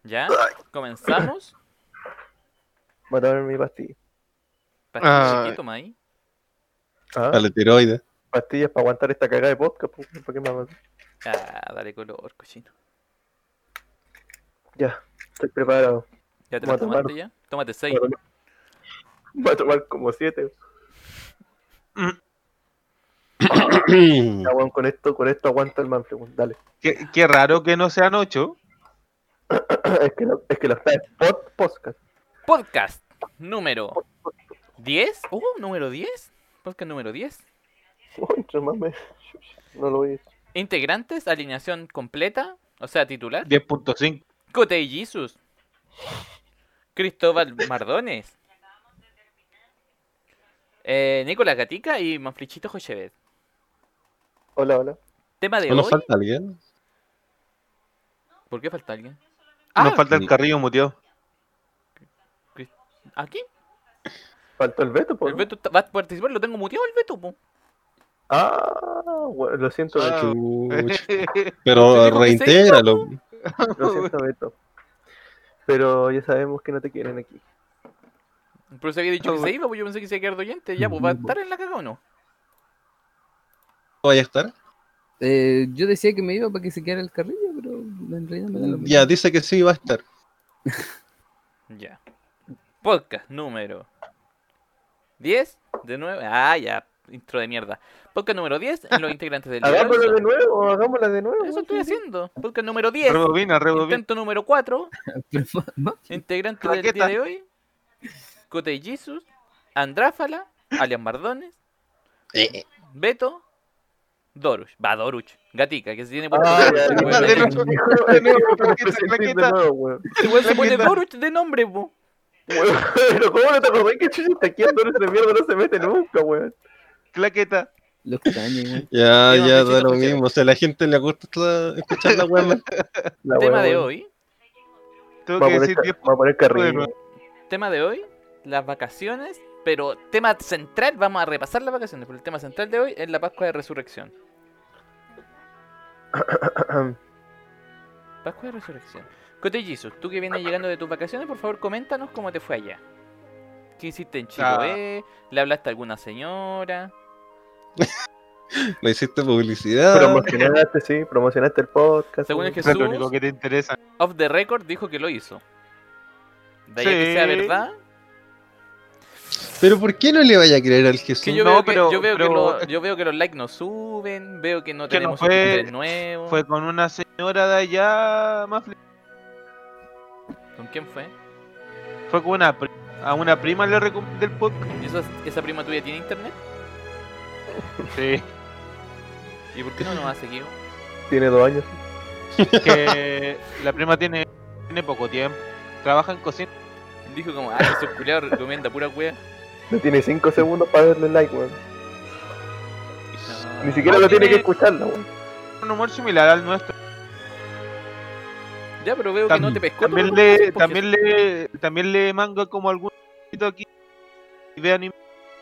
¿Ya? ¿Comenzamos? Voy a tomar mi pastilla. ¿Pastilla de qué toma ahí? ¿Ah? Para la tiroides. Pastillas para aguantar esta cagada de podcast. ¿Para qué me hago? Ah, dale color, cochino. Ya, estoy preparado. ¿Ya te Voy la a tomar. tomaste ya? Tómate 6. Voy a tomar como 7. Mm. Ya, weón, con esto aguanta el manfle, weón. Dale. Qué raro que no sean 8. es que lo está en podcast. Podcast número 10. Número 10. Podcast número 10. Entre más no lo voy a Integrantes, alineación completa, o sea, titular. 10.5. Cote y Jesus. Cristóbal Mardones. Nicolás Gatica y Manflichito Jochevet. Hola. Tema de ¿No nos hoy. falta alguien? ¿Por qué falta alguien? Nos falta el Carrillo muteado. ¿Aquí? Faltó el Beto, po. El Beto va a participar, lo tengo muteado el Beto, po. Bueno, lo siento, Beto. Chuch. Pero dijo que se reintégralo. Lo siento, Beto. Pero ya sabemos que no te quieren aquí. Pero se había dicho que se iba, pues yo pensé que se iba a quedar de oyente. Ya, pues va a estar en la caga o no. ¿Vaya a estar? Yo decía que me iba para que se quedara el Carrillo, pero en realidad me da lo mismo. Ya, dice que sí va a estar. Ya. Podcast número 10 de nuevo. Ah, ya. Intro de mierda. Podcast número 10 en los integrantes del día de hoy Hagámosla son- de nuevo, hagámosla de nuevo. Eso estoy haciendo. Podcast número 10. Rebobina. Intento número 4. Pero más, Integrantes del día de hoy. Cote y Jesus. Andráfala. Alias Mardones. Beto. Doruch. Doruch. Gatica, que se tiene puesto Doruch, ya, weón. de nuevo, de nuevo, weón. El weón se pone Doruch de nombre, po. Pero ¿cómo no te acordás que Chuchi está aquí? Andor ese mierda no se mete nunca, weón. Claqueta. lo extraño, güey. Ya, Digo, ya, Pechito da lo José. mismo. O sea, a la gente le gusta escuchar la weá. La Tema weá, de weón. hoy. Tengo Va a que poner decir 10. va a poner carrillo. Tema de hoy. Las vacaciones. Pero tema central, vamos a repasar las vacaciones. Pero el tema central de hoy es la Pascua de Resurrección. Pascua de Resurrección. Cote Jesus, tú que vienes llegando de tus vacaciones, por favor, coméntanos cómo te fue allá. ¿Qué hiciste en Chiloé? ¿Le hablaste a alguna señora? Le hiciste publicidad. Promocionaste el podcast. Según el weón. Eso es lo Jesús, único que te interesa. off the record, dijo que lo hizo. De ahí a que Sí. sea verdad, Pero ¿por qué no le vaya a creer al Jesús? que yo No, veo, pero- yo, veo pero- yo veo que los likes no suben, veo que no Que no tenemos fue- suscriptores nuevos. Fue con una señora de allá, Mafle. ¿Con quién fue? Fue con a una prima le recomendé el podcast. ¿Y esa prima tuya tiene internet? Sí. ¿Y por qué no nos ha seguido? Tiene 2 años. Que la prima tiene poco tiempo. Trabaja en cocina. Dijo como, Jesús culiao recomienda pura wea. No tiene 5 segundos para darle like, weón. No. Ni siquiera No, lo tiene que tiene- escucharla, weón. Un humor similar al nuestro. Ya, pero veo que no te pescó. También todo lo que haces, también le manga como algún poquito aquí. Y ve anime.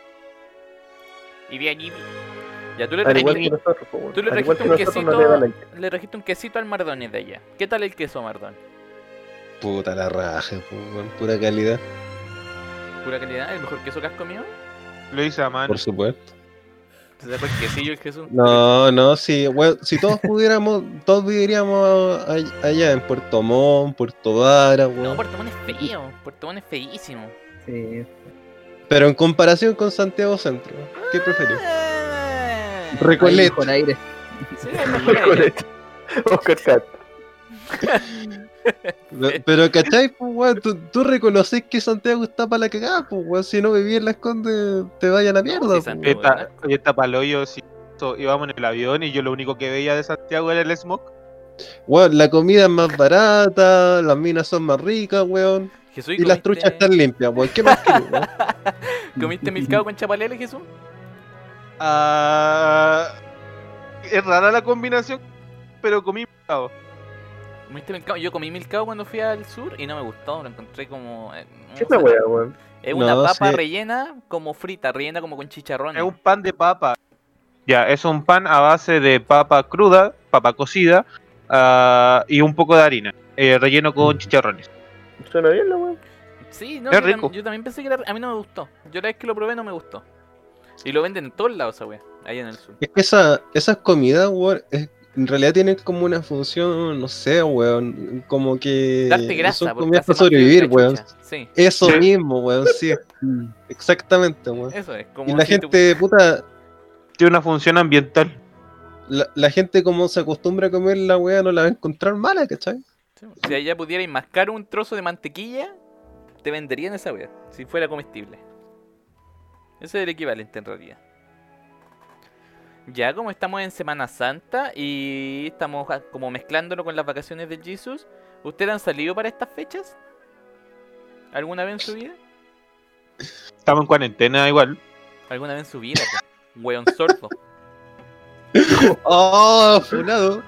Y bien, y... Ya, tú le Al igual trajiste, que nosotros, po, weón. tú le Al igual trajiste que un nosotros, quesito, no le da like. le trajiste un quesito al Mardones de allá. ¿Qué tal el queso Mardón? Puta la raja, weón, pura calidad. Pura calidad, el mejor queso que has comido. Lo hice a mano. Por supuesto. ¿Te sacó el quesillo el Jesús? No, sí, weón, si todos pudiéramos, todos viviríamos allá en Puerto Montt, Puerto Vara, No, weón. Puerto Montt es feo. Puerto Montt es feísimo. Sí. Pero en comparación con Santiago Centro, ¿qué preferís? Ah, Recoleta. Ahí con aire. sí, es mejor ahí. Oscar Cat. Pero, ¿cachai? Pues, weón, tú reconoces que Santiago está para la cagada, pues, weón. Si no vivís en Las Condes, te vayan a la mierda, sí, pues, Santiago. weón. Hoy está paloyo, sí. Íbamos en el avión y yo lo único que veía de Santiago era el smoke. Weón, la comida es más barata, las minas son más ricas, weón. Jesús, Y las truchas están limpias, weón. ¿Qué más querés, weón? ¿Comiste milcao con chapalele, Jesús? Ah, es rara la combinación, pero comí pescado. ¿Comiste milcao? Yo comí milcao cuando fui al sur y no me gustó, lo encontré como... no ¿Qué es sé, la weá, weón? es una No, papa sí. rellena como frita, rellena como con chicharrones. Es un pan de papa. Ya, es un pan a base de papa cruda, papa cocida y un poco de harina. relleno con chicharrones. Suena bien la weón. Sí, no, Es yo, rico. yo también pensé que era. A mí no me gustó. Yo la vez que lo probé no me gustó. Y lo venden en todos lados esa wea, ahí en el sur. Es que esas comidas, weón, en realidad tienen como una función, no sé, weón, como que Darte grasa, son porque comidas hace para más frío sobrevivir, que la weón. chucha. Sí, Eso Sí. mismo, weón, sí, Mm. exactamente, weón. eso es. Como Y la si tú- gente, puta, Tiene una función ambiental. la gente como se acostumbra a comer la weá no la va a encontrar mala, ¿cachai? Sí, si allá pudierais mascar un trozo de mantequilla, te venderían esa wea, si fuera comestible. Ese es el equivalente en realidad. Ya como estamos en Semana Santa y estamos como mezclándolo con las vacaciones del Jesus, ¿ustedes han salido para estas fechas? ¿Alguna vez en su vida? Estamos en cuarentena igual. ¿Alguna vez en su vida, po? Weón sordo. ¡Oh, funado!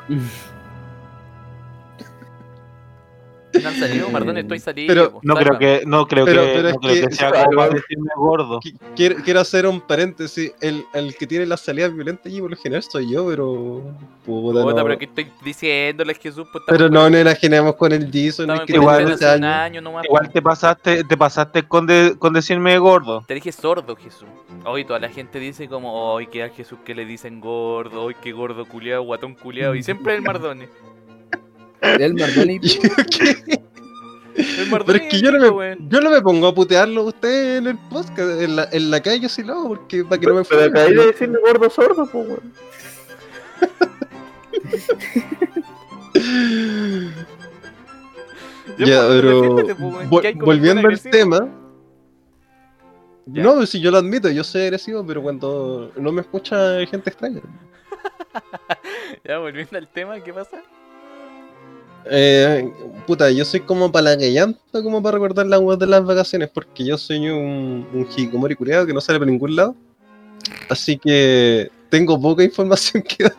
¿No han salido? Mardón, estoy salido. Pero po, No creo sálvame. que, no creo Pero que, es no creo que- que sea como para decirme gordo. Quiero hacer un paréntesis. El que tiene las salidas violentas allí por lo general soy yo, pero. Puta, Puta, no. pero que estoy diciéndole Jesús, pues Pero estamos no nos imaginemos con el Jason, estamos el en que igual tiene cuarentena 12 hace un años. año nomás. Igual te pasaste con decirme gordo. Te dije sordo, Jesús. Hoy toda la gente dice como, ¡ay, que a Jesús que le dicen gordo! ¡Ay, qué gordo culiao, guatón culiao! Y siempre el Mardone. El Mardoni. El Pero Mardone es que yo no, rico, weón. yo no me pongo a putearlo a usted en el podcast, en la calle sí lo hago, porque para que no me Pero funen, acabé de ¿no? decirle gordo sordo, pues weón. Ya, pues, pero defiéndete, pues, weón, que hay como volviendo buen al agresivo. tema. Ya. No, pues si yo lo admito, yo soy agresivo, pero cuando no me escucha hay gente extraña. Ya, volviendo al tema, ¿qué pasa? Puta, yo soy como palagallanta como para recordar las weas de las vacaciones, porque yo soy un hikikomori culiado que no sale por ningún lado. Así que tengo poca información que dar.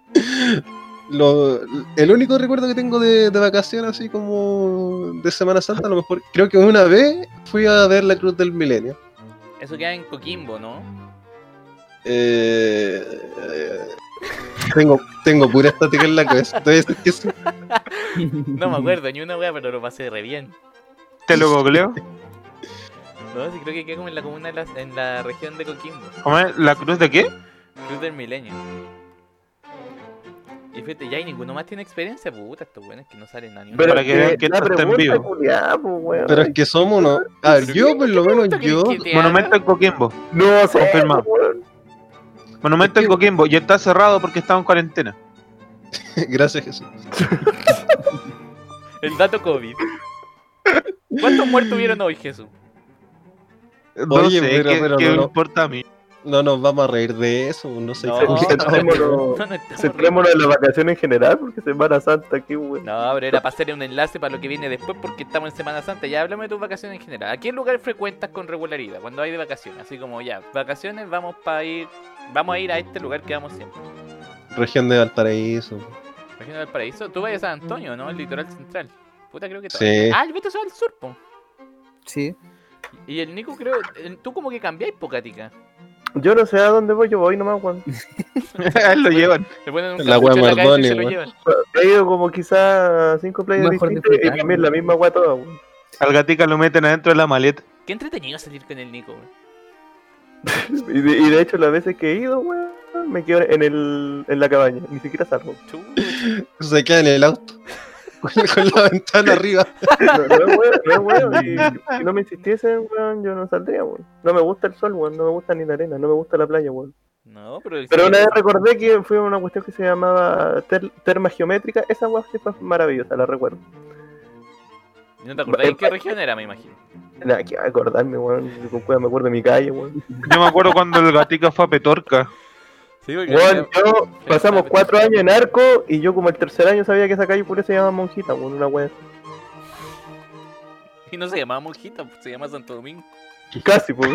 El único recuerdo que tengo de vacaciones, así como de Semana Santa, a lo mejor, creo que una vez fui a ver la Cruz del Milenio. Eso queda en Coquimbo, ¿no? Tengo pura estática en la cabeza. Entonces, es que sí. No me acuerdo ni una wea, pero lo pasé re bien. ¿Te lo googleo? No, sí creo que queda como en la comuna en la región de Coquimbo. ¿Cómo es? ¿La cruz de qué? Cruz del Milenio. Y fíjate, ya y ninguno más tiene experiencia, puta, estos buenos que no salen a ni una. Pero Para es que vean que la esto está en pregunta vivo. culiada, pues weón. Pero es que somos uno. A ver, Pero yo ¿qué- por qué lo menos pregunta yo. querés que te Monumento haga? en Coquimbo. No sé, Confirmado. pues, weón. Monumento en Coquimbo. Y está cerrado porque estaba en cuarentena. Gracias, Jesús. El dato COVID. ¿Cuántos muertos hubieron hoy, Jesús? No Oye, sé, pero ¿qué no, me no. importa a mí? No nos vamos a reír de eso, no sé. No, Centrémonos no estamos centrémonos en la vacación en general, porque Semana Santa aquí, weón. No, pero era para hacer un enlace para lo que viene después porque estamos en Semana Santa. Ya háblame de tus vacaciones en general. ¿A qué lugar frecuentas con regularidad cuando hay de vacaciones? Así como ya, vacaciones vamos a ir a este lugar que vamos siempre. Región de Valparaíso. Región del Paraíso. Tú vayas a San Antonio, ¿no? El litoral central. Puta, creo que todo. Sí. Ah, el Beto se va al sur, po. Sí. Y el Nico creo, tú como que cambiáis pocatica. Yo no sé a dónde voy, yo voy nomás, weón. A él lo llevan. Le ponen un La capucho wea en la cabeza y Mardoni, se lo weón. llevan. He ido como quizás a 5 playas Mejor distintas y disfrutar, también la misma weá toda, weón. Al gatica lo meten adentro de la maleta. Qué entretenido salir con el Nico, weón. Y de hecho, las veces que he ido, weón, me quedo en la cabaña, ni siquiera salgo. Chucha. Se queda en el auto. Con la ventana arriba. No es weón, no es weón. Si no me insistiesen, weón, yo no saldría, weón. No me gusta el sol, weón, no me gusta ni la arena, no me gusta la playa, weón. No, pero... Pero una vez recordé que fue una cuestión que se llamaba terma geométrica, esa weá sí fue maravillosa, la recuerdo. ¿No te acordás en qué región era, me imagino? Nada, que acordarme, weón, con cueva me acuerdo de mi calle, weón. Yo me acuerdo cuando el gatica fue a Petorca. Sí, porque Weón, había- yo pasamos 4 años en Arco y yo como el tercer año sabía que esa calle pura se llama Monjita, weón, una weá. Y no se llamaba Monjita, se llama Santo Domingo. Casi, pues.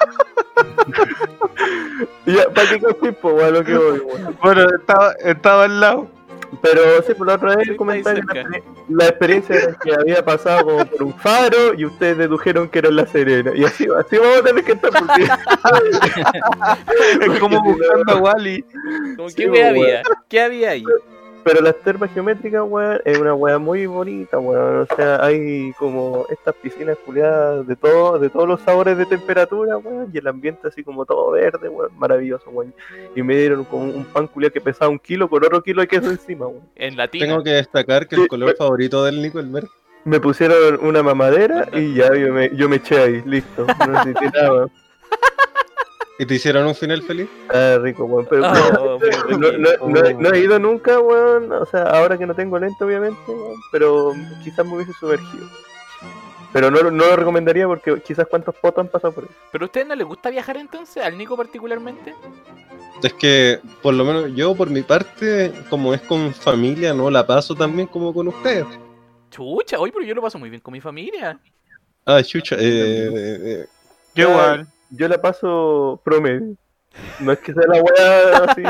Y ya, ¿para qué casi, pues, weón, lo que voy, weón? Bueno, estaba al lado. Pero sí, por la otra vez Sí, comentaron está ahí cerca. la experiencia era que había pasado como por un faro y ustedes dedujeron que era en La Serena. Y así vamos a tener que estar porque... Es como buscando a Wally. Como, Sí, ¿qué wea weón. había? ¿Qué había ahí? Pero las termas geométricas, weón, es una weá muy bonita, weón. O sea, hay como estas piscinas culiadas de todos los sabores de temperatura, weón. Y el ambiente así como todo verde, weón. Maravilloso, weón. Y me dieron como un pan culiado que pesaba 1 kilo con otro kilo de queso encima, weón. En latina. Tengo que destacar que el color favorito del Nico es el verde. Me pusieron una mamadera y ya yo me eché ahí, listo. No necesité nada, weón. ¿Y te hicieron un final feliz? Ah, rico, weón. Pero no he ido nunca, weón. O sea, ahora que no tengo lente, obviamente, weón. Pero quizás me hubiese sumergido. Pero no lo recomendaría porque quizás cuántos potos han pasado por ahí. ¿Pero a ustedes no les gusta viajar entonces? ¿Al Nico particularmente? Es que, por lo menos yo, por mi parte, como es con familia, no la paso tan bien como con ustedes. Chucha, oye, pero yo lo paso muy bien con mi familia. Ah, chucha. Yo igual. Yo la paso promedio. No es que sea la weá así.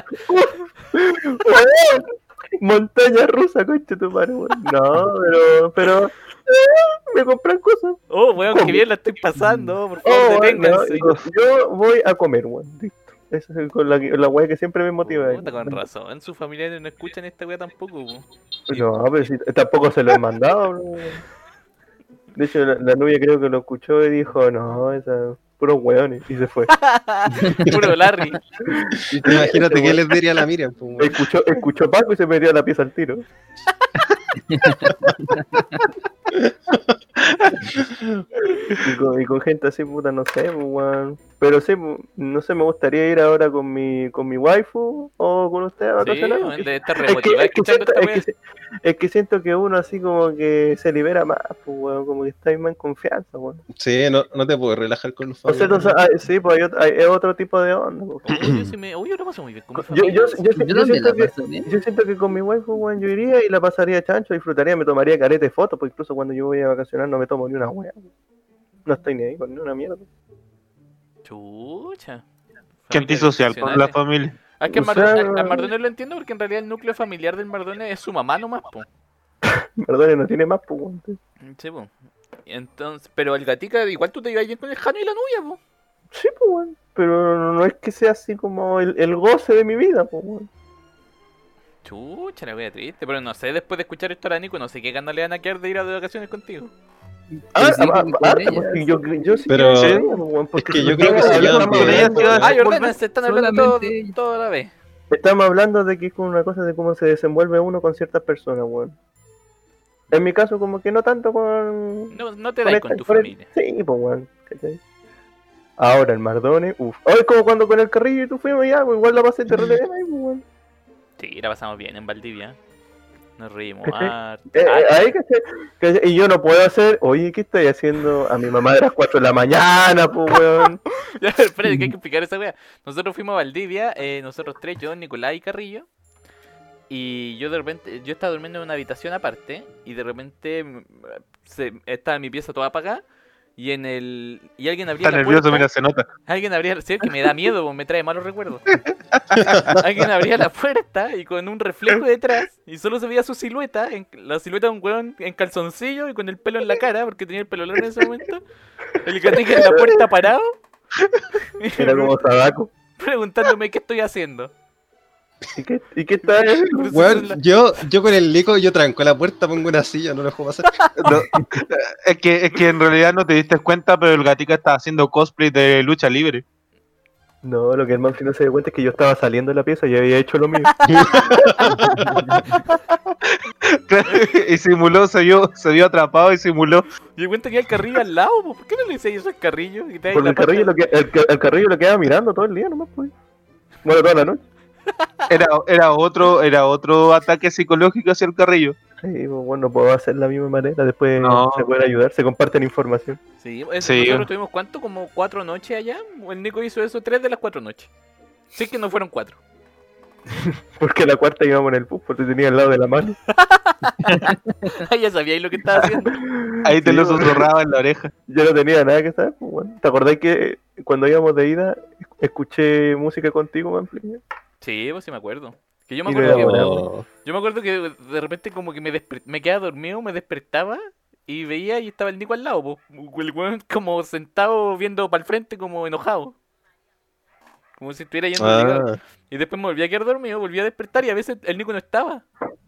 Montaña rusa, concha tu madre, weón. No, pero me compran cosas. Oh, weón, qué bien la estoy pasando. Por favor, deténganse. No, yo voy a comer, weón. Listo. Esa es con la weá que siempre me motiva. Puta, con razón, sus familiares no escuchan esta weá tampoco, po. No, pero si tampoco se lo he mandado, bro. De hecho, la novia creo que lo escuchó y dijo, no, esa puros weones, y se fue. Puro Larry. Imagínate que les diría a la Miriam. Pues, escuchó Paco y se metió a la pieza al tiro. y con gente así, puta, no sé, pues, weón. Pero sí, no sé, me gustaría ir ahora con mi waifu o con usted a vacacionar. Sí, de estar remotivada escuchando esta weá. Es que siento que uno así como que se libera más, pues, weón, como que está más en confianza, weón. Sí, no te puedes relajar con los O sea, familiares. sí, pues hay otro tipo de onda. Pues. Yo lo paso muy bien con mi familia. Yo siento que con mi waifu, weón, yo iría y la pasaría chancho, disfrutaría, me tomaría careta de fotos, pues incluso cuando yo voy a vacacionar no me tomo ni una weá. No estoy ni ahí con ni una mierda. Chucha. Qué antisocial con la familia. Es que al Mardones lo entiendo porque en realidad el núcleo familiar del Mardones es su mamá nomás, po. Mardones no tiene más, pues, weón. Sí, po. Entonces, pero el Gatica, igual tú te ibas bien con el Jano y la novia, po. Sí, pues, weón. Pero no es que sea así como el goce de mi vida, pues, weón. Chucha, la wea triste. Pero no sé, después de escuchar esto a Nico, no sé qué ganas le van a quedar de ir a de vacaciones contigo. Porque yo sí pero es que yo creo que se llevan bien. Ordenan, se están hablando toda la vez. Estamos hablando de que es como una cosa de cómo se desenvuelve uno con ciertas personas, weón. En mi caso, como que no tanto con... No te das con tu familia. Sí, pues, weón. ¿Cachai? Ahora el Mardones, uff. Hoy como cuando con el Carrillo y tú fuimos ya, pues, igual la pasé terrible bien ahí, pues, weón. Sí, la pasamos bien en Valdivia. Nos reímos harto. Ahí, ¿cachai? Y yo no puedo hacer, oye, ¿qué estoy haciendo a mi mamá de las 4 de la mañana, pues, weón? Ya, espérate, que hay que explicar esa wea. Nosotros fuimos a Valdivia, nosotros tres, yo, Nicolás y Carrillo. Y yo de repente, yo estaba durmiendo en una habitación aparte. Y de repente estaba en mi pieza toda apagada. Y alguien abría Está la nervioso, puerta. mira, se nota. Alguien abría, sí, que me da miedo, pues, me trae malos recuerdos. Alguien abría la puerta y con un reflejo detrás, y solo se veía su silueta, la silueta de un weón en calzoncillo y con el pelo en la cara, porque tenía el pelo largo en ese momento. El Gatica en la puerta parado. Era como Sadako. Preguntándome qué estoy haciendo. ¿Y qué está haciendo? Bueno, yo con el Nico, yo tranco la puerta, pongo una silla, no lo dejo pasar. No, es que en realidad no te diste cuenta, pero el Gatica estaba haciendo cosplay de lucha libre. No, lo que el Manfred no se dio cuenta es que yo estaba saliendo de la pieza y había hecho lo mío. Y simuló, se vio atrapado y simuló. Y di cuenta que hay el Carrillo al lado, ¿por qué no le dices eso al Carrillo? Porque el Carrillo lo quedaba mirando todo el día, nomás, pues. Bueno, toda la noche. Era otro ataque psicológico hacia el Carrillo. Sí, pues, bueno, no puedo hacer la misma manera, después se pueden ayudar, se comparten información. Sí, nosotros tuvimos ¿cuánto? Como 4 noches allá. El Nico hizo eso 3 de las 4 noches. Sí que no fueron 4. Porque la cuarta íbamos en el bus, porque tenía al lado de la mano. Ya sabíais lo que estaba haciendo. Ahí te lo susurraba en la oreja. Yo no tenía nada que saber, pues, bueno. ¿Te acordás que cuando íbamos de ida escuché música contigo, Manfred? Sí, pues sí me acuerdo. Que yo me acuerdo que de repente como que me quedaba dormido, me despertaba y veía y estaba el Nico al lado, po. El weón como sentado viendo para el frente como enojado. Como si estuviera yendo obligado. Ah, Y después me volví a quedar dormido, volví a despertar y a veces el Nico no estaba.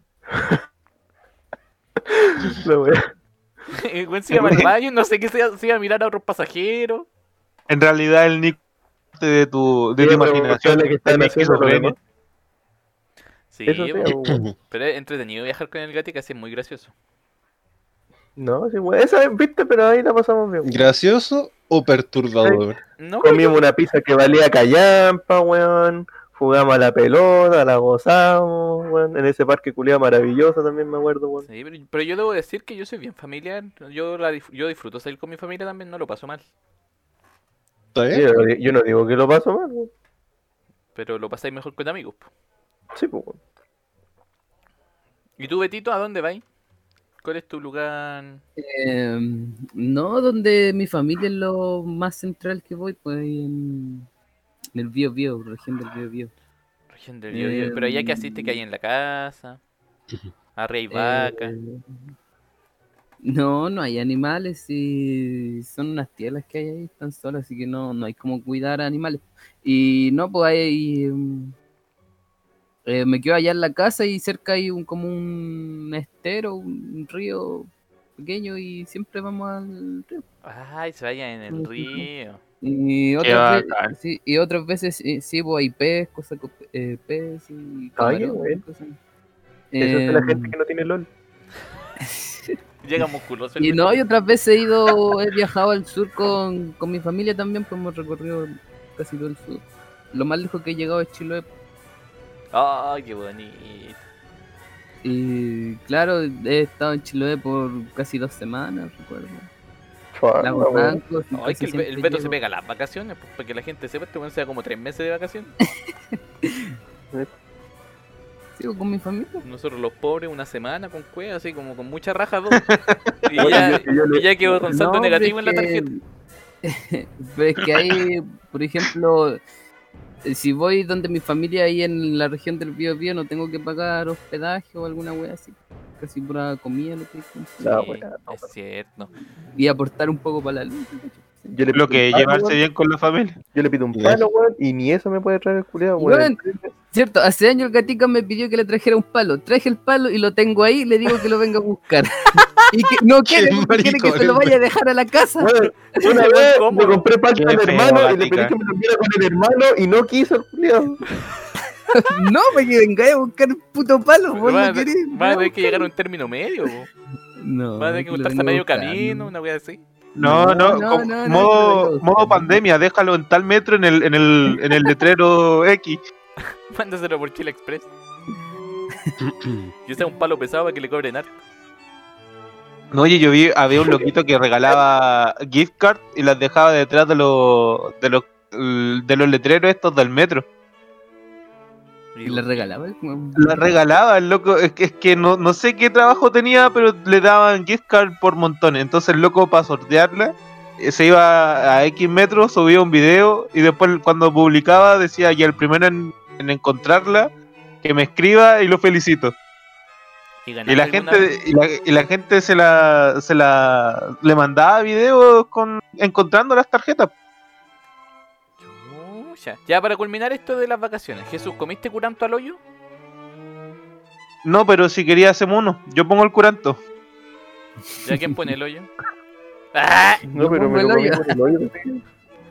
La wea. El weón se iba al baño, no sé qué se iba a mirar a otros pasajeros. En realidad el Nico de tu Sí, pero imaginación ustedes que están tenía haciendo lo esquizofrenia. demás. Sí, Eso sí, po. weón. Pero es entretenido viajar con el Gatica, así es muy gracioso. No, sí, weón. Esa viste, pero ahí la pasamos bien. ¿gracioso o perturbador? No, creo Comimos una pizza que valía callampa, weón. Jugamos a la pelota, la gozamos, weón. En ese parque culiado maravilloso también me acuerdo, weón. sí, pero yo debo decir que yo soy bien familiar. Yo disfruto salir con mi familia también, no lo paso mal. ¿Está Sí, bien? yo no digo que lo paso mal, weón. Pero lo pasáis mejor con amigos, po. Sí, pues, weón. ¿Y tú, Betito, a dónde vais? ¿Cuál es tu lugar? No, donde mi familia es lo más central que voy, pues ahí en el Biobío, región del Biobío. Región del Biobío. Pero allá que asiste que hay en la casa. Arriba hay vacas. No, no hay animales y son unas tierras que hay ahí, están solas, así que no hay como cuidar a animales. Y no, pues hay... me quedo allá en la casa y cerca hay como un estero, un río pequeño y siempre vamos al río. Ay, se vayan en el río. Y Qué bacán. y otras veces sí, pues hay pez, cosas con pez y Ay, camarón, bueno. cosas. Eso es de la Em, gente que no tiene LOL. Llega musculoso el Y no, Betito. y otras veces he viajado al sur con mi familia también, pues hemos recorrido casi todo el sur. Lo más lejos que he llegado es Chiloé. Ay, qué bonito. Y claro, he estado en Chiloé por casi 2 semanas, recuerdo. Fuck, Lagos weón. Blancos. y Ay, casi que el siempre Beto se llego- pega las vacaciones, pues, para que la gente sepa, este weón se da como 3 meses de vacaciones. Sigo con mi familia. Nosotros los pobres, una semana con cueva, así como con mucha raja, dos. Y Oye, ya, yo le- y ya quedó con saldo No, pero negativo en la es tarjeta. Pero es que hay, por ejemplo, si voy donde mi familia ahí en la región del Biobío, no tengo que pagar hospedaje o alguna wea así. Casi pura comida lo que hay que comprar. La Sí, wea, no, es cierto. Y aportar un poco para la luz. Yo le Lo pido que es un palo, llevarse weón. bien con la familia. Yo le pido un Ya. palo, weón, y ni eso me puede traer el culiado, Y weón. Cierto, hace años el Gatica me pidió que le trajera un palo. Traje el palo y lo tengo ahí, le digo que lo venga a buscar. Y que no quiere, Qué porque quiere que maricón, se lo vaya a dejar a la casa. Weón, una Ese vez weón me cómodo. compré palta Qué al feo, hermano y le Gatica. pedí que me lo enviara con el hermano y no quiso el culiado. No, para que venga a buscar el puto palo. Vos Va no querés. a tener que llegar a un término medio, po. No, Va a tener que lo juntarse a vengo medio buscando. camino, una wea así. No, como no, modo, lo vengo modo buscando. pandemia, déjalo en tal metro en el letrero X. Mándaselo por Chile Express. Y ese es un palo pesado para que le cobren harto. No, oye, había un loquito que regalaba gift card y las dejaba detrás de los letreros estos del metro. Y le regalaba. Las regalaba el loco, es que no sé qué trabajo tenía, pero le daban gift card por montones. Entonces el loco para sortearla se iba a X metros, subía un video y después cuando publicaba decía ya el primero en encontrarla, que me escriba y lo felicito. Y Y la ganaste alguna gente, vez. y la gente le mandaba videos encontrando las tarjetas. Chucha. Ya para culminar esto de las vacaciones, Jesús, ¿comiste curanto al hoyo? No, pero si quería hacemos uno. Yo pongo el curanto. ¿Ya quién pone el hoyo? ¡Ah! No, pero me lo pongo comí el con el hoyo. tío.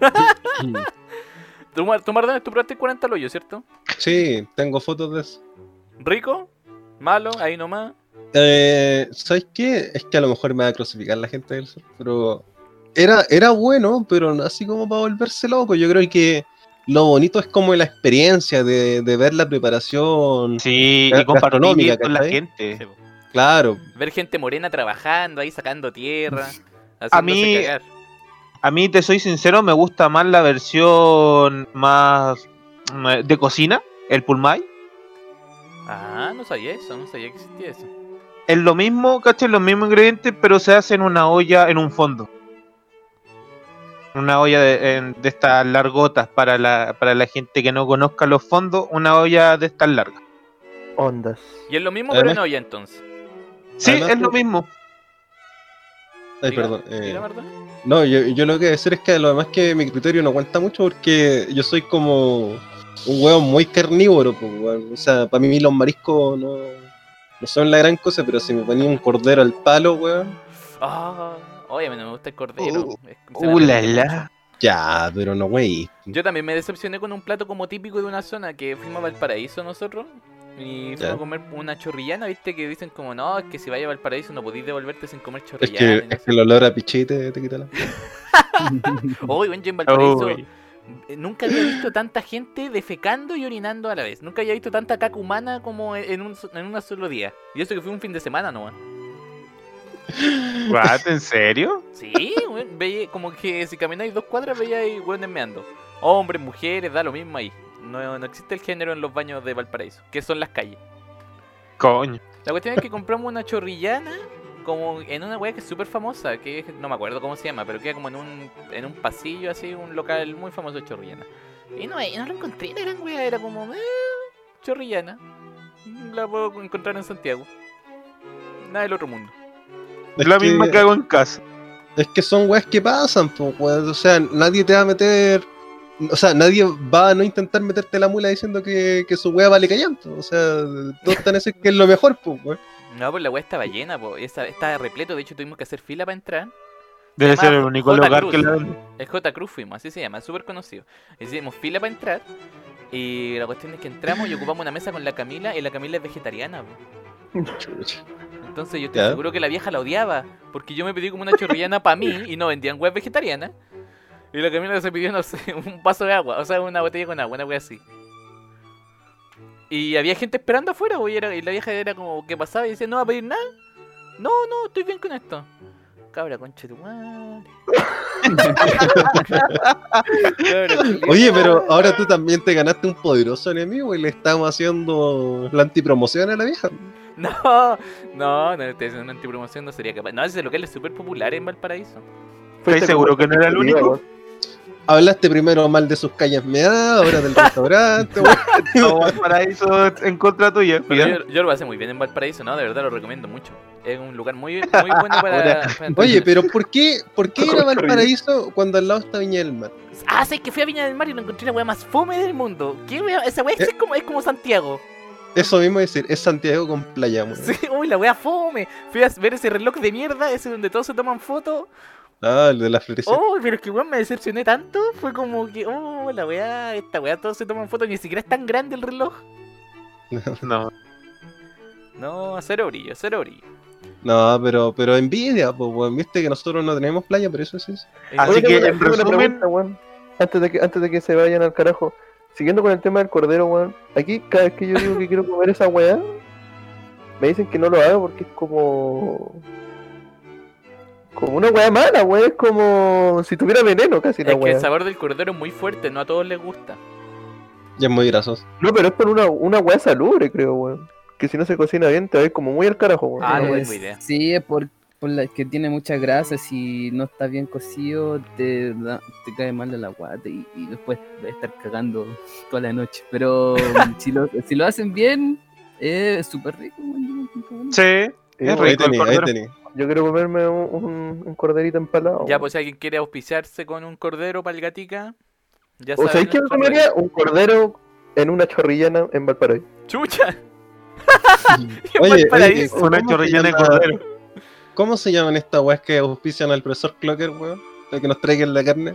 Tú Mardones, tú probaste el curanto al hoyo, ¿cierto? Sí, tengo fotos de eso. ¿Rico? ¿Malo? Ahí nomás. ¿Sabes qué? Es que a lo mejor me va a crucificar la gente del sur, pero era bueno, pero no así como para volverse loco. Yo creo que lo bonito es como la experiencia de ver la preparación. Sí, y Gastronómica, compartir con la ¿cachai? gente. Sí, po. Claro, Ver gente morena trabajando ahí, sacando tierra. A Haciéndose mí- cagar. A mí, te soy sincero, me gusta más la versión más de cocina, el pulmay. Ah, no sabía eso, no sabía que existía eso. Es lo mismo, ¿cachai? Los mismos ingredientes, pero se hace en una olla, en un fondo. Una olla de estas largotas para la gente que no conozca los fondos, una olla de estas largas. Ondas. Y es lo mismo, Además- pero en olla entonces. Sí, Además, es lo mismo. Ay, Diga, perdón. diga, Martín. No, yo lo que voy a decir es que lo demás que mi criterio no cuenta mucho porque yo soy como un hueón muy carnívoro, pues, weón. O sea, para mí los mariscos no son la gran cosa, pero si me ponía un cordero al palo, weón. Ah, oye, a mí no me gusta el cordero. La la. Ya, pero no, wey. Yo también me decepcioné con un plato como típico de una zona que fuimos a Valparaíso nosotros. Y fuimos Ya. a comer una chorrillana, viste, que dicen como, no, es que si vayas a Valparaíso no podís devolverte sin comer Es chorrillana. que, y no es sé. que el olor a piché te quita la... Oye, bueno, yo en Valparaíso Uy. nunca había visto tanta gente defecando y orinando a la vez. Nunca había visto tanta caca humana como en un solo día. Y eso que fue un fin de semana nomás. What, ¿en serio? Sí, weón, veía como que si camináis 2 cuadras veíais weones meando. Hombres, mujeres, da lo mismo ahí. No existe el género en los baños de Valparaíso, que son las calles. Coño. La cuestión es que compramos una chorrillana como en una weá que es súper famosa, que no me acuerdo cómo se llama, pero queda como en un pasillo así, un local muy famoso de chorrillana. Y no lo encontré, la gran weá, era como chorrillana. La puedo encontrar en Santiago. Nada del otro mundo. Es La misma que hago en casa. Es que son weas que pasan, pues, weón. O sea, nadie te va a meter. O sea, nadie va a no intentar meterte la mula diciendo que su wea vale callampa. O sea, todos están ese que es lo mejor, pues, weón. No, pues la weá estaba llena, pues. Estaba repleto, de hecho tuvimos que hacer fila para entrar. Debe Se ser el llama único J. lugar Cruz. que la vende. El J. Cruz fuimos, así se llama, es súper conocido. Hicimos fila para entrar. Y la cuestión es que entramos y ocupamos una mesa con la Camila. Y la Camila es vegetariana, pues. Chucha. Entonces yo estoy ¿Ya? seguro que la vieja la odiaba. Porque yo me pedí como una chorrillana para mí y no vendían web vegetariana. Y la Camila se pidió, no sé, un vaso de agua. O sea, una botella con agua, una wea así. Y había gente esperando afuera, güey. Y la vieja era como, ¿qué pasaba? Y decía, ¿no va a pedir nada? No, estoy bien con esto. Cabra, concha de tu madre. Cabra, Oye, pero ahora tú también te ganaste un poderoso enemigo y le estamos haciendo la antipromoción a la vieja. no estoy haciendo una antipromoción, no sería capaz. No, ese local es súper popular en Valparaíso. ¿Estás seguro que no era el único? Hablaste primero mal de sus calles meadas, ahora del restaurante, weón. No, para eso en contra tuya. Pero Mira. yo lo pasé muy bien en Valparaíso, ¿no? De verdad lo recomiendo mucho. Es un lugar muy bueno para Oye, pero ¿por qué ir a Valparaíso cuando al lado está Viña del Mar? Ah, sé que fui a Viña del Mar y no encontré la weá más fome del mundo. ¿Qué weá? Esa weá es como Santiago. Eso mismo decir, es Santiago con playa, weón. Sí, uy, la weá fome. Fui a ver ese reloj de mierda, ese donde todos se toman fotos. Ah, el de la florecita. Oh, pero es que weón me decepcioné tanto. Fue como que, la weá, esta weá, todos se toman fotos. Ni siquiera es tan grande el reloj. No. No, cero brillo, cero brillo. No, pero envidia, pues, weón. Viste que nosotros no tenemos playa, pero eso es eso. Así Oye, que, tengo en una resumen- pregunta, weón. Antes de que se vayan al carajo, siguiendo con el tema del cordero, weón. Aquí, cada vez que yo digo que quiero comer esa weá, me dicen que no lo haga porque es como una weá mala, weón. Es como si tuviera veneno casi la Es que weá. el sabor del cordero es muy fuerte, no a todos les gusta. Ya es muy grasoso. No, pero es por una weá salubre, creo, weón. Que si no se cocina bien te va a ir como muy al carajo, weón. Ah, Una no weá. tengo idea. Sí, es por la que tiene mucha grasa. Si no está bien cocido, te cae mal de la guata y después vas a estar cagando toda la noche. Pero si lo hacen bien, es súper rico. weón. Sí, Sí, es weón. Ahí rico el tení, ahí cordero. tení. Yo quiero comerme un corderito empalado. Ya, weón. pues si alguien quiere auspiciarse con un cordero para el gatica, ya O sea, saben ¿qué me nuestras comería? redes. Un cordero en una chorrillana en Valparaíso. ¡Chucha! Oye, Valparaíso. ¿cómo Una se chorrillana de llama- cordero. ¿Cómo se llaman estas weas que auspician al profesor Clocker, weón? Para que nos traigan la carne.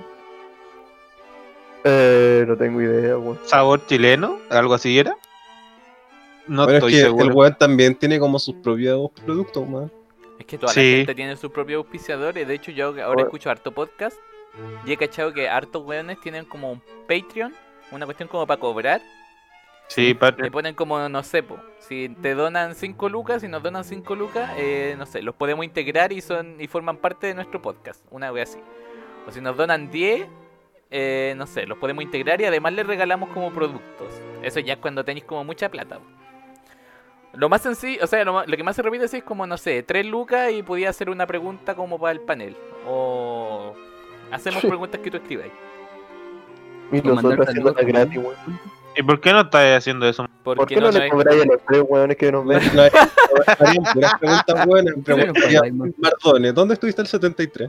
No tengo idea, weón. ¿Sabor chileno? ¿Algo así era? No Bueno, es estoy que seguro. el weón también tiene como sus propios productos, weón. Es que toda Sí. la gente tiene sus propios auspiciadores. De hecho, yo ahora Bueno. escucho harto podcast y he cachado que hartos weones tienen como un Patreon, una cuestión como para cobrar. Sí, Le Patreon. ponen como, no sé, po, si te donan 5 lucas, si nos donan 5 lucas, no sé, los podemos integrar y forman parte de nuestro podcast, una vez así. O si nos donan 10, no sé, los podemos integrar y además les regalamos como productos. Eso ya es cuando tenéis como mucha plata, po. Lo más sencillo, o sea, lo que más se repite así es como, no sé, 3 lucas y podía hacer una pregunta como para el panel. O hacemos preguntas que tú escribáis. Y O nosotros mandar haciendo saludos la gratis, también. weón. ¿Y por qué no estás haciendo eso? ¿Por Porque qué no le hay- cobráis a los tres weones que nos ven? Harían puras preguntas buenas. Preguntaría, Mardones, ¿dónde estuviste el 73?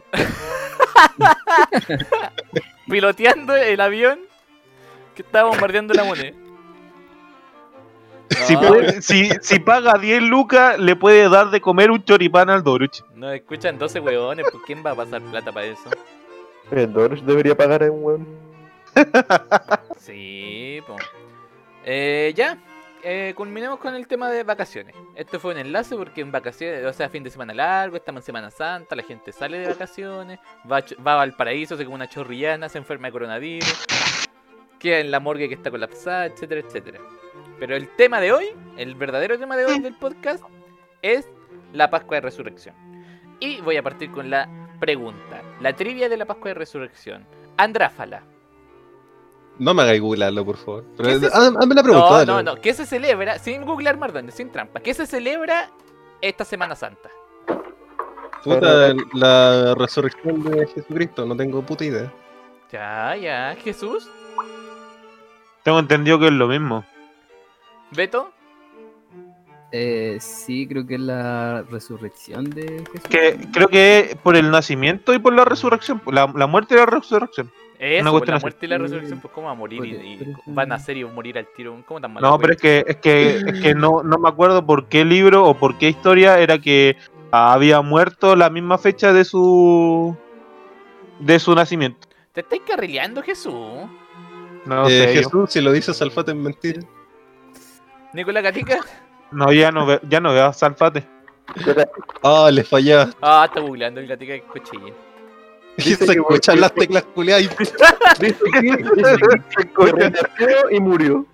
piloteando el avión que estaba bombardeando la moneda. Si, No, si paga 10 lucas, le puede dar de comer un choripán al Doruch. no escuchan 12 huevones, pues ¿quién va a pasar plata para eso? El Doruch debería pagar a un weón. Sí, pues. Ya, culminemos con el tema de vacaciones. Esto fue un enlace porque en vacaciones, o sea, fin de semana largo, estamos en Semana Santa, la gente sale de vacaciones, va a Valparaíso, se come una chorrillana, se enferma de coronavirus, queda en la morgue que está colapsada, etcétera, etcétera. Pero el tema de hoy, el verdadero tema de hoy del podcast, es la Pascua de Resurrección. Y voy a partir con la pregunta, la trivia de la Pascua de Resurrección. Andráfala. No me hagáis googlearlo, por favor. Pero, ¿Qué es eso? hazme la pregunta. No, dale. no, no. ¿Qué se celebra? Sin googlear Mardones, sin trampa. ¿Qué se celebra esta Semana Santa? Puta, la resurrección de Jesucristo, no tengo puta idea. Ya, Jesús. Tengo entendido que es lo mismo. Beto. Sí, creo que es la resurrección de Jesús. Que creo que es por el nacimiento y por la resurrección. La muerte y la resurrección. Eso, Una por cuestión la así. muerte y la resurrección, pues ¿cómo va a morir? Va a nacer y va a morir al tiro. ¿Cómo tan malo? No, pero es que no me acuerdo por qué libro o por qué historia era que había muerto la misma fecha de su nacimiento. ¿Te estáis carrileando, Jesús? No sé. yo. Jesús, si lo dice Salfate es mentira. Nicolás Gatica. No, ya no veo a Salfate. Ah, le fallaba. Ah, está googleando el Gatica que cochillín. Y se escuchan las teclas culiadas y... Dice que renació y murió.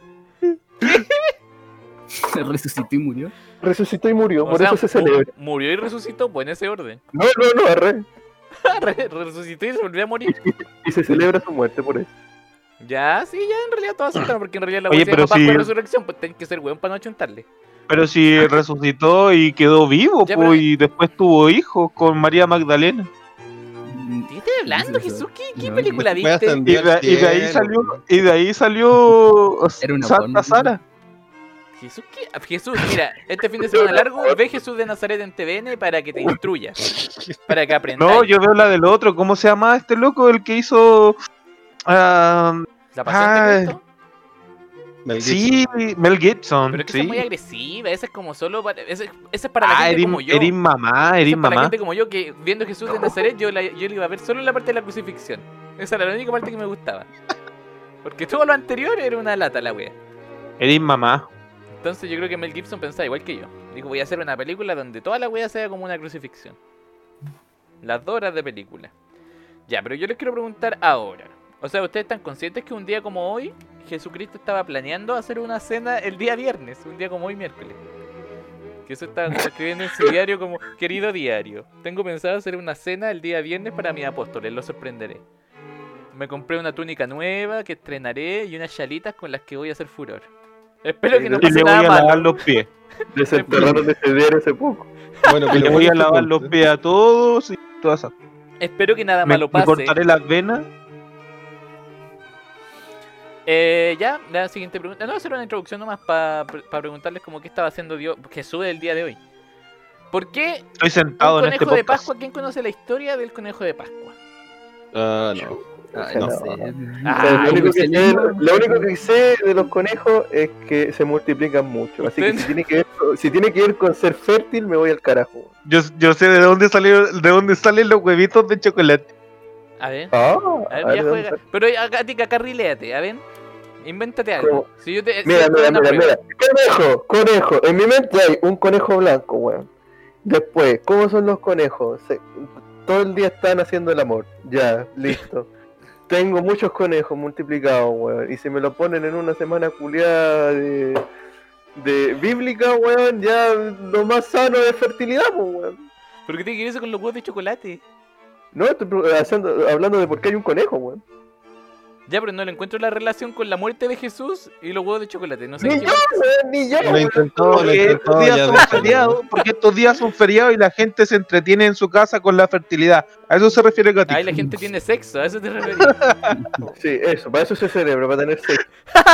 Resucitó y murió. Resucitó y murió, O por sea, eso se celebra. murió y resucitó, pues en ese orden. No, arre. Resucitó y se volvió a morir. Y se celebra su muerte por eso. Ya, sí, ya en realidad todo aceptan, porque en realidad la Oye, wea se llama pero Pascua de si- Resurrección, pues tenés que ser weón para no chuntarle. Pero si resucitó y quedó vivo, Ya, pues, pero- y después tuvo hijos con María Magdalena. ¿Qué estás hablando, Eso. Jesús? ¿Qué No, película Fue viste? ascendido al Y de ahí cielo. salió Era una Santa porno. Sara. Jesús, ¿qué? Jesús, mira, este fin de semana largo, ve Jesús de Nazaret en TVN para que te instruyas, para que aprendas. No, yo veo la del otro. ¿Cómo se llama este loco? El que hizo. ¿La pasión de Ay. Cristo? Mel Gibson. Sí, Mel Gibson. Pero es que sí. esa es muy agresiva, esa es como solo para, esa es para la Ah, gente como yo. eres mamá, Esa eres es para la mamá. gente como yo que viendo Jesús de Nazaret yo le iba a ver solo la parte de la crucifixión. Esa era la única parte que me gustaba. Porque todo lo anterior era una lata la wea. Eres mamá. Entonces yo creo que Mel Gibson pensaba igual que yo. Dijo, voy a hacer una película donde toda la wea sea como una crucifixión. Las 2 horas de película. Ya, pero yo les quiero preguntar ahora. O sea, ¿ustedes están conscientes que un día como hoy Jesucristo estaba planeando hacer una cena el día viernes? Un día como hoy, miércoles. Que eso estaba como escribiendo en su diario como, querido diario, tengo pensado hacer una cena el día viernes para mis apóstoles, los sorprenderé. Me compré una túnica nueva que estrenaré y unas chalitas con las que voy a hacer furor. Espero que no Y pase le voy nada a lavar malo. los pies. Desenterraron ese diario hace poco. Bueno, Y le pero voy a bueno, lavar los pies a todos y todas esas. Espero que nada Me malo pase. cortaré las venas. Ya, la siguiente pregunta. No, hacer una introducción nomás para preguntarles como qué estaba haciendo Dios, Jesús el día de hoy. ¿Por qué Estoy un sentado en conejo este de podcast. Pascua? ¿Quién conoce la historia del conejo de Pascua? Ah, no. Ay, No. no sé. Ah, lo, único que sé, cristianismo. lo único que sé de los conejos es que se multiplican mucho. Así que Usted- si tiene que ver con ser fértil, me voy al carajo. Yo sé de dónde salen los huevitos de chocolate. A ver, Ah, a ver, a ver, ya ¿dónde juega. está? Pero Gatica, carriléate, a ver. Invéntate algo. ¿Cómo? Si yo te, si Mira, yo te doy mira, una mira, prueba. conejo. En mi mente hay un conejo blanco, weón. Después, ¿cómo son los conejos? Todo el día están haciendo el amor. Ya, listo. Tengo muchos conejos multiplicados, weón. Y si me lo ponen en una semana culiada de bíblica, weón, ya lo más sano es fertilidad, pues, weón. ¿Pero qué tiene que ver eso con los huevos de chocolate? No, estoy hablando de por qué hay un conejo, weón. Ya, pero no le encuentro la relación con la muerte de Jesús y los huevos de chocolate. No sé Ni qué. yo, weón, ni yo. Lo intentó, Porque estos días ya son déjalo. feriados, porque estos días son feriados y la gente se entretiene en su casa con la fertilidad. A eso se refiere Gatito. Ahí la gente tiene sexo, a eso te referís. Sí, eso, para eso es el cerebro, para tener sexo.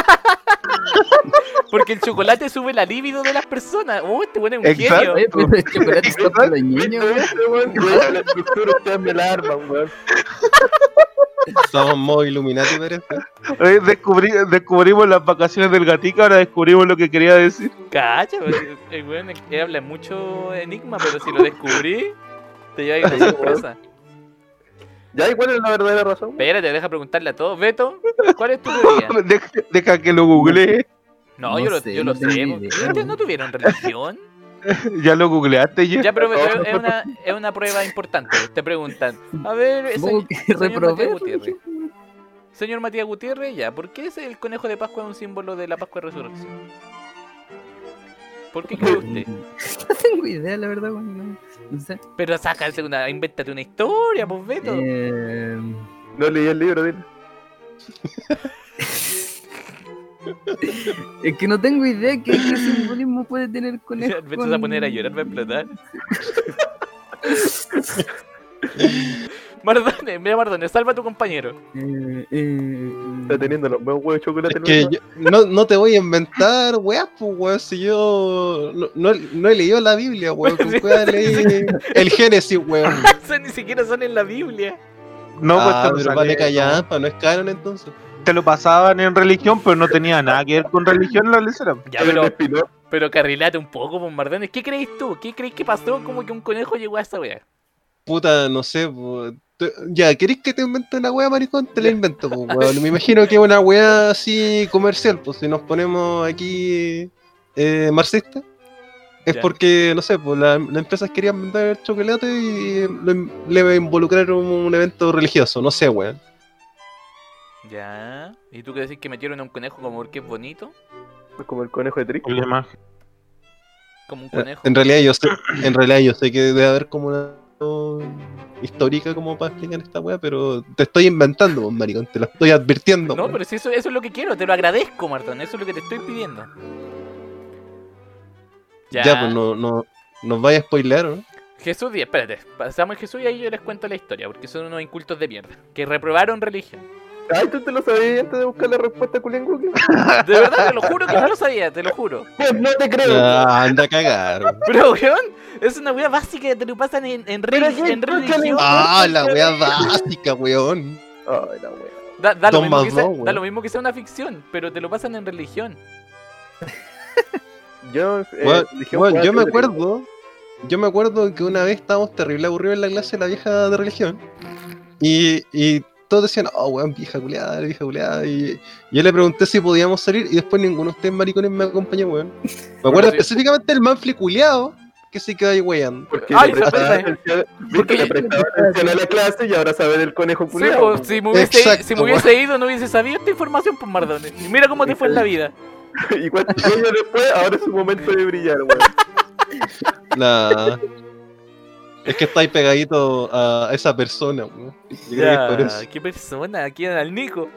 Porque el chocolate sube la libido de las personas. Este bueno es un Exacto. genio. Oye, pero el chocolate está para los niños, weón. Weón, la estructura ustedes me la arman, weón. Estamos en modo Illuminati, parece. Descubrimos las vacaciones del Gatica, ahora descubrimos lo que quería decir. Cacha, el weón habla mucho enigma, pero si lo descubrí, te lleva una sorpresa. Ya, ¿y cuál es la verdadera razón? Espérate, deja preguntarle a todos. Beto, ¿cuál es tu teoría? Deja que lo googleé. No, No yo lo sé, sé. no tengo idea, ¿Ustedes no weón. tuvieron religión? Ya lo googleaste ya. Ya, pero es una prueba importante. Te preguntan, a ver, Supongo que señor reprobé. Matías Gutiérrez. Señor Matías Gutiérrez, ya, ¿por qué el conejo de Pascua es un símbolo de la Pascua de Resurrección? ¿Por qué cree usted? No tengo idea, la verdad, weón. No sé. Pero invéntate una historia, pues Beto. No leí el libro, dile. Es que no tengo idea qué simbolismo puede tener con esto. Beto se va a poner a llorar, va a explotar. Mardones, mira Mardones, salva a tu compañero. Está teniendo los mismos huevos de chocolate. Es que no te voy a inventar, weá, pues, weón, si yo no he leído la Biblia, weón, con weá leí el Génesis, weón. Eso ni siquiera son en la Biblia. No, pues te lo pero sale- vale callampa, no es canon entonces. te lo pasaban en religión, pero no tenía nada que ver con religión la lecera. Ya, pero carrilate un poco, pues Mardones. ¿Qué crees tú? ¿Qué crees que pasó? Como que un conejo llegó a esa wea. Puta, no sé, pues. Ya, ¿querés que te invente una wea, maricón? Te la invento, pues, weón. Me imagino que es una wea así comercial, pues si nos ponemos aquí marxistas. Es Ya. porque, no sé, pues las empresas querían vender chocolate y le involucraron un evento religioso, no sé, weón. Ya. ¿Y tú qué decís que metieron a un conejo como porque es bonito? Como el conejo de Trick. La imagen. Como un conejo. En realidad yo sé que debe haber como una histórica como para explicar esta wea, pero te estoy inventando, pues, maricón, te lo estoy advirtiendo. No, weón. pero si eso es lo que quiero, te lo agradezco, Martón. Eso es lo que te estoy pidiendo. Ya, pues no nos vaya a spoilear, ¿no? Jesús, espérate, pasamos a Jesús y ahí yo les cuento la historia, porque son unos incultos de mierda, que reprobaron religión. Ay, tú te lo sabías antes de buscar la respuesta, Julián Google. De verdad, te lo juro que no lo sabía, te lo juro. Pues no te creo. Ah, anda a cagar, weón. Pero, weón, es una wea básica que te lo pasan en religión. Ah, la wea básica, weón. Ay, la wea. Da lo Dos mismo más que sea, dos, weón. da lo mismo que sea una ficción, pero te lo pasan en religión. Yo, Weón, yo me acuerdo que una vez estábamos terrible aburridos en la clase de la vieja de religión y todos decían, oh weón, vieja culiada, y yo le pregunté si podíamos salir y después ninguno de ustedes maricones me acompañó, weón. Me acuerdo específicamente del manfli culiado que se quedó ahí weyando. Porque Ay, le prestaba sorpresa. atención, Porque- le prestaba atención a la clase y ahora sabe del conejo Sí, culiao. pues, si me hubiese, Exacto, si me hubiese ido, no hubiese sabido esta información, pues Mardones. Y mira cómo te fue en la vida. Y 4 años después, ahora es su momento de brillar, weón. Nah. Es que estáis pegadito a esa persona, weón. Yo creo que es por eso. Qué persona, aquí al Nico.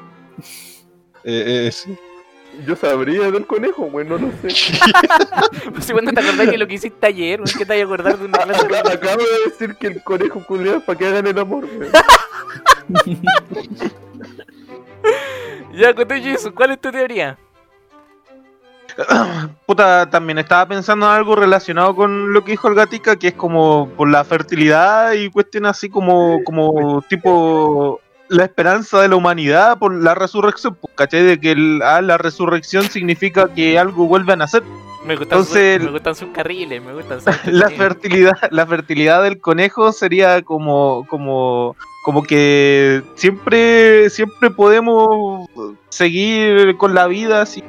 Sí. Yo sabría del conejo, weón, no lo sé. Si cuando te acordás que lo que hiciste ayer, ¿qué te vas a acordar de una clase de Acabo de decir que el conejo culiao es para que hagan el amor, weón. Ya, Cotoyo, ¿cuál es tu teoría? Puta, también estaba pensando en algo relacionado con lo que dijo el Gatica, que es como por la fertilidad y cuestiones así como tipo la esperanza de la humanidad por la resurrección, pues, ¿cachai? De que la resurrección significa que algo vuelve a nacer. Me gustan, Entonces- me gustan sus carriles, me gustan sus La fertilidad del conejo sería como que siempre podemos seguir con la vida si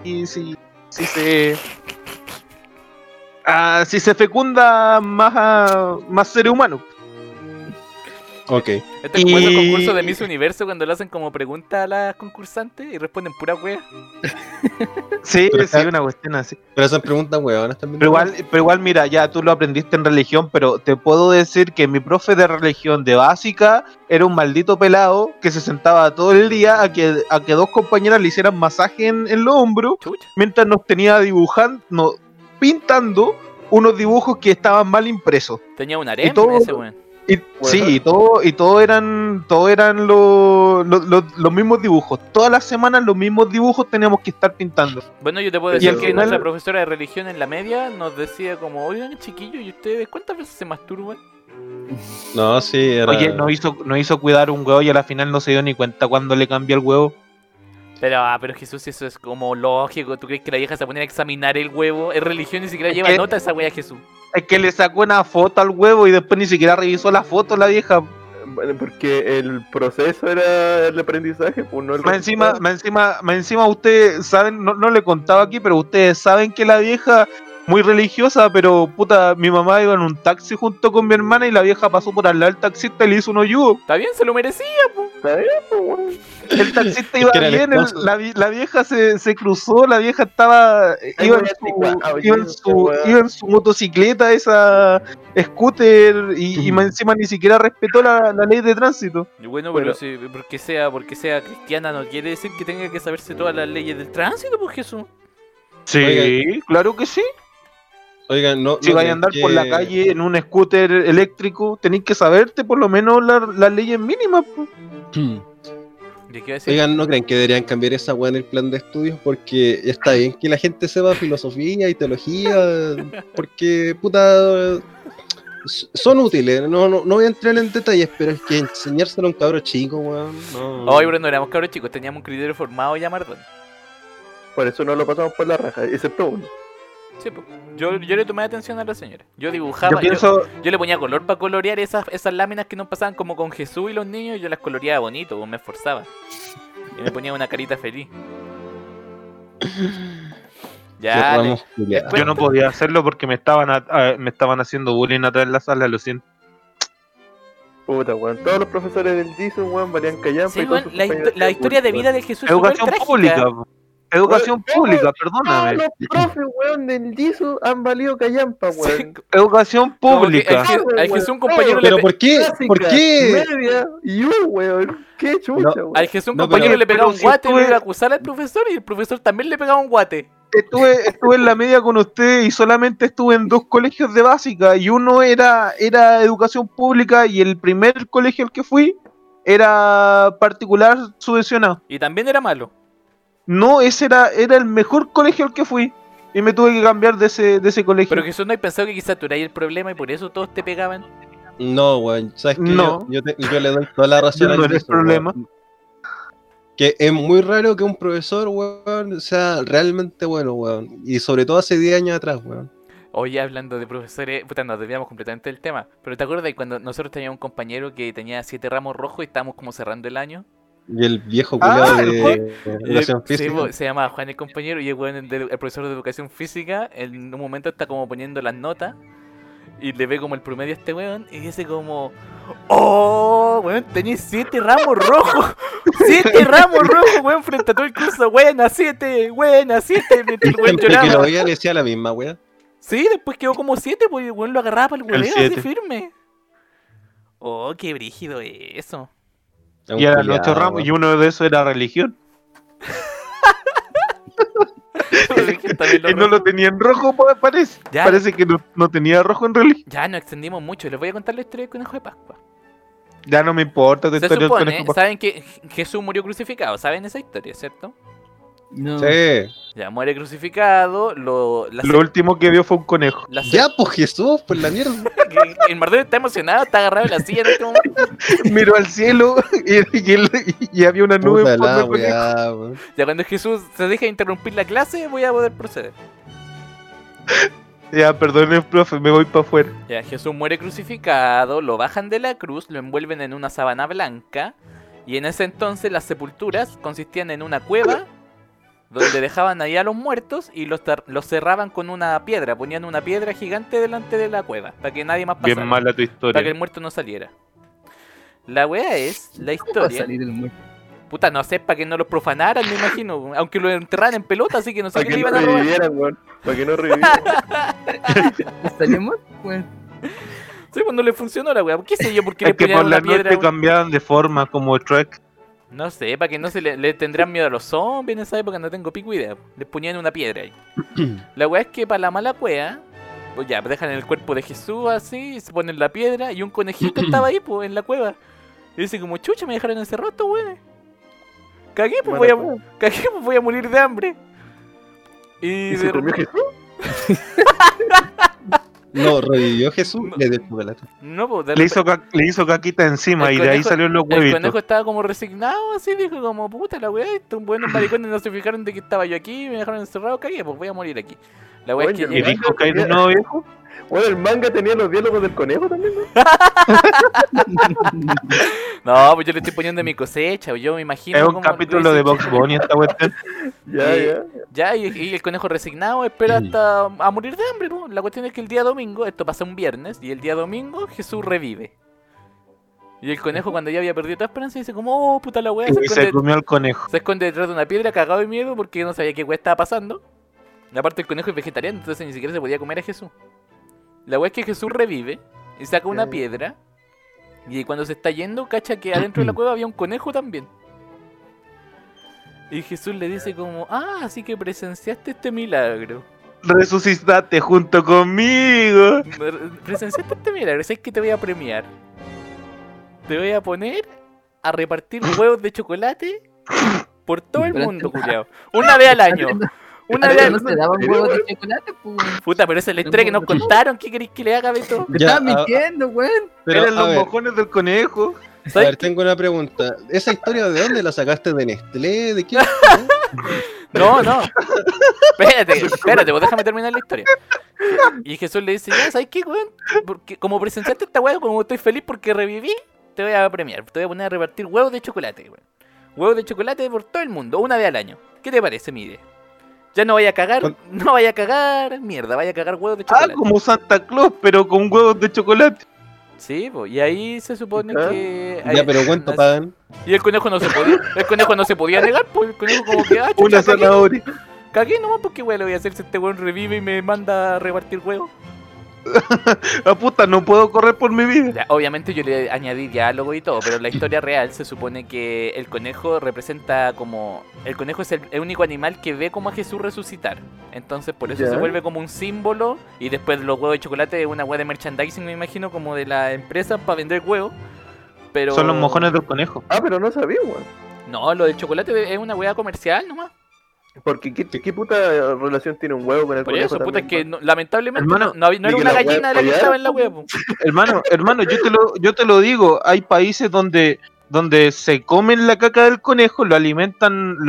se fecunda más seres humanos. Ok. Este es como esos concursos de Miss Universo cuando le hacen como preguntas a las concursantes y responden pura wea. Sí, Pero sí, acá- una cuestión así. Pero esas preguntas huevonas también. Pero igual, mira, ya tú lo aprendiste en religión, pero te puedo decir que mi profe de religión de básica era un maldito pelado que se sentaba todo el día a que dos compañeras le hicieran masaje en los hombros Chucha. mientras nos tenía dibujando, pintando unos dibujos que estaban mal impresos. Tenía un harem todo- ese weón. Sí, y todo eran los mismos dibujos. Todas las semanas los mismos dibujos teníamos que estar pintando. Bueno, yo te puedo Y decir al que final- nuestra profesora de religión en la media nos decía como, oigan chiquillos, ¿y ustedes cuántas veces se masturban? No, sí, era. Oye, nos hizo cuidar un huevo y a la final no se dio ni cuenta cuando le cambió el huevo. Pero Jesús, eso es como lógico. ¿Tú crees que la vieja se pone a examinar el huevo? Es religión, ni siquiera Es lleva que- nota esa wea Jesús. Es que le sacó una foto al huevo y después ni siquiera revisó la foto la vieja. Bueno, porque el proceso era el aprendizaje, pues no el Más encima, resultado. más encima ustedes saben, no le contaba aquí, pero ustedes saben que la vieja muy religiosa, pero puta, mi mamá iba en un taxi junto con mi hermana y la vieja pasó por al lado del taxista y le hizo un hoyo. Está bien, se lo merecía, po. ¿Está bien, pues, weón? El taxista Es iba que era el bien, esposo. la vieja se cruzó, la vieja estaba iba weón, anticuado, iba en su motocicleta, esa scooter, y más encima ni siquiera respetó la ley de tránsito. Y bueno, Bueno. pero si, porque sea cristiana no quiere decir que tenga que saberse todas las leyes del tránsito, pues Jesús. Sí, Oigan. claro que sí. Oigan, no. Si no vais a creen andar que- por la calle en un scooter eléctrico, tenéis que saberte por lo menos las leyes mínimas. Po. ¿Y qué iba a decir? Oigan, ¿no creen que deberían cambiar esa weá en el plan de estudios? Porque está bien que la gente sepa filosofía y teología, porque, puta, son útiles. No voy a entrar en detalles, pero es que enseñárselo a un cabro chico, weón. No. Hoy, pero no éramos cabros chicos, teníamos un criterio formado ya Mardón. Por eso no lo pasamos por la raja, excepto uno. Sí, pues. Yo le tomé atención a la señora. Yo dibujaba, Yo pienso, yo le ponía color para colorear esas láminas que nos pasaban como con Jesús y los niños, y yo las coloreaba bonito, pues, me esforzaba. Y me ponía una carita feliz. Ya, Cerramos, Julián. después- yo no podía hacerlo porque me estaban haciendo bullying atrás en la sala, lo siento. Puta, weón. Todos los profesores del Jesus, weón, valían callampa. sí, y todos weón, sus la compañeros la hacían historia de bullying, vida de Jesús es Educación súper pública. trágica. Po. Educación pública, perdóname. Todos los profes, weón, del Jesus han valido callampa, weón. Educación Como que pública. al Jesús un compañero le Pero pe- ¿por qué? Básica, ¿Por qué? Media y weón. Qué chucha, No, weón. al Jesús un No, compañero pero- le pegaba pero un si guate y estuve- le iba a acusar al profesor, y el profesor también le pegaba un guate. Estuve en la media con usted y solamente estuve en 2 colegios de básica y uno era educación pública y el primer colegio al que fui era particular subvencionado. Y también era malo. No, ese era el mejor colegio al que fui y me tuve que cambiar de ese colegio. Pero Jesús, ¿no hay pensado que quizás tú eras el problema y por eso todos te pegaban? No, weón. ¿Sabes qué? No. Yo le doy toda la razón Yo al no era el Jesus, problema. weón. Que es muy raro que un profesor, weón, sea realmente bueno, weón. Y sobre todo hace 10 años atrás, weón. Oye, hablando de profesores, puta, nos desviamos completamente del tema. Pero ¿te acuerdas de cuando nosotros teníamos un compañero que tenía 7 ramos rojos y estábamos como cerrando el año? Y el viejo culiado el Juan. de educación Sí, física. po, se llamaba Juan el compañero, y el weón el profesor de educación física en un momento está como poniendo las notas y le ve como el promedio a este weón y dice como, oh, weón, tenés 7 ramos rojos, 7 ramos rojos, weón, frente a todo el curso, buena 7, mientras Y el weón siempre que lo lloraba. veía le decía la misma, weón. Sí, después quedó como 7, pues el weón lo agarraba para el El hueveo así 7. firme. Oh, qué brígido eso. Es un Y eran culiao, 8 ramos weón. y uno de esos era religión. También Y no lo tenía en rojo, parece. Ya. Parece que no tenía rojo en religión. Ya nos extendimos mucho, les voy a contar la historia del conejo de Pascua. Ya no me importa. Se supone, saben que Jesús murió crucificado, ¿saben esa historia, cierto? No. Sí. Ya muere crucificado, Lo último que vio fue un conejo. Ya, pues Jesús, pues la mierda. El Mardón está emocionado, está agarrado en la silla en este momento. Miró al cielo y había una nube Puta en forma la de conejo. weá, weón. Ya cuando Jesús se deja de interrumpir la clase, voy a poder proceder. Ya, perdone, profe, me voy para afuera. Ya, Jesús muere crucificado, lo bajan de la cruz, lo envuelven en una sábana blanca, y en ese entonces las sepulturas consistían en una cueva donde dejaban ahí a los muertos y los cerraban con una piedra, ponían una piedra gigante delante de la cueva, para que nadie más pasara. Bien mala tu Para que historia. el muerto no saliera. La weá es la Va a historia. salir el muerto. Puta, no sé, para que no los profanaran, me imagino. Aunque los enterraran en pelota, así que no sé Para qué que le no iban a robar. revivieran, weón. Para que no revivieran. ¿Estaría muerto, weón? Sí, pues no le funcionó la weá. ¿Qué sé yo? ¿Por qué le Es que ponían por la una piedra? noche weón? cambiaban de forma como Shrek. No sé, para que no se le tendrán miedo a los zombies en esa época, no tengo pico idea. Les ponían una piedra ahí. La weá es que para la mala cueva, pues ya, dejan el cuerpo de Jesús así, se ponen la piedra y un conejito estaba ahí, pues, en la cueva. Y dice como, chucha, me dejaron encerrado estos weones. Cagué, pues voy a morir de hambre. ¿Y se comió Jesús? No, revivió Jesús, No. le dio chocolate. No, pues de Le repente- hizo caquita encima El y de ahí conejo- salieron los el huevitos. conejo estaba como resignado, así, dijo como, puta la weá, estos buenos maricones no se fijaron de que estaba yo aquí, me dejaron encerrado, cagué, pues voy a morir aquí. La weá es que Oye, Y llega- dijo que hay de nuevo viejo. Bueno, el manga tenía los diálogos del conejo también, ¿no? No, pues yo le estoy poniendo mi cosecha, yo me imagino Es un como capítulo de Luis Box Bunny esta cuestión. Ya, Y- ya. Ya, y el conejo resignado espera hasta a morir de hambre, ¿no? La cuestión es que el día domingo, esto pasa un viernes, y el día domingo Jesús revive. Y el conejo cuando ya había perdido toda esperanza dice como, oh, puta la weá, Y se comió al conejo. se esconde detrás de una piedra cagado de miedo porque no sabía qué weá estaba pasando. Y aparte el conejo es vegetariano, entonces ni siquiera se podía comer a Jesús. La weá es que Jesús revive y saca una Ya. piedra. Y cuando se está yendo, cacha que adentro de la cueva había un conejo también. Y Jesús le dice como, ah, así que presenciaste este milagro. Resucitaste junto conmigo. Presenciaste este milagro, ¿sabes que te voy a premiar? Te voy a poner a repartir huevos de chocolate por todo el Pero mundo, culiao. Una vez al año. Una vez Antes al no se daban huevos de chocolate, pues, weón. Puta, pero esa es la historia que nos contaron. ¿Qué queréis que le haga, Beto? Me Ya, estás mintiendo, weón. Pero, Eran a los ver, mojones del conejo. a ¿Sabes ver, tengo una pregunta. ¿Esa historia de dónde la sacaste? ¿De Nestlé? ¿De qué? No, no. Espérate, vos déjame terminar la historia. Y Jesús le dice, ya, ¿sabes qué, weón? Porque como presenciaste esta weá, como estoy feliz porque reviví, te voy a premiar. Te voy a poner a repartir huevos de chocolate, weón. Huevos de chocolate por todo el mundo, una vez al año. ¿Qué te parece mi idea? Ya no vaya a cagar, mierda, vaya a cagar huevos de Ah, chocolate. como Santa Claus, pero con huevos de chocolate. Sí, pues, y ahí se supone ¿Ah? que... Ya, pero ¿cuánto pagan? Y el conejo no se podía negar, pues el conejo como que, ah, chucha, Una cagué. zanahoria. Cagué nomás porque weón le voy a hacer si este weón revive y me manda a repartir huevos. Ah, puta, no puedo correr por mi vida. Ya, obviamente yo le añadí diálogo y todo, pero en la historia real se supone que el conejo representa como... El conejo es el único animal que ve como a Jesús resucitar. Entonces por eso Ya. se vuelve como un símbolo. Y después los huevos de chocolate es una hueá de merchandising, me imagino, como de la empresa para vender huevos. Pero... Son los mojones del conejo. Ah, pero no sabía, weón. No, lo del chocolate es una hueá comercial nomás. Porque ¿qué puta relación tiene un huevo con el Por conejo eso, puta, es también, que lamentablemente Hermano, no y era que una la gallina hueá la que follada, estaba en la hueá, po. Hermano, yo te lo digo, hay países donde se comen la caca del conejo, lo alimentan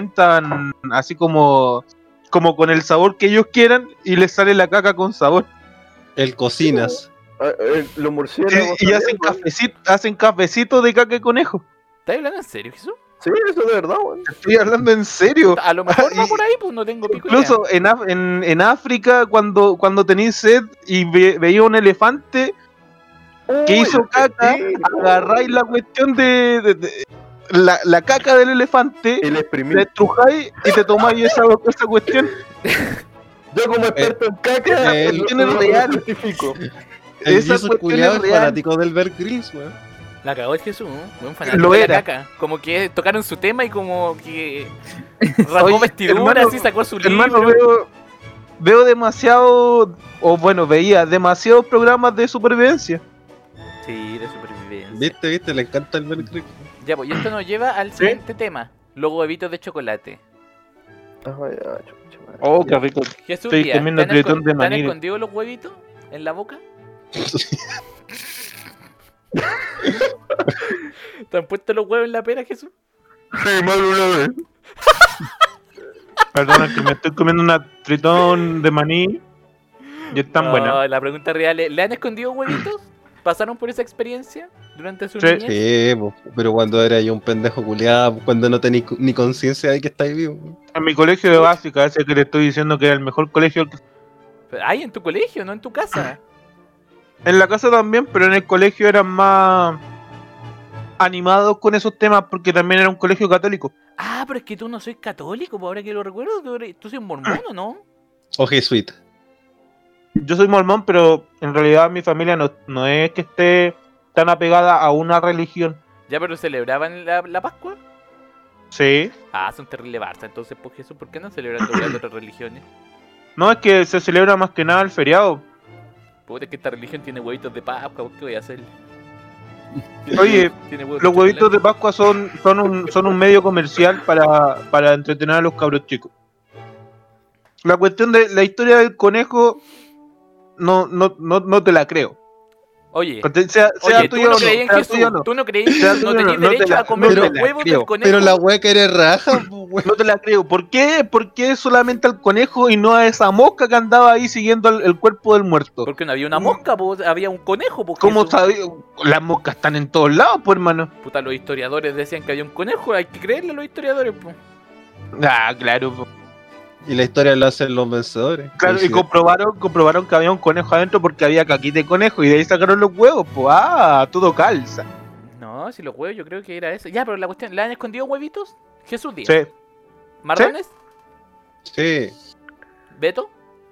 así como con el sabor que ellos quieran y les sale la caca con sabor. El cocinas. Ah, los murciélagos. Y hacen también, hacen cafecito de caca de conejo. ¿Estás hablando en serio, Jesús? weón. Sí, eso de verdad, weón. Estoy hablando en serio. A lo mejor va Y- por ahí, pues no tengo pico idea. Incluso en África, cuando tenéis sed y veía un elefante que hizo Uy, caca, sí, agarráis la cuestión de la caca del elefante, El le exprimir. estrujáis y te tomáis esa cuestión. Yo como experto en caca, el- lo real. certifico. El Esa Jesus cuestión culiado es es real. fanático del Bear Grylls, weón. La cagó el Jesús, ¿no? Un fanático Lo de era. la caca. Como que tocaron su tema y como que rasgó Oye, vestidura, hermano, así sacó su libro. Hermano, veo demasiado, veía demasiados programas de supervivencia. Sí, de supervivencia. ¿Viste? Le encanta el Bear Grylls. Ya, pues, y esto nos lleva al siguiente tema. Los huevitos de chocolate. Ah, ya, chucha madre. Oh, qué rico. Jesús, Estoy tía, comiendo tritón de ¿te han maní. escondido los huevitos en la boca? ¿Te han puesto los huevos en la pera, Jesús? Sí, mal una vez. Perdona que me estoy comiendo una tritón de maní y es tan No, buena. la pregunta real es, ¿le han escondido huevitos? ¿Pasaron por esa experiencia durante su Sí. niñez? Sí, po, pero cuando era yo un pendejo culiado, cuando no tenéis ni conciencia de que estáis vivo. En mi colegio de básica, ese que le estoy diciendo que era el mejor colegio. Ay, en tu colegio, no en tu casa. En la casa también, pero en el colegio eran más animados con esos temas porque también era un colegio católico. Ah, pero es que tú no sois católico, pues ahora que lo recuerdo, tú sois mormón, ¿o no? O jesuita. Yo soy mormón, pero en realidad mi familia no es que esté tan apegada a una religión. Ya, pero celebraban la Pascua. Sí. Ah, son terrible Barça, entonces, pues Jesús, ¿por qué no celebran todavía las otras religiones? No, es que se celebra más que nada el feriado. Puta, es que esta religión tiene huevitos de Pascua, ¿qué voy a hacer? Oye, Tiene los huevitos de Pascua son un medio comercial para entretener a los cabros chicos. La cuestión de la historia del conejo no te la creo. Oye, Sea oye, tú tuyo no o creí en sea Jesús, tuyo o no. tú no creí en Sea Jesús, no tuyo o tenías no, no te derecho la- a comer no te los la huevos creo. del conejo. Pero la wea que eres raja, pues, weón. No te la creo. ¿Por qué? ¿Por qué solamente al conejo y no a esa mosca que andaba ahí siguiendo el cuerpo del muerto? Porque no había una mosca, pues, había un conejo, pues. ¿Cómo Jesús. sabía? Las moscas están en todos lados, pues, hermano. Puta, los historiadores decían que había un conejo, hay que creerle a los historiadores, pues. Ah, claro. Po. Y la historia lo hacen los vencedores. Claro, y Sí. comprobaron que había un conejo adentro porque había caquita de conejo y de ahí sacaron los huevos, pues. Ah, todo calza. No, si los huevos yo creo que era eso. Ya, pero la cuestión, ¿le han escondido huevitos? Jesús Díaz. Sí. ¿Mardones? Sí. ¿Beto?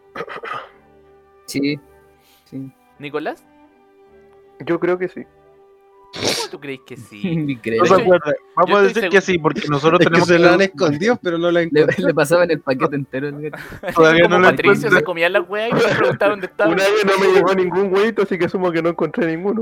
Sí. Sí. ¿Nicolás? Yo creo que sí. ¿Cómo tú crees que sí? Creo. No se acuerda. Vamos yo a estoy decir seguro- que sí, porque nosotros Es que tenemos se que lo han escondido, pero no lo han Le encontrado. pasaban el paquete entero. al gato. Todavía Como no lo Patricio encuentro. se comían las weas y me preguntaban dónde estaban. Una vez no me llegó ningún huevito, así que asumo que no encontré ninguno.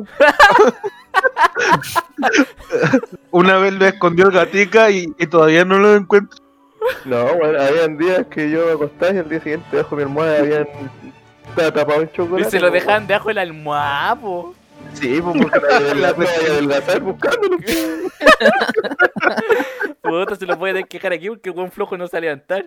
Una vez lo escondió el gatica y todavía no lo encuentro. No, bueno, habían días que yo me acostaba y al día siguiente debajo de mi almohada habían estaba tapado en Y chocolate. se lo po, dejaban debajo de la almohada, po. Sí, pues porque la voy a adelgazar buscándolo. Puta, se lo voy a tener que dejar aquí porque el buen flojo no se va a levantar.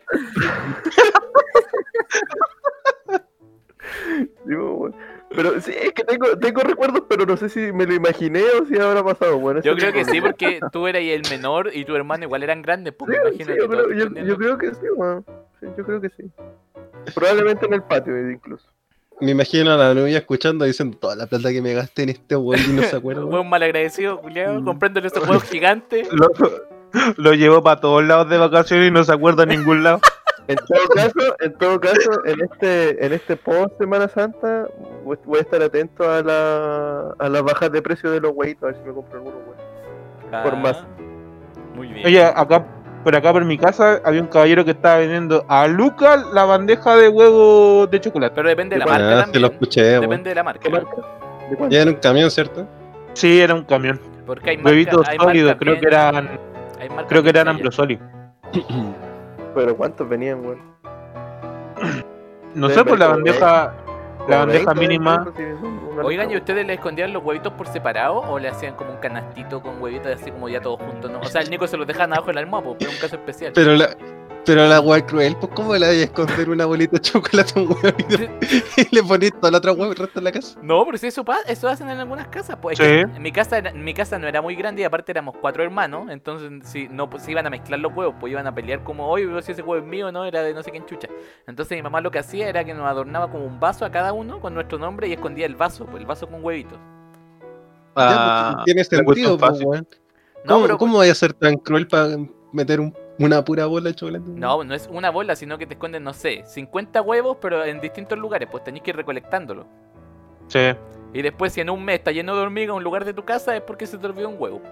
Digo, bueno. Pero sí, es que tengo recuerdos, pero no sé si me lo imaginé o si habrá pasado. Bueno, Yo eso creo no- que sí, porque tú eras el menor y tu hermano igual eran grandes, pues me Sí, imagino sí, que yo, todos creo, yo, tenían- yo creo que sí, weón. Sí, yo creo que sí. Probablemente en el patio, incluso. Me imagino a la novia escuchando diciendo toda la plata que me gasté en este weón y no se acuerda. Weón malagradecido, culiao, comprándole esos juegos gigantes. Lo llevó para todos lados de vacaciones y no se acuerda en ningún lado. En todo caso, en este post Semana Santa voy a estar atento a las bajas de precio de los huevitos, a ver si me compro algunos huevos. Por más. Muy bien. Oye, acá por mi casa había un caballero que estaba vendiendo a Lucas la bandeja de huevo de chocolate. Pero depende de la ¿Qué marca Ah, se también. lo escuché, weón. Depende de la marca. ¿Qué marca? ¿De cuánto? Ya en un camión, ¿cierto? Sí, era un camión. Porque hay marcas. Huevitos hay sólidos, marcas creo bien- que eran hay marcas creo que bien eran serias. Ambrosoli. Pero ¿cuántos venían, weón? No Deben sé, pues ver la como bandeja 20, mínima. sí, una Oigan, ¿y locura. ustedes le escondían los huevitos por separado o le hacían como un canastito con huevitos así como ya todos juntos? ¿No? O sea, el Nico se los dejaban abajo del almohada, pues, pero es un caso especial. Pero la weá cruel, pues ¿cómo le vais a esconder una bolita de chocolate a un weón y le ponís toda la otra weá el resto de la casa? No, pero si eso eso hacen en algunas casas. Pues, Sí. es que en mi casa no era muy grande y aparte éramos 4 hermanos. Entonces, si no pues, se iban a mezclar los huevos, pues iban a pelear como, oye, pero si ese huevo es mío, no, era de no sé quién chucha. Entonces mi mamá lo que hacía era que nos adornaba como un vaso a cada uno con nuestro nombre y escondía el vaso, pues el vaso con huevitos. Ya, pues, tiene la sentido, cuestión pues fácil. weón. No, ¿Cómo, pero cómo vaya a ser tan cruel para meter una pura bola de chocolate? no, no es una bola, sino que te esconden, no sé, 50 huevos, pero en distintos lugares, pues tenés que ir recolectándolo. Sí. Y después, si en un mes está lleno de hormigas un lugar de tu casa, es porque se te olvidó un huevo.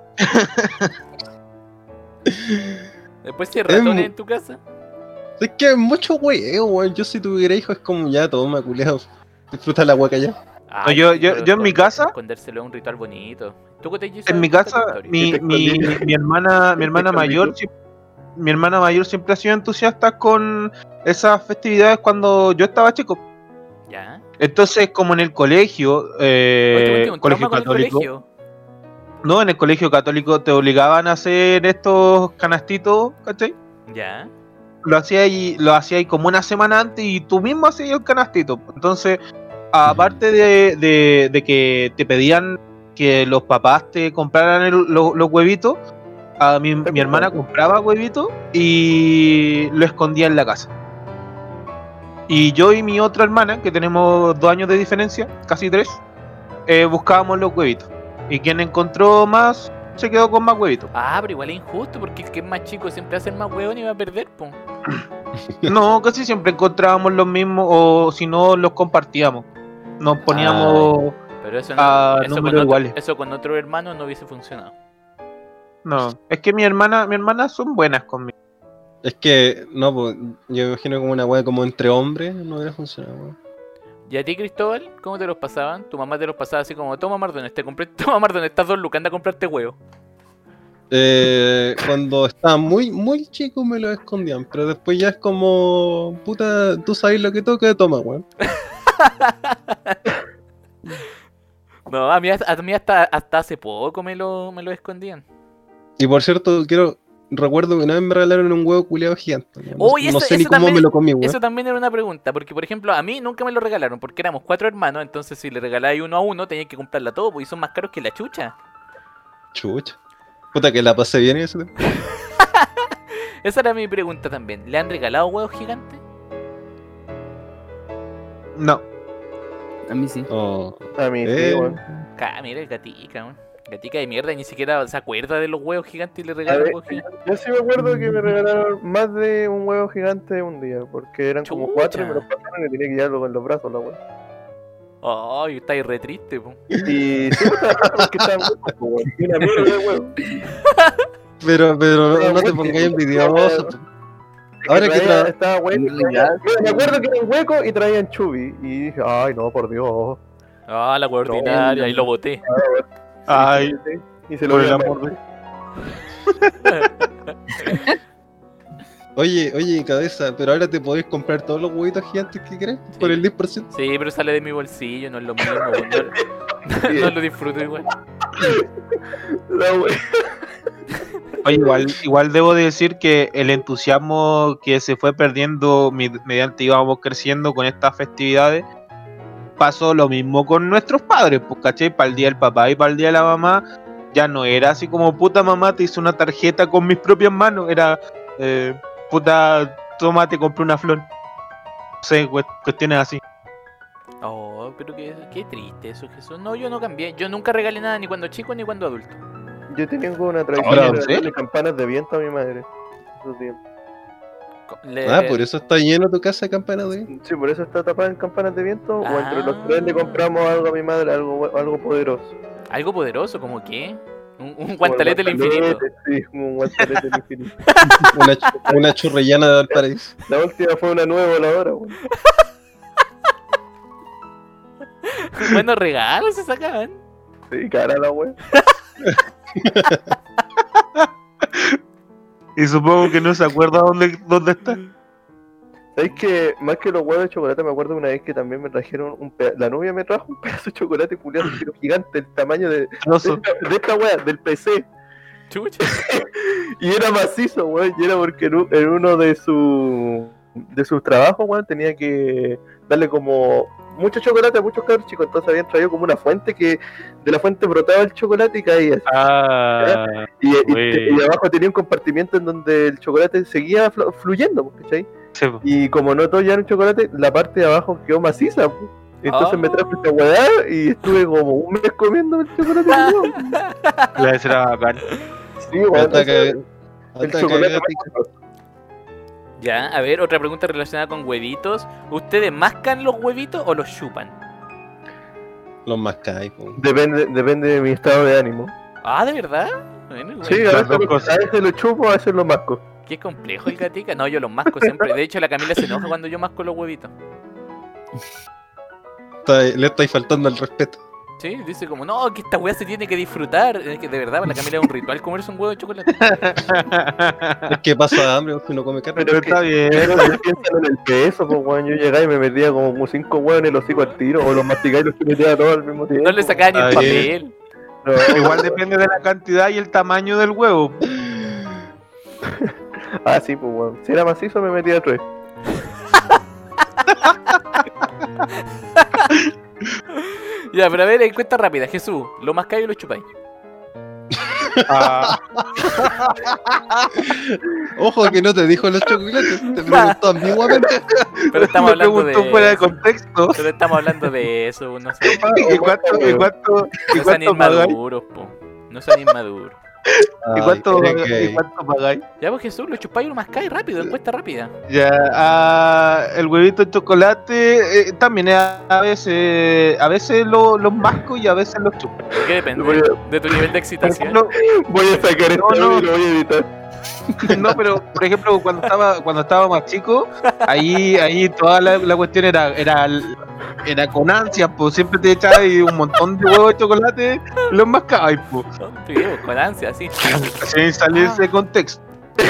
Después, si hay ratones en tu casa. Es que es mucho huevo, weón. Yo si tuviera hijos es como ya, toma, culiao. Disfruta la hueca ya. Ay, yo sí, pero en mi casa- escondérselo es un ritual bonito. ¿Tú qué te hizo? En mi Cuéntame casa, tu historia. mi hermana mayor, mi hermana mayor siempre ha sido entusiasta con esas festividades cuando yo estaba chico. ¿Ya? Entonces, como en el colegio, Oye, ¿tuviste un colegio trauma con el católico, colegio? no, en el colegio católico te obligaban a hacer estos canastitos, ¿cachai? ¿Ya? Lo hacía ahí como una semana antes y tú mismo hacías el canastito. Entonces, aparte de que te pedían que los papás te compraran los huevitos, a mi hermana compraba huevitos y lo escondía en la casa. Y yo y mi otra hermana, que tenemos 2 años de diferencia, casi 3, buscábamos los huevitos. Y quien encontró más se quedó con más huevitos. Ah, pero igual es injusto porque el que es más chico siempre hace el más hueón y va a perder, po. No, casi siempre encontrábamos los mismos o si no los compartíamos. Nos poníamos Pero eso no, a eso números iguales. Eso con otro hermano no hubiese funcionado. No, es que mi hermana son buenas conmigo. Es que, no, pues, yo me imagino como una weá como entre hombres, no hubiera funcionado, weón. ¿Y a ti, Cristóbal? ¿Cómo te los pasaban? Tu mamá te los pasaba así como, toma Mardones, toma Mardones, estas 2 lucas, anda a comprarte huevo. Cuando estaba muy chico me lo escondían, pero después ya es como, puta, tú sabes lo que toca, toma, weón. No, a mí hasta hace poco me lo escondían. Y por cierto, recuerdo que una vez me regalaron un huevo culiado gigante. No, Uy, no eso- sé ni eso cómo también- me lo comí, weón. Eso también era una pregunta, porque por ejemplo, a mí nunca me lo regalaron, porque éramos 4 hermanos, entonces si le regaláis uno a uno, tenías que comprarla todo, porque son más caros que la chucha. Chucha. Puta que la pasé bien ese tiempo. Esa era mi pregunta también. ¿Le han regalado huevos gigantes? No. A mí sí. Oh, A mí sí, weón. Mira, el gatica, weón. Gatica de mierda, y ni siquiera se acuerda de los huevos gigantes y le A regalan ver, huevos gigantes. yo sí me acuerdo que me regalaron más de un huevo gigante un día, porque eran como Chucha. 4 y me los pasaron y tenía que llevarlo con los brazos, la weón. Ay, estáis re triste, po. Y sí, porque estaba muy poco, weón. Y una mierda de huevo. pero Era no te muy pongáis chico, envidioso. Ahora que estaba hueco. En realidad, Mira, me acuerdo que eran huecos y traían chubi. Y dije, ay, no, por Dios. Ah, la hueá ordinaria, y lo boté. Ay, Y se lo por vi el a amor de... Oye, cabeza, pero ahora te podés comprar todos los huevitos gigantes que querés por el 10%. Sí, pero sale de mi bolsillo, no es lo mismo, weón. No lo disfruto igual. La wea. Oye, igual debo decir que el entusiasmo que se fue perdiendo mediante íbamos creciendo con estas festividades, pasó lo mismo con nuestros padres, pues, ¿cachai? Para el día del papá y para el día de la mamá, ya no era así como, puta mamá, te hice una tarjeta con mis propias manos, era, puta, toma, te compré una flor. No sé, cuestiones así. Oh, pero qué triste eso, Jesús. No, yo no cambié. Yo nunca regalé nada, ni cuando chico ni cuando adulto. Yo tengo una tradición Ahora, de ¿sí? regalarle campanas de viento a mi madre. Esos días. Por eso está lleno tu casa de campanas de viento. Sí, por eso está tapada en campanas de viento. O entre los Ah. 3 le compramos algo a mi madre, algo poderoso. Algo poderoso, ¿como qué? Un guantelete del infinito. Sí, como un guantelete del infinito. Una churrellana de Valparaíso. La última fue una nueva voladora, weón. Buenos regalos se sacaban. Sí, cara la weón. Y supongo que no se acuerda dónde está. ¿Sabes que más que los huevos de chocolate, me acuerdo una vez que también me trajeron la novia me trajo un pedazo de chocolate culiado pero gigante, el tamaño de esta wea, del PC. Chucha. Y era macizo, weón, y era porque en uno de sus trabajos, weón, tenía que darle como mucho chocolate a muchos cabros chicos, entonces habían traído como una fuente que de la fuente brotaba el chocolate y caía así. Ah, Y abajo tenía un compartimiento en donde el chocolate seguía fluyendo, ¿cachai? sí, po. Y como no todo ya era un chocolate, la parte de abajo quedó maciza, po. Entonces me trajo esta weá y estuve como un mes comiendo el chocolate. weón. La será bacán. Sí, weón, Hasta que- el hasta chocolate que- mágico. Ya, a ver, otra pregunta relacionada con huevitos. ¿Ustedes mascan los huevitos o los chupan? Los mascáis, po. Depende de mi estado de ánimo. Ah, ¿de verdad? Bueno, Sí, bueno, las dos cosas. a veces lo chupo, a veces lo masco. qué complejo el gatica. No, yo los masco siempre. De hecho, la Camila se enoja cuando yo masco los huevitos. Le estáis faltando al respeto. Sí, dice como, no, que esta weá se tiene que disfrutar. Es que de verdad, para la Camila es un ritual comerse un huevo de chocolate. Es que pasa hambre si no come carne. Pero Está bien. Pero ustedes piensan en el peso, pues weón, yo llegaba y me metía como 5 huevos en el hocico al tiro, o los masticaba y los metía todos al mismo tiempo. No le sacaba ni el Está bien. papel. No. Igual depende de la cantidad y el tamaño del huevo. Ah, sí, pues weón. Si era macizo me metía 3. Ya, pero a ver, encuesta rápida. Jesús, ¿lo mascáis o lo chupáis? Ah, Ojo que no te dijo los chocolates, te preguntó ambiguamente. Pero estamos me hablando de preguntó fuera de eso. contexto. Pero estamos hablando de eso, no sé. ¿Y cuánto No sean pagáis? inmaduros, po. No sean inmaduros. ¿Y cuánto, creo que- ¿y cuánto pagáis? Ya, pues Jesús, lo chupáis y lo mascáis rápido, encuesta rápida. Ya, el huevito de chocolate también a veces los masco y a veces los chupo. ¿De qué depende? Voy De tu nivel de Por excitación. ejemplo, Voy a sacar esto No. y lo voy a editar. no, pero por ejemplo, cuando estaba más chico, ahí toda la cuestión era con ansias, pues siempre te echabas ahí un montón de huevos de chocolate, los mascabas, pues, No, te digo, con ansia, así. sin salirse de contexto.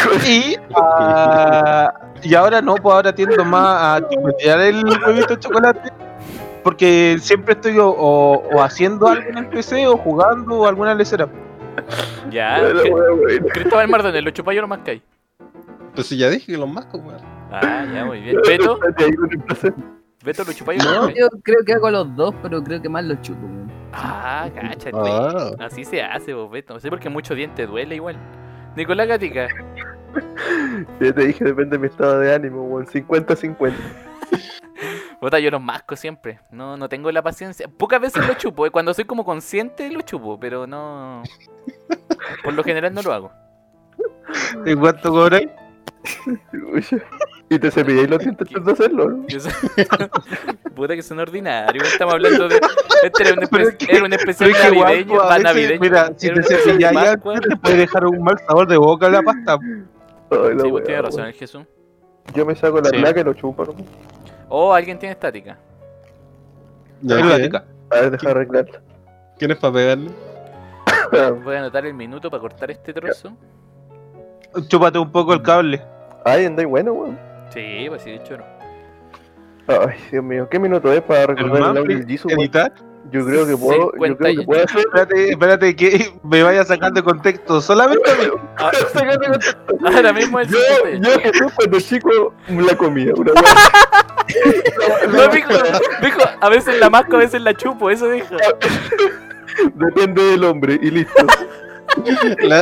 Y ahora no, pues ahora tiendo más a chupetear el huevito de chocolate. Porque siempre estoy o haciendo algo en el PC o jugando o alguna lecera. Ya, Bueno, bueno. Cristóbal Mardones, lo chupáis o lo mascáis. Pues si ya dije que los mascos, weón. Ah, ya, muy bien. Beto, Espérate, ahí con el placer. Beto, lo chupáis o lo No, mascáis. yo creo que hago los dos, pero creo que más los chupo, weón. Ah, cáchate. Ah. Así se hace, vos, Beto. No sé por qué mucho diente duele igual. Nicolás Gatica. Ya te dije, depende de mi estado de ánimo, weón. 50-50. Puta, yo los masco siempre. No tengo la paciencia. Pocas veces lo chupo. Cuando soy como consciente lo chupo, pero no. Por lo general no lo hago. ¿Y cuánto cobráis? Y te cepilláis los dientes antes de hacerlo, ¿no? Yo soy- Puta que son ordinarios. Estamos hablando de. Este era un, Pero es que- era un especial Pero es que igual, navideño. pues, a Va veces, navideño. mira, si Era te un especial cepillas ya, Pascua. te puede dejar un mal sabor de boca la pasta. Ay, la Sí, weá, pues tiene razón weón. el Jesús. Yo me saco la Sí. placa y lo chupo, ¿no? O alguien tiene estática. Ya, Es ¿quién? la tica. A ver, deja arreglarla. ¿Quién es para pegarle? Voy a anotar el minuto para cortar este trozo. Chúpate un poco el cable. Ay, andáis bueno, weón. Sí, pues sí, de hecho no. Ay, Dios mío, ¿qué minuto es para recordar el Hermano, audio del Jisoo, weón? editar. Yo creo que puedo, yo creo que puedo hacer. Espérate que me vaya a sacar de contexto. Solamente a mí. Ah, ahora mismo el Yo, 50. yo Jesús cuando chico la comía, una weá. No, dijo, a veces la masco, a veces la chupo, eso dijo. Depende del hombre y listo. La-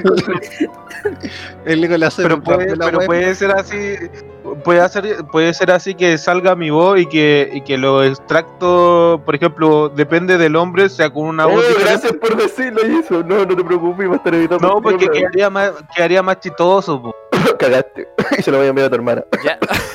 el Nico le hace Pero el rap de la web. puede ser así. Puede ser así que salga mi voz y que los extractos, por ejemplo, depende del hombre, sea con una voz diferente. Gracias por decirlo y eso. No, no te preocupes, va a estar evitando. No, el porque problema. quedaría más chistoso. Po. Cagaste. Y se lo voy a enviar a tu hermana. Ya.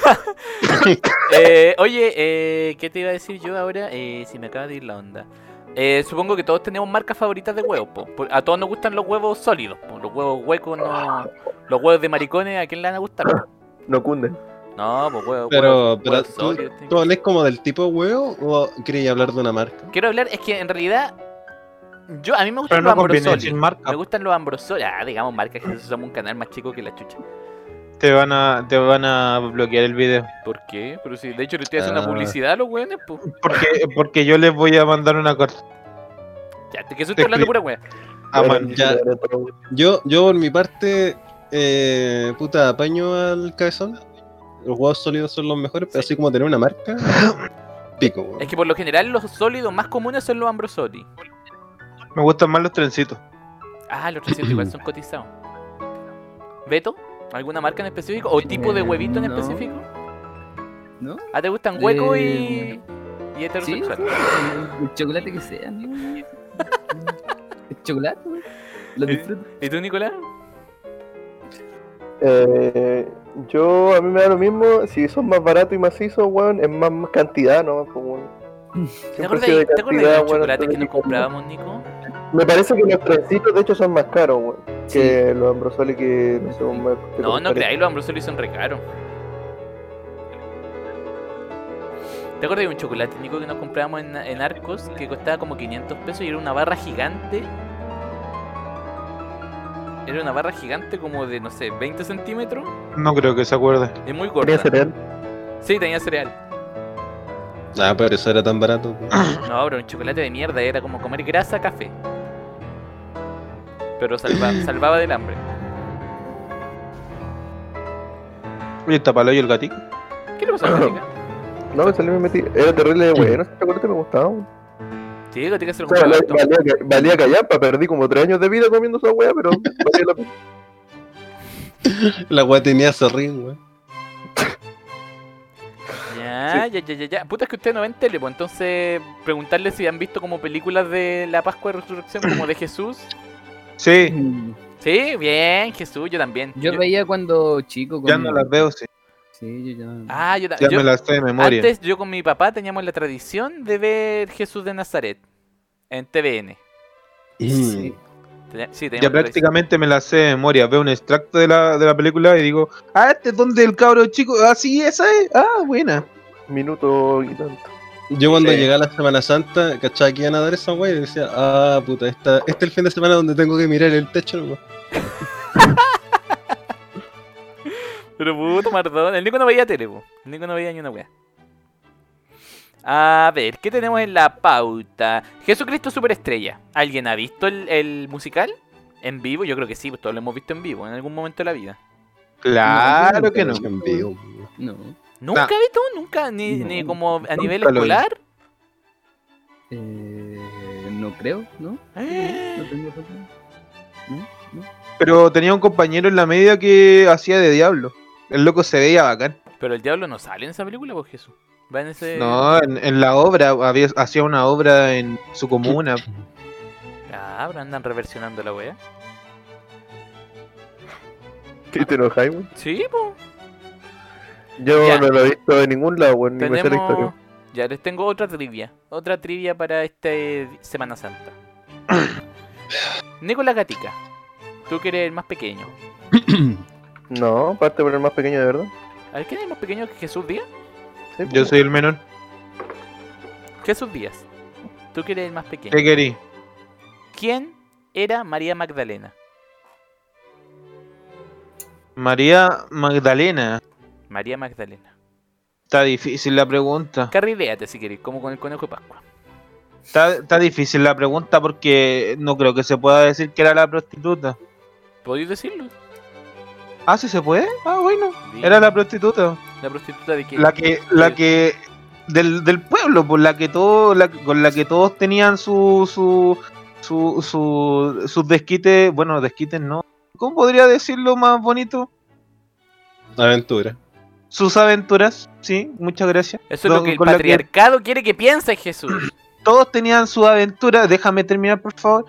Oye, ¿qué te iba a decir yo ahora? Si me acaba de ir la onda. Supongo que todos tenemos marcas favoritas de huevos, po. A todos nos gustan los huevos sólidos, po. Los huevos huecos no. Los huevos de maricones, ¿a quién le van a gustar? Po? No cunden. No, pues huevos. Pero huevos ¿tú, sólidos. ¿tú hablas como del tipo de huevo o querías hablar de una marca? Quiero hablar, es que en realidad. A mí me gustan Pero no los conviene ambrosoli. decir marca. Me gustan los ambrosoli. Digamos marcas, que nosotros somos un canal más chico que la chucha. Te van a bloquear el video. ¿Por qué? Pero si de hecho le estoy haciendo una Ah. publicidad a los weones, pues. Porque yo les voy a mandar una carta. Ya, que eso estoy hablando pura wea. A Bueno, man. ya. Yo por mi parte, puta, apaño al cabezón. Los huevos sólidos son los mejores, pero así como tener una marca, pico, weón. Es que por lo general los sólidos más comunes son los ambrosoli. Me gustan más los trencitos. Ah, los 300 igual son cotizados. ¿Beto? ¿Alguna marca en específico? ¿O tipo de huevito en No. específico? ¿No? Ah, ¿te gustan hueco y Sí, heterosexual? el chocolate que sea, ¿no? El chocolate, weón. Lo disfruto. ¿Y tú, Nicolás? Yo, a mí me da lo mismo. Si son más baratos y macizos, weón, es más cantidad, ¿no? Como, ¿Te acuerdas de los chocolates que nos comprábamos, Nico? Me parece que los trencitos, de hecho, son más caros, weón. Que los ambrosoli que no son más. que No, los no caros. creáis, los ambrosoli son re caros. ¿Te acuerdas de un chocolate, Nico, que nos comprábamos en Arcos que costaba como 500 pesos y era una barra gigante? Era una barra gigante como de, no sé, 20 centímetros. No creo que se acuerde. Es muy Tenía gorda. cereal. Sí, tenía cereal. Ah, pero eso era tan barato. No, pero un chocolate de mierda, era como comer grasa, café. Pero salvaba del hambre. Oye, está palo y el gatito. ¿Qué le pasó a Gatica? No, me salí y me metí. Era terrible bueno, ese chocolate me gustaba, weón. Sí, Gatica se lo O sea, compraba harto. valía callampa, perdí como 3 años de vida comiendo esa weá, pero valía la pena. La weá tenía serrín, weón. Ya. Puta, es que ustedes no ven tele, pues entonces preguntarles si han visto como películas de la Pascua de Resurrección, como de Jesús. Sí, Sí, bien, Jesús, yo también. Yo veía cuando chico. ya no las veo, sí. Sí, yo ya. Ah, yo Ya también. me las sé de memoria. Antes yo con mi papá teníamos la tradición de ver Jesús de Nazaret en TVN. Sí. Sí, Ya teníamos la tradición. prácticamente me las sé de memoria. Veo un extracto de la película y digo, este es donde el cabro chico. Ah, sí, esa es. Ah, buena. Minuto y tanto. Yo cuando Sí. llegaba la Semana Santa, ¿cachai? Que iban a dar esa wey y decía, puta, este es el fin de semana donde tengo que mirar el techo nomás. Pero puto Mardón, el Nico no veía tele, po. El Nico no veía ni una wea. A ver, ¿qué tenemos en la pauta? Jesucristo Superestrella. ¿Alguien ha visto el musical? ¿En vivo? Yo creo que sí, pues todos lo hemos visto en vivo en algún momento de la vida. Claro que no. En vivo. No. ¿Nunca Nah. has visto? ¿Nunca? Ni, No, ni como a nivel nunca lo vi. escolar. No creo, ¿no? Eh. No tengo razón. ¿No? ¿No? Pero tenía un compañero en la media que hacía de diablo. El loco se veía bacán. Pero el diablo no sale en esa película, pues Jesús. Va en ese. No, en la obra, hacía una obra en su comuna. Ah, pero andan reversionando la wea. ¿Qué te enojas, weón? Sí, pues. Yo Ya. no lo he visto de ningún lado, weón, ni me sé la Tenemos. historia. Ya les tengo otra trivia. Otra trivia para este Semana Santa. Nicolás Gatica. Tú que eres el más pequeño. No, parte por el más pequeño de verdad. A ver, ¿quién es el más pequeño que Jesús Díaz? Sí, Yo pues. soy el menor. Jesús Díaz. Tú que eres el más pequeño. ¿Qué querí? ¿Quién era María Magdalena? María Magdalena. María Magdalena. Está difícil la pregunta. Carriléate si querés, como con el conejo de Pascua. Está difícil la pregunta porque no creo que se pueda decir que era la prostituta. ¿Podéis decirlo? Ah, sí se puede. Ah, bueno. Di- Era la prostituta. ¿La prostituta de qué? La que del pueblo, por la que con la que todos tenían sus desquites, bueno, desquites no. ¿Cómo podría decirlo más bonito? Aventura. Sus aventuras, sí, muchas gracias. Eso es lo que el Con la que patriarcado quiere que piense Jesús. todos tenían sus aventuras, déjame terminar por favor.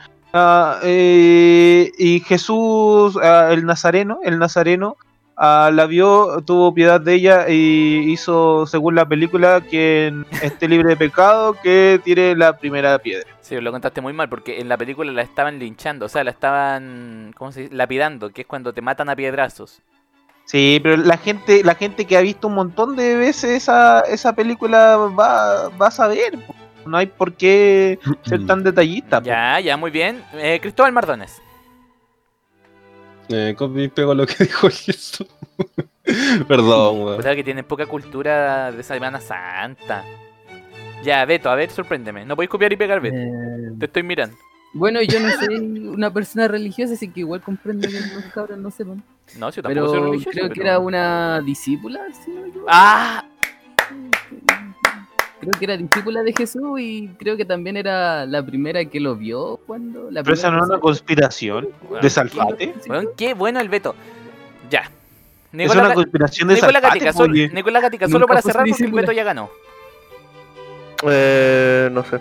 Y Jesús, el Nazareno, la vio, tuvo piedad de ella y hizo, según la película, quien esté libre de pecado, que tire la primera piedra. Sí, lo contaste muy mal porque en la película la estaban linchando, o sea, la estaban, ¿cómo se dice? Lapidando, que es cuando te matan a piedrazos. Sí, pero la gente que ha visto un montón de veces esa película va a saber. No hay por qué ser tan detallista. po. Ya, muy bien. Cristóbal Mardones. Copy y pego lo que dijo Jesús. Perdón, O weón. sea que tienen poca cultura de Semana Santa. Ya, Beto, a ver, sorpréndeme. No podéis copiar y pegar, Beto. Te estoy mirando. Bueno, yo no soy una persona religiosa, así que igual comprendo que los cabros no sepan. No, si yo tampoco soy Pero religioso. creo que pero- era una discípula, si no me equivoco. ¡Ah! Creo que era discípula de Jesús y creo que también era la primera que lo vio cuando... La Pero esa no es primera una conspiración de Salfate. persona- Weón, qué bueno el Beto. Ya. Es Nicolás, una conspiración de Nicolás Salfate. Gatica, po, solo, oye. Nicolás Gatica, Nunca solo para fue su cerrar porque el discípula. Beto ya ganó. No sé.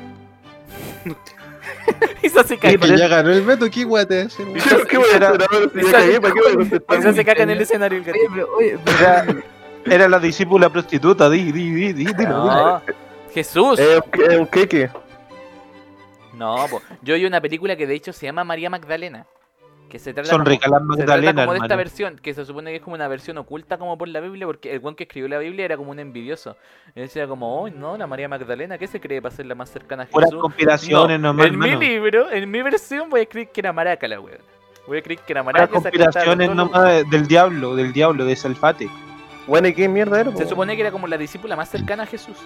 Hizo se Sí, caca. pues ya ganó el Beto, ¿qué guay te hace, weón? ¿Qué voy a hacer ahora si ya cagué? ¿Para qué voy a contestar? Hizo se caca en el escenario el gato. Oye, pero Era la discípula prostituta. Dilo. No. Jesús. Es un queque. No, po. Yo vi una película que de hecho se llama María Magdalena. Que se trata Son como, ricas las se trata Magdalenas, como de esta hermano. versión, que se supone que es como una versión oculta como por la Biblia, porque el buen que escribió la Biblia era como un envidioso. Y decía como, oh, no, la María Magdalena, ¿qué se cree para ser la más cercana a Puras Jesús? conspiraciones No, nomás, en mi hermano. libro, en mi versión voy a escribir que era Maraca la wea. Voy a escribir que era Puras Maraca. esa que está conspiraciones con todo lo- nomás del diablo, de Salfate. Bueno, ¿y qué mierda era? Se po? supone que era como la discípula más cercana a Jesús.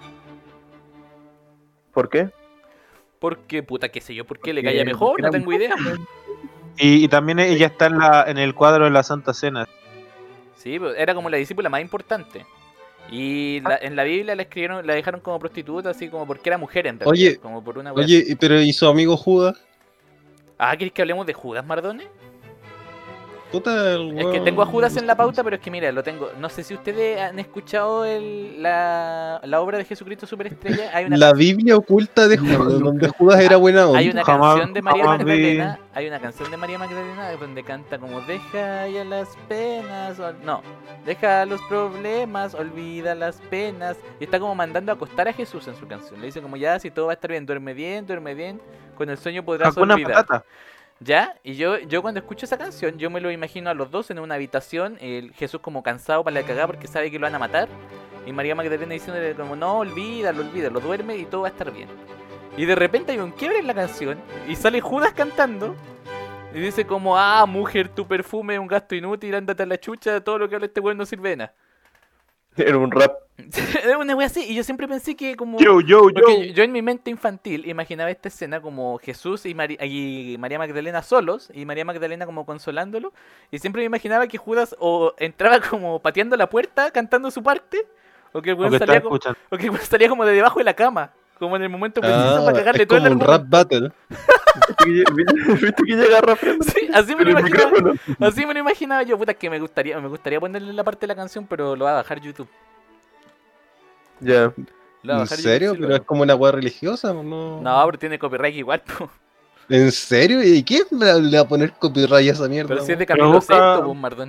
¿Por qué? Porque, puta, qué sé yo, ¿por qué le Porque caía mejor? No era tengo idea. Y también ella está en el cuadro de la Santa Cena. Sí, pues, era como la discípula más importante. Y en la Biblia la escribieron, la dejaron como prostituta, así como porque era mujer en realidad. Oye, como por una wea. Pero ¿y su amigo Judas? Ah, ¿querés que hablemos de Judas Mardones? puta, el Es que weón- tengo a Judas en la pauta, pero es que mira, lo tengo. No sé si ustedes han escuchado la obra de Jesucristo Superestrella. Hay una La Biblia oculta de Judas, nunca. donde Judas era buena onda. Hay una Jamás- canción de María jamás vi. Magdalena, hay una canción de María Magdalena donde canta como deja ya las penas, no, deja los problemas, olvida las penas, y está como mandando a acostar a Jesús en su canción. Le dice como ya, si todo va a estar bien, duerme bien, con el sueño podrás Hakuna olvidar. Matata. ¿Ya? Y yo cuando escucho esa canción, yo me lo imagino a los dos en una habitación, el Jesús como cansado para la cagada porque sabe que lo van a matar, y María Magdalena diciéndole como no, olvídalo, duerme y todo va a estar bien. Y de repente hay un quiebre en la canción y sale Judas cantando y dice como, mujer, tu perfume es un gasto inútil, ándate a la chucha, todo lo que habla este weón no sirve de nada. Era un rap. Era una wea así, y yo siempre pensé que como... Yo. Porque yo en mi mente infantil imaginaba esta escena como Jesús y María Magdalena solos, y María Magdalena como consolándolo, y siempre me imaginaba que Judas o entraba como pateando la puerta, cantando su parte, o que el Lo weón que está salía, como, escuchando. o que el weón salía como de debajo de la cama, como en el momento preciso para cagarle es todo el como un argumento. rap battle. ¿Viste que llega rapeando? Sí, así me lo Con el imaginaba. micrófono. Así me lo imaginaba yo, puta, que me gustaría ponerle la parte de la canción, pero lo va a bajar YouTube. Ya. Lo va a ¿En bajar serio? YouTube, sí, Pero es como una weá religiosa, ¿no? No, pero tiene copyright igual, po. ¿En serio? ¿Y quién le va a poner copyright a esa mierda? Pero si es de Pero Camilo busca- Sesto, pues, Mardone.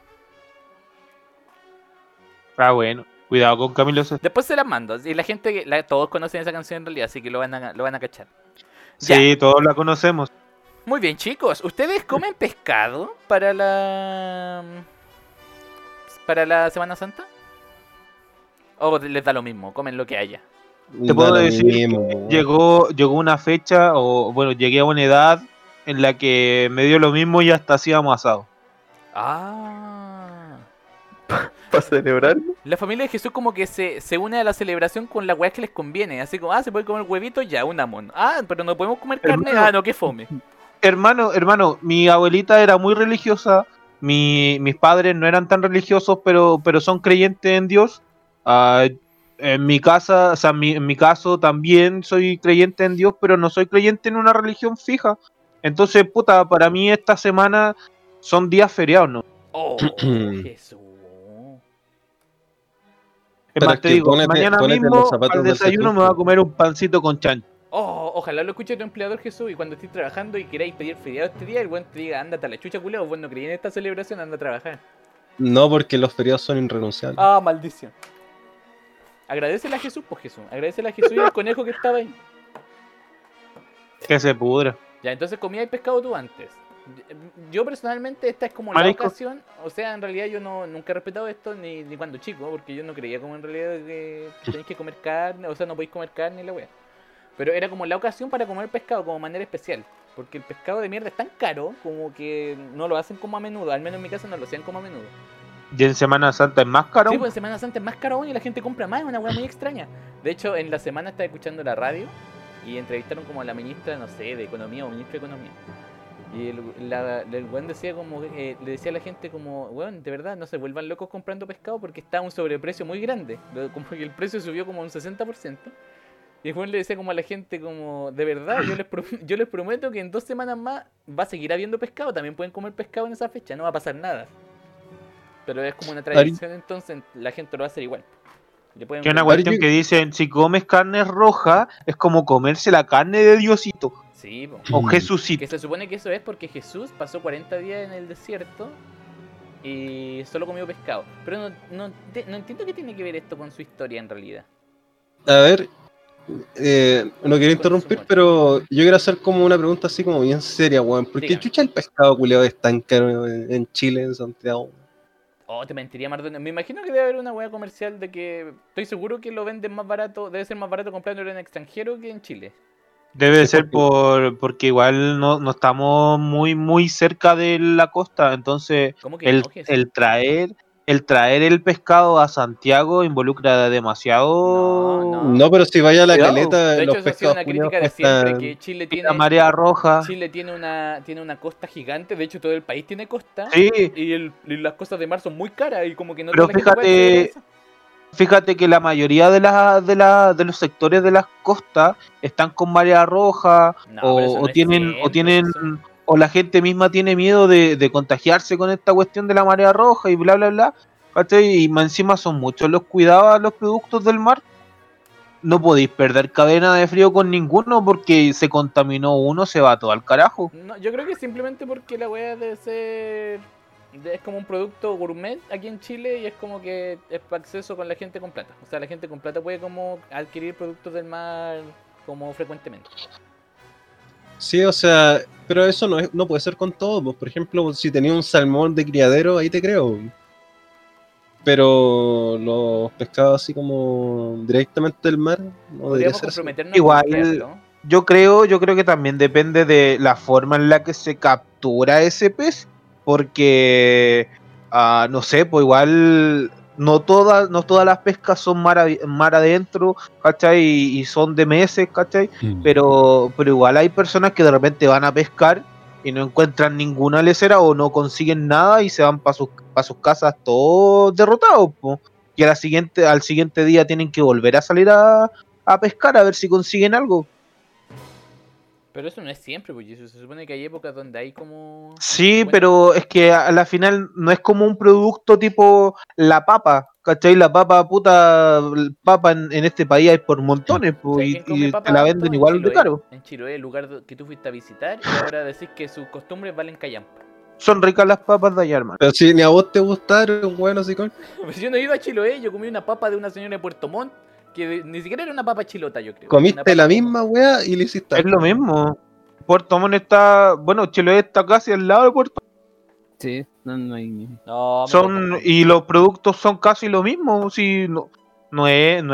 Bueno, cuidado con Camilo Sesto. Después se las mando. Y la gente, todos conocen esa canción en realidad, así que lo van a cachar. Ya. Sí, todos la conocemos. Muy bien, chicos. ¿Ustedes comen pescado para la Semana Santa? ¿O les da lo mismo? Comen lo que haya. Te puedo Da lo decir mismo, que weón. llegó una fecha, o bueno, llegué a una edad en la que me dio lo mismo y hasta hacíamos asado. Ah. ¿Para celebrarlo? La familia de Jesús como que se une a la celebración con la weá que les conviene. Así como, se puede comer huevito, ya, unamon. Pero no podemos comer carne, Hermano. no, qué fome. Hermano, mi abuelita era muy religiosa, mis padres no eran tan religiosos, pero son creyentes en Dios. En mi casa, o sea, en mi caso también soy creyente en Dios, pero no soy creyente en una religión fija. Entonces, puta, para mí esta semana son días feriados, ¿no? Oh, Jesús. Es Pero más, es te que digo, ponete- mañana ponete mismo los zapatos al del desayuno Jesús, me voy a po. comer un pancito con chancho. Ojalá lo escuche tu empleador Jesús y cuando estés trabajando y queráis pedir feriado este día, el buen te diga, ándate a la chucha culeo, vos no creí en esta celebración, anda a trabajar. No, porque los feriados son irrenunciables. Maldición. Agradecele a Jesús, pues Jesús. Agradecele a Jesús y al conejo que estaba ahí. Que se pudra. Ya, entonces comías pescado tú antes. Yo personalmente esta es como Marisco. la ocasión, o sea, en realidad yo nunca he respetado esto ni cuando chico, porque yo no creía como en realidad que tenéis que comer carne, o sea, no podéis comer carne y la wea. Pero era como la ocasión para comer pescado como manera especial, porque el pescado de mierda es tan caro como que no lo hacen como a menudo, al menos en mi casa no lo hacían como a menudo. Y en Semana Santa es más caro. Sí, pues en Semana Santa es más caro aún y la gente compra más, es una wea muy extraña. De hecho, en la semana estaba escuchando la radio y entrevistaron como a la ministra, no sé, de Economía o ministro de Economía. Y el weón decía como, le decía a la gente como, weón, de verdad, no se vuelvan locos comprando pescado porque está a un sobreprecio muy grande. Como que el precio subió como un 60%. Y el weón le decía como a la gente como, de verdad, yo les prometo que en 2 semanas más va a seguir habiendo pescado. También pueden comer pescado en esa fecha, no va a pasar nada. Pero es como una tradición, entonces la gente lo va a hacer igual. Le pueden Que una comprar- cuestión que dicen, si comes carne roja, es como comerse la carne de Diosito. Sí, po. O Jesucito. Que se supone que eso es porque Jesús pasó 40 días en el desierto y solo comió pescado. Pero no entiendo qué tiene que ver esto con su historia en realidad. A ver, no quiero interrumpir, pero yo quiero hacer como una pregunta así como bien seria, weón. ¿Por qué Dígame. chucha el pescado culeado es tan caro en Chile, en Santiago? Te mentiría, Mardone. Me imagino que debe haber una hueá comercial de que estoy seguro que lo venden más barato, debe ser más barato comprándolo en extranjero que en Chile. Debe Sí, ser porque igual no estamos muy cerca de la costa, entonces ¿Cómo que el, no, Jesús? el traer el pescado a Santiago involucra demasiado No. No, pero si vaya a la Cuidado. caleta, De hecho, los eso ha sido pescados una crítica culeados de siempre, cuestan... que Chile la tiene... marea roja. Chile tiene una costa gigante, de hecho todo el país tiene costa. Sí, Y las costas de mar son muy caras y como que no Pero toda la gente puede acceder a eso. fíjate que la mayoría de los sectores de las costas están con marea roja No, pero eso no es siempre, tienen eso. o la gente misma tiene miedo de contagiarse con esta cuestión de la marea roja y bla bla bla, ¿cachai? Y más encima son muchos los cuidados a los productos del mar. No podéis perder cadena de frío con ninguno porque se contaminó uno, se va todo al carajo. No, yo creo que simplemente porque la weá debe ser. Es como un producto gourmet aquí en Chile y es como que es para acceso con la gente con plata. O sea, la gente con plata puede como adquirir productos del mar como frecuentemente. Sí, o sea, pero eso no puede ser con todo. Pues, por ejemplo, si tenía un salmón de criadero, ahí te creo. Pero los pescados así como directamente del mar, no debería Podríamos ser así. comprometernos Igual, a comprarlo. yo creo que también depende de la forma en la que se captura ese pez, porque no sé, pues igual no todas las pescas son mar adentro, ¿cachai? Y son de meses, ¿cachai? Pero igual hay personas que de repente van a pescar y no encuentran ninguna lecera o no consiguen nada y se van para sus casas todos derrotados, po. Y al siguiente día tienen que volver a salir a pescar a ver si consiguen algo. Pero eso no es siempre, pues Jesús. Se supone que hay épocas donde hay como. Sí, Bueno, pero es que a la final no es como un producto tipo la papa, ¿cachai? La papa, puta, papa en este país hay por montones, po, ¿sabes y, quién come y papa te la harto? venden En igual de Chiloé. caro. En Chiloé, el lugar que tú fuiste a visitar, y ahora decís que sus costumbres valen callampa. Son ricas las papas de allá, hermano. Pero si ni a vos te gustaron, bueno, así con. Pues yo no he ido a Chiloé, yo comí una papa de una señora de Puerto Montt, que ni siquiera era una papa chilota, yo creo. Una Comiste papa la como- misma weá y le hiciste. Es lo mismo. Puerto Montt está, bueno, Chiloé está casi al lado de Puerto Montt. Sí, no hay ni. No, me Son, y los productos son casi lo mismo, si no es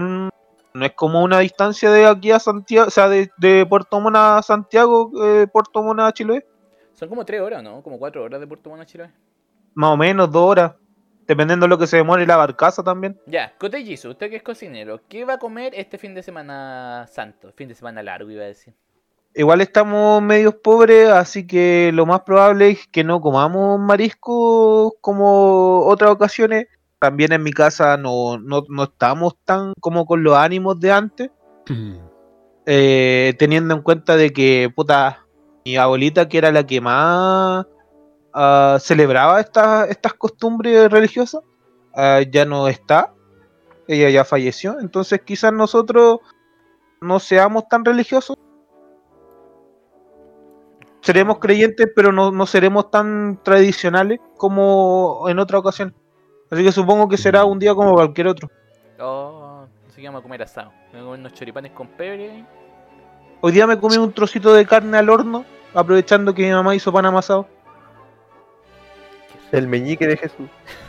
como una distancia de aquí a Santiago, o sea, de Puerto Montt a Santiago, Puerto Montt a Chiloé. Son como 3 horas, ¿no? Como 4 horas de Puerto Montt a Chiloé. Más o menos 2 horas, dependiendo de lo que se demore la barcaza también. Ya, Cote Jisoo, usted que es cocinero, ¿qué va a comer este fin de semana santo? Fin de semana largo, iba a decir. Igual estamos medios pobres, así que lo más probable es que no comamos mariscos como otras ocasiones. También en mi casa no estamos tan como con los ánimos de antes, teniendo en cuenta de que, puta, mi abuelita, que era la que más celebraba estas costumbres religiosas, ya no está, ella ya falleció, entonces quizás nosotros no seamos tan religiosos. Seremos creyentes, pero no seremos tan tradicionales como en otra ocasión. Así que supongo que será un día como cualquier otro. Oh, así que vamos a comer asado. Vamos a comer unos choripanes con pebre. Hoy día me comí un trocito de carne al horno, aprovechando que mi mamá hizo pan amasado. El meñique de Jesús.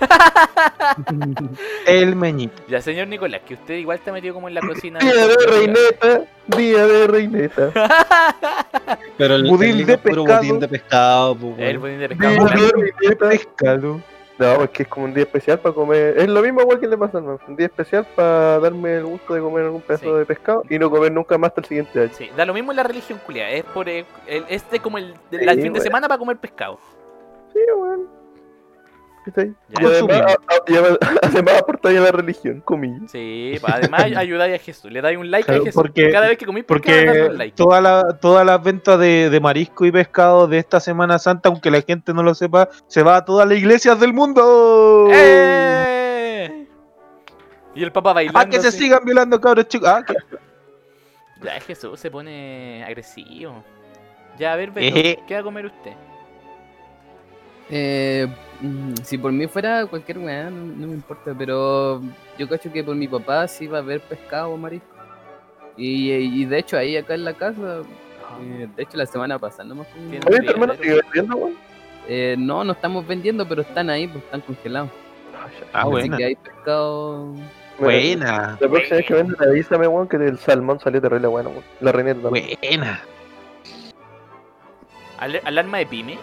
El meñique. Ya, señor Nicolás, que usted igual está metido como en la cocina. Día de reineta, día de reineta. Pero el Budín Nico de es puro pescado. budín de pescado, pues, El weón. budín de Día pescado. de blanco. reineta. Pescado. No, es que es como un día especial para comer. Es lo mismo igual que le pasa al man. Un día especial para darme el gusto de comer algún pedazo Sí. de pescado y no comer nunca más hasta el siguiente año. Sí, da lo mismo en la religión culia. Es por este como el Sí, fin de weón. semana para comer pescado. Sí, weón. ¿Cachai? Ya. Y además aportáis a la religión, comillas. Sí, además ayudáis a Jesús. Le dais un like Claro, a Jesús. porque- Cada vez que comís pescado, dale Porque un like. todas las ventas de marisco y pescado de esta Semana Santa, aunque la gente no lo sepa, se va a todas las iglesias del mundo. ¡Eh! Y el papá bailando. A que se así. sigan violando, cabros chicos. Ya, Jesús se pone agresivo. Ya, a ver, Beto, ¿qué va a comer usted? Si por mí fuera cualquier weá, no me importa, pero yo cacho que por mi papá sí va a haber pescado o marisco. Y de hecho ahí acá en la casa, de hecho la semana pasada no me fui. Tiene- Oye, tu hermano sigue vendiendo, weón. No estamos vendiendo, pero están ahí, pues están congelados. Ah, Así buena. que hay pescado. Buena. La próxima vez que vendas, avísame, weón, que el salmón salió terrible bueno, weón. La reineta también. Buena. ¿Alarma de pyme?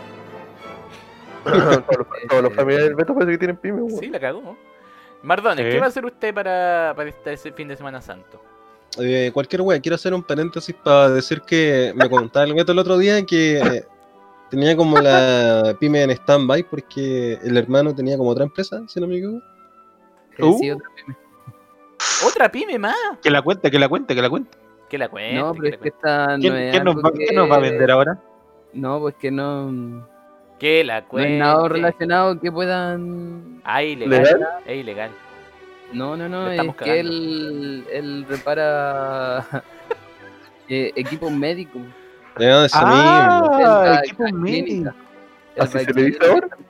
Todos los familiares del Beto parece que tienen pyme, weón. Sí, la cagó. Mardones, Sí. ¿qué va a hacer usted para este fin de Semana Santo? Cualquier wea, quiero hacer un paréntesis para decir que me contaba el Beto el otro día que tenía como la pyme en stand-by porque el hermano tenía como otra empresa, si no me equivoco. Sí, otra pyme. ¿Otra pyme más? Que la cuente. Que la cuente. No, que pero la es que esta no es ¿Qué nos algo va a vender ahora? No, pues que no Que la es nada cuente. relacionado que puedan. Ah, ilegal. ¿Legal? Es ilegal. No, Le es estamos que cagando. él repara equipos médicos. No, eso mismo. Él va a equipo la clínica. Él ¿Así va a se le dice clínica. ahora?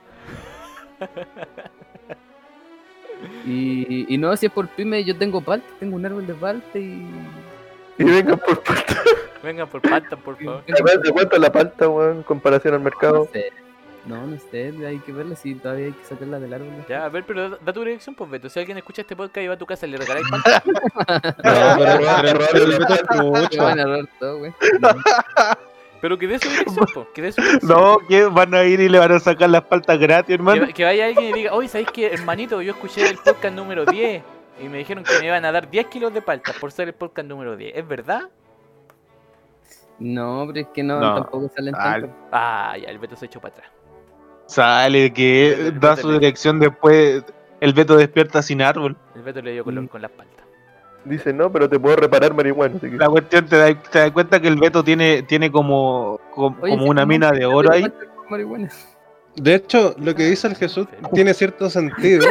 Y no, si es por pyme, yo tengo palta, tengo un árbol de palta y. Y vengan por palta. Vengan por palta, por favor. ¿De cuánto es la palta, weón, en comparación al No mercado? sé. No sé, hay que verla si todavía hay que sacarla del árbol. Ya, a ver, pero da tu dirección, pues, Beto. Si alguien escucha este podcast y va a tu casa y le regaláis palta. No, pero el Beto es Me trucho. van a errar todo, güey. Pero que dé su dirección, pues. Que dé su dirección. No, que van a ir y le van a sacar las paltas gratis, hermano. Que vaya alguien y diga, oye, ¿sabéis qué, hermanito? Yo escuché el podcast número 10 y me dijeron que me iban a dar 10 kilos de palta por ser el podcast número 10. ¿Es verdad? No, pero es que no, No. tampoco salen Dale. tanto. Ah, ya, el Beto se echó para atrás. Sale que da su dirección después. El Beto despierta sin árbol. El Beto le dio color con las paltas. Dice, no, pero te puedo reparar marihuana. Así que... La cuestión te das cuenta que el Beto tiene como Oye, como sí, una ¿cómo mina se de llama oro ahí. la palta con marihuana? De hecho, lo que dice el Jesús tiene cierto sentido.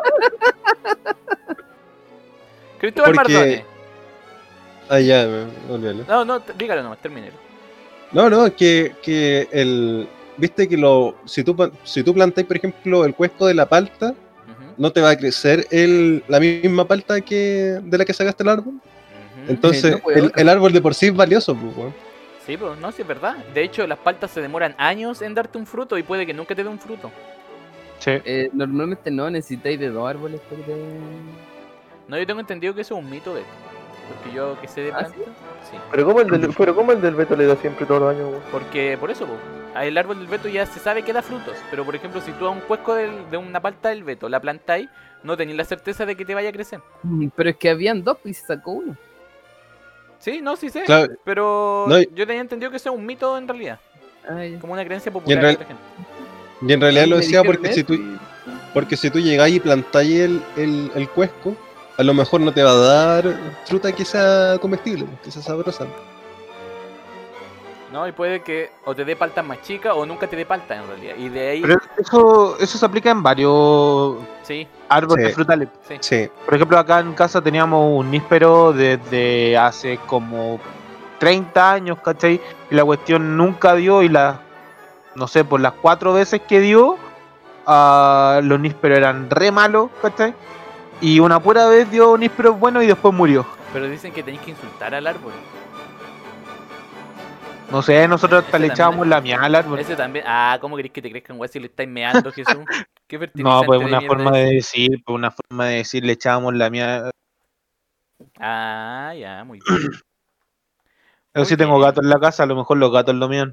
Cristóbal Porque- Mardones. Ah, ya, olvídalo. No, dígalo nomás, termínelo. No, que el. Viste que si tú plantas, por ejemplo, el cuesco de la palta, Ujú, no te va a crecer la misma palta de la que sacaste el árbol. ujú. Entonces, no puedo. el árbol de por sí es valioso, pues, weón. Sí, pues, no, sí es verdad. De hecho, las paltas se demoran años en darte un fruto y puede que nunca te dé un fruto. Sí. Normalmente no necesitáis de 2 árboles para que te... No, yo tengo entendido que eso es un mito, Beto. Porque yo que sé de ¿Ah, plantas, sí? sí. Pero ¿cómo el del Beto le da siempre todos los años, weón? Porque por eso, pues, el árbol del Beto ya se sabe que da frutos. Pero por ejemplo, si tú a un cuesco de una palta del Beto la plantáis, no tenéis la certeza de que te vaya a crecer. Pero es que habían 2 y se sacó uno. Sí, no, sí sé. Claro, Pero No, yo tenía entendido que eso es un mito en realidad. Ah, ya. Como una creencia popular real- de la gente. y en realidad lo Me decía dijeron porque si eso tú, y- porque si tú llegáis y plantáis el cuesco, a lo mejor no te va a dar fruta que sea comestible, que sea sabrosa. No, y puede que o te dé paltas más chicas o nunca te dé paltas en realidad. Y de ahí, Pero eso se aplica en varios sí, árboles Sí. frutales. sí. Sí, Por ejemplo, acá en casa teníamos un níspero desde hace como 30 años, ¿cachai? Y la cuestión nunca dio y no sé, por las 4 veces que dio, los nísperos eran re malos, ¿cachai? Y una pura vez dio nísperos buenos y después murió. Pero dicen que tenéis que insultar al árbol. No sé, nosotros hasta Ese le también echábamos es- la miel al árbol. Ese también. Ah, ¿cómo queréis que te crezcan weas si le estáis meando, Jesús? Qué No, fertilizante pues de una mierda forma es. de decir, pues una forma de decir, le echábamos la miel. Ah, ya, muy bien. Yo sí Muy tengo bien. gatos en la casa, a lo mejor los gatos lo mían.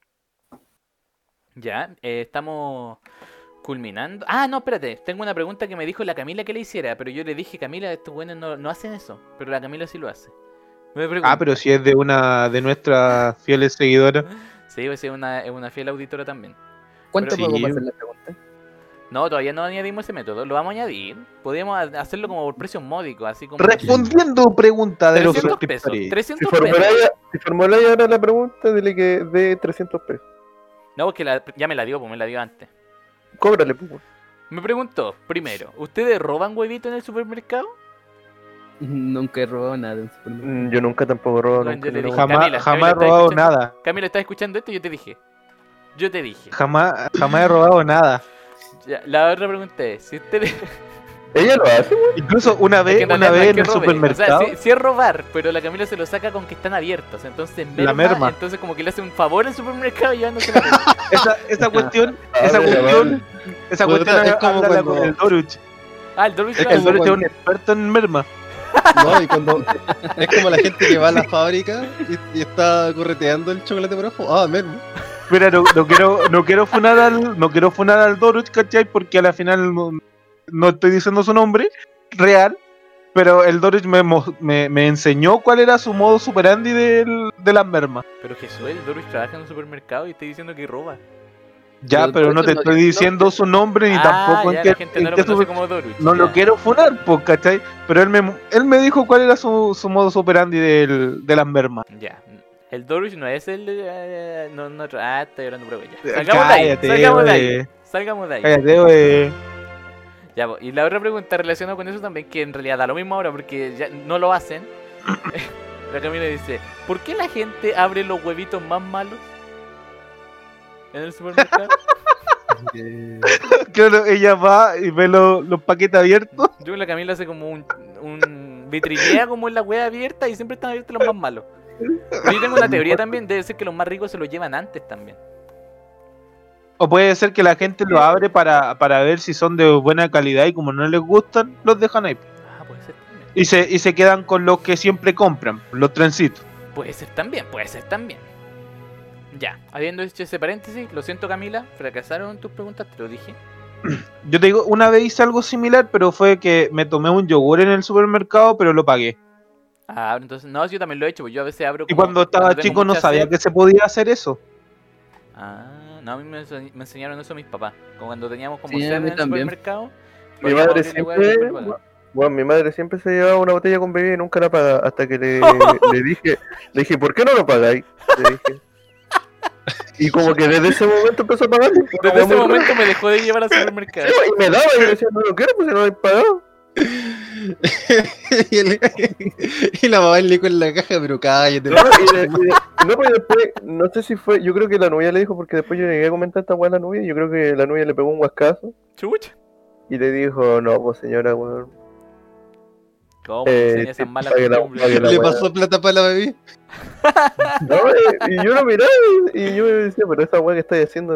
Ya, estamos culminando. Ah, no, espérate. Tengo una pregunta que me dijo la Camila que le hiciera, pero yo le dije, Camila, estos buenos no hacen eso. Pero la Camila sí lo hace. Me pregunta. Pero si es de una de nuestras fieles seguidoras. Sí, pues es una fiel auditora también. ¿Cuánto Pero- pago Sí. para hacer la pregunta? No, todavía no añadimos ese método. Lo vamos a añadir. Podríamos hacerlo como por precios módicos, así como... Respondiendo preguntas de los 300 pesos. suscriptores. 300 pesos. Si formuláis ahora la pregunta, dile que de 300 pesos. No, porque ya me la dio, pues me la dio antes. Cóbrale, pues, weón. Me preguntó, primero, ¿ustedes roban huevito en el supermercado? Nunca he robado nada de un supermercado. Yo nunca tampoco he robado. Bueno, nunca yo le he dije, robado. Camila, Jamás he ¿estás robado escuchando? nada. Camila, ¿estás escuchando esto? Yo te dije. Jamás he robado nada. Ya, la otra pregunta es, si ustedes... Ella lo hace, weón. Incluso una Es vez, que en realidad no es en que el robe. supermercado. O sea, sí es robar, pero la Camila se lo saca con que están abiertos. Entonces La merma. Entonces como que le hace un favor al supermercado llevándose la merma. Esa cuestión, Ah, esa mira, cuestión, esa Puta, cuestión es como háblala cuando- con el Doruch. Ah, el Dorothy Es lo que el hace. Doruch es cuando- un experto en merma. ¿no? Y cuando es como la gente que va a la fábrica y está correteando el chocolate por abajo. Ah, mermo. Mira, no quiero funar al Doruch, ¿cachai? Porque a la final no estoy diciendo su nombre real, pero el Doruch me enseñó cuál era su modo superandi de las mermas. Pero Jesús, el Dorothy trabaja en un supermercado y estoy diciendo que roba. Ya, Pero pero no tú te no estoy dices diciendo su nombre ni tampoco ya, en qué, la gente no en lo qué conoce super- como Dorothy. No lo ya. quiero funar, pues, ¿cachai? Pero él me dijo cuál era su modo superandi de las mermas. Ya. El Doruch no es el. No, estoy hablando por ya. Salgamos de ahí. Cállate, Salgamos de ahí. wey. Salgamos de ahí. Cállate, wey. Ya, y la otra pregunta relacionada con eso también, que en realidad da lo mismo ahora porque ya no lo hacen. La Camila dice: ¿por qué la gente abre los huevitos más malos en el supermercado? Claro, ella va y ve los paquetes abiertos. Yo y la Camila hace como un vitrinea como en la hueá abierta y siempre están abiertos los más malos. Pero yo tengo una teoría también, debe ser que los más ricos se los llevan antes también. O puede ser que la gente lo abre para ver si son de buena calidad y como no les gustan, los dejan ahí. Ah, puede ser también. Y se quedan con los que siempre compran, los trencitos. Puede ser también. Ya, habiendo hecho ese paréntesis, lo siento Camila, fracasaron tus preguntas, te lo dije. Yo te digo, una vez hice algo similar, pero fue que me tomé un yogur en el supermercado, pero lo pagué. Ah, entonces, no, yo también lo he hecho, pues yo a veces abro Y como cuando estaba tengo chico no mucha sabía sed. que se podía hacer eso. Ah, no, a mí me enseñaron eso mis papás. Como cuando teníamos como Sí, sed a en mí el también. supermercado. Mi podíamos madre abrir la hueá siempre, del supermercado. bueno, mi madre siempre se llevaba una botella con bebida y nunca la paga. Hasta que le dije, ¿por qué no lo pagáis? Le dije. Y como que desde ese momento empezó a pagar. Desde ese momento me dejó de llevar al supermercado. Y me daba y yo decía, no lo quiero, pues si no lo he pagado. y la mamá le con la caja, pero cállate. No, no, pues después, no sé si fue, yo creo que la novia le dijo, porque después yo llegué a comentar esta weá a la novia, y yo creo que la novia le pegó un guascazo Chucha. y le dijo, no, pues señora, weón. ¿Cómo me enseña esas malas pague la- costumbres? pague la Le weá. pasó plata para la bebé. No, y yo lo miraba y yo me decía, pero esa weá que estáis haciendo,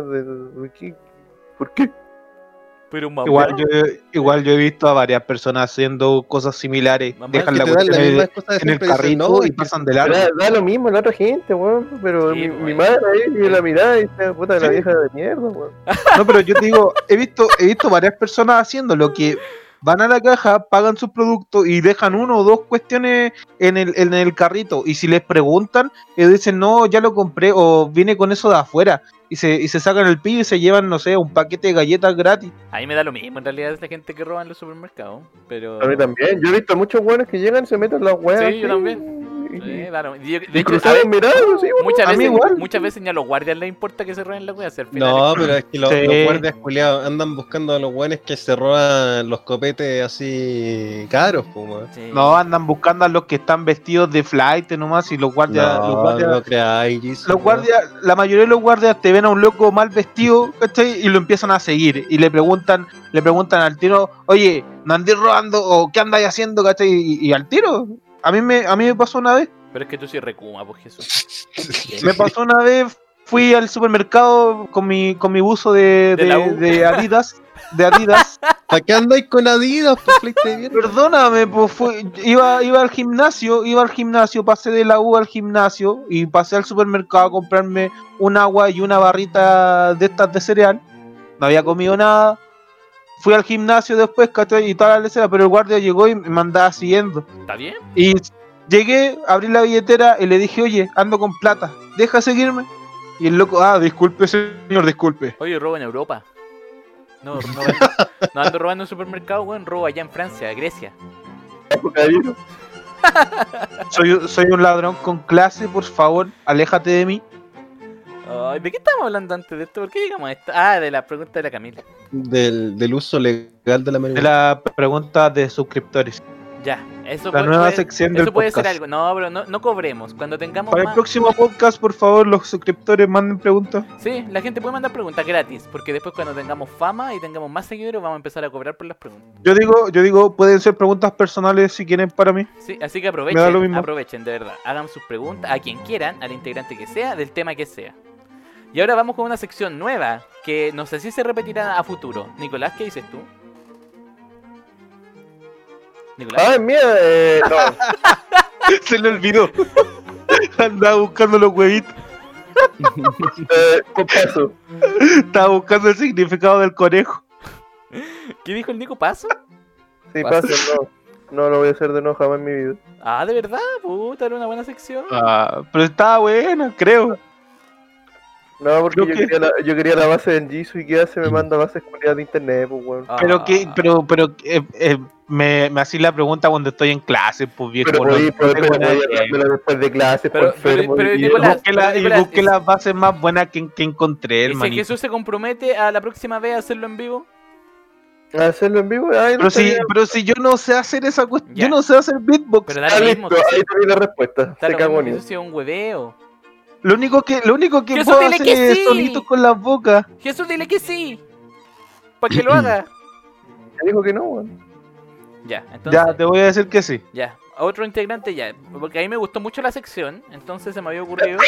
¿por qué? Pero mamá. Igual yo he visto a varias personas haciendo cosas similares. Mamá, Dejan Que la te dan cuestión la en misma el, excusa de en el siempre. Dicen, carrito no, y es que pasan de largo. Da lo mismo la otra gente, weón, pero Sí, mi weón. madre ahí, y la mirada y dice, puta, la vieja de mierda, weón. No, pero yo te digo, he visto varias personas haciendo lo que van a la caja, pagan sus productos y dejan uno o dos cuestiones en el carrito. Y si les preguntan, ellos dicen, no, ya lo compré o viene con eso de afuera. Y se sacan el pillo y se llevan, no sé, un paquete de galletas gratis. A mí me da lo mismo, en realidad es la gente que roba en los supermercados. Pero. A mí también, yo he visto muchos weones que llegan, se meten las weas. Sí, yo así, también. Da lo mismo. De Y hecho, cruzaron miradas, sí, weón. muchas a mí igual. veces ni a los guardias les importa que se roben la wea. Si al final No, pero es que los Sí. guardias culiados andan buscando a los buenos que se roban los copetes así caros, pues, weón. Sí. No, andan buscando a los que están vestidos de flight nomás y los guardias... los guardias no creáis, Jesus, Los guardias, la mayoría de los guardias te ven a un loco mal vestido, ¿cachai? Y lo empiezan a seguir. Y le preguntan al tiro, oye, ¿no andás robando? ¿O qué andáis haciendo? ¿Cachai? Y al tiro. A mí me pasó una vez. Pero es que tú sí recuma, por Jesús. Me pasó una vez, fui al supermercado con mi buzo De la U. de Adidas. De Adidas. ¿Para qué andáis con Adidas, pues, flight de mierda? Perdóname, pues iba al gimnasio, pasé de la U al gimnasio y pasé al supermercado a comprarme un agua y una barrita de estas de cereal. No había comido nada. Fui al gimnasio después, ¿cachai? Y toda la lecera, pero el guardia llegó y me andaba siguiendo. ¿Está bien? Y llegué, abrí la billetera y le dije, oye, ando con plata, deja seguirme. Y el loco, disculpe señor, disculpe. Oye, robo en Europa. No ando robando en un supermercado, weón. Robo allá en Francia, Grecia. Caballero. Soy un ladrón con clase, por favor, aléjate de mí. Ay, ¿de qué estamos hablando antes de esto? ¿Por qué llegamos a esto? Ah, de la pregunta de la Camila. Del uso legal de la De marihuana. la pregunta de suscriptores. Ya, eso La nueva sección del eso puede ser podcast. algo. No, pero no cobremos. Cuando tengamos Para el más... próximo podcast, por favor, los suscriptores manden preguntas. Sí, la gente puede mandar preguntas gratis. Porque después cuando tengamos fama y tengamos más seguidores vamos a empezar a cobrar por las preguntas. Yo digo, pueden ser preguntas personales si quieren para mí. Sí, así que Me da lo mismo. aprovechen, de verdad. Hagan sus preguntas a quien quieran, al integrante que sea, del tema que sea. Y ahora vamos con una sección nueva que no sé si se repetirá a futuro. Nicolás, ¿qué dices tú? Nicolás. Es mía, no. Se le olvidó. Andaba buscando los huevitos. Con paso. Estaba buscando el significado del conejo. ¿Qué dijo el Nico Paso? Sí, Paso. paso, no lo voy a hacer de nuevo jamás en mi vida. Ah, ¿de verdad? Puta, era una buena sección. Pero estaba buena, creo. No, porque Creo yo quería la base del Jisoo y que hace me manda bases culiadas de internet, pues weón. Ah. Pero me hacís la pregunta cuando estoy en clase, pues viejo. Pero no podéis tengo nada que ver. hablármelo después de clase, Pero- por enfermo. pero, y- Nicolás, Y busqué las bases más buenas que encontré, ¿Y si hermanito. Jesús se compromete a la próxima vez a hacerlo en vivo? ¿Hacerlo en vivo? Ay, no Pero si, estaría- pero si yo no sé hacer esa cuestión, Ya. yo no sé hacer beatbox. Pero da Ah, lo mismo, listo, que ahí tenéis la respuesta. da Se lo cagó mismo, ni. que eso sea un hueveo. Lo único que Jesús, puedo dile hacer que es sí. sonidos con las bocas. Jesús, dile que sí. Para que lo haga. Me dijo que no, weón. Ya, entonces. Ya, te voy a decir que sí. Ya, a otro integrante ya, porque a mí me gustó mucho la sección, entonces se me había ocurrido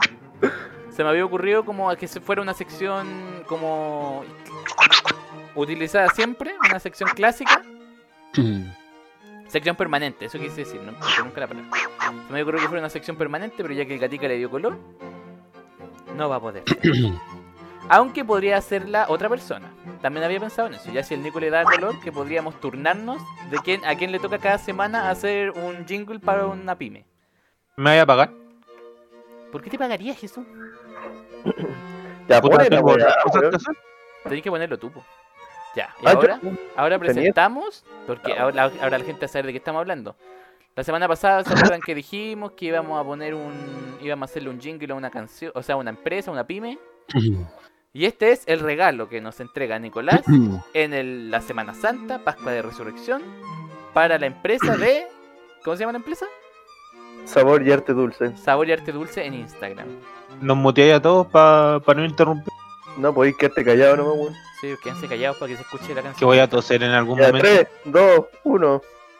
como a que se fuera una sección como utilizada siempre, una sección clásica, sección permanente, eso quise decir, no porque nunca la palabra. Se me había ocurrido que fuera una sección permanente, pero ya que el Gatica le dio color, no va a poder ser. Aunque podría hacerla otra persona. También había pensado en eso. Ya si el Nico le da color, que podríamos turnarnos de a quién le toca cada semana hacer un jingle para una pyme. ¿Me voy a pagar? ¿Por qué te pagarías, Jesús? Ya, Puta, ponela, tengo weón. otras cosas que hacer. Tenés que ponerlo tú, po. Ya, y Ah, ahora, yo- ahora tenía- presentamos, porque ahora la gente va a saber de qué estamos hablando. La semana pasada, ¿se acuerdan que dijimos que íbamos a hacerle un jingle a una canción, o sea, a una empresa, una pyme? Y este es el regalo que nos entrega Nicolás en la Semana Santa, Pascua de Resurrección, para la empresa de... ¿Cómo se llama la empresa? Sabor y arte dulce. Sabor y Arte Dulce en Instagram. Nos muteáis a todos para no interrumpir. No podéis quedarte callado nomás, weón. Sí, quédense callados para que se escuche la canción. Que voy a toser en algún Ya, momento. 3, 2, 1.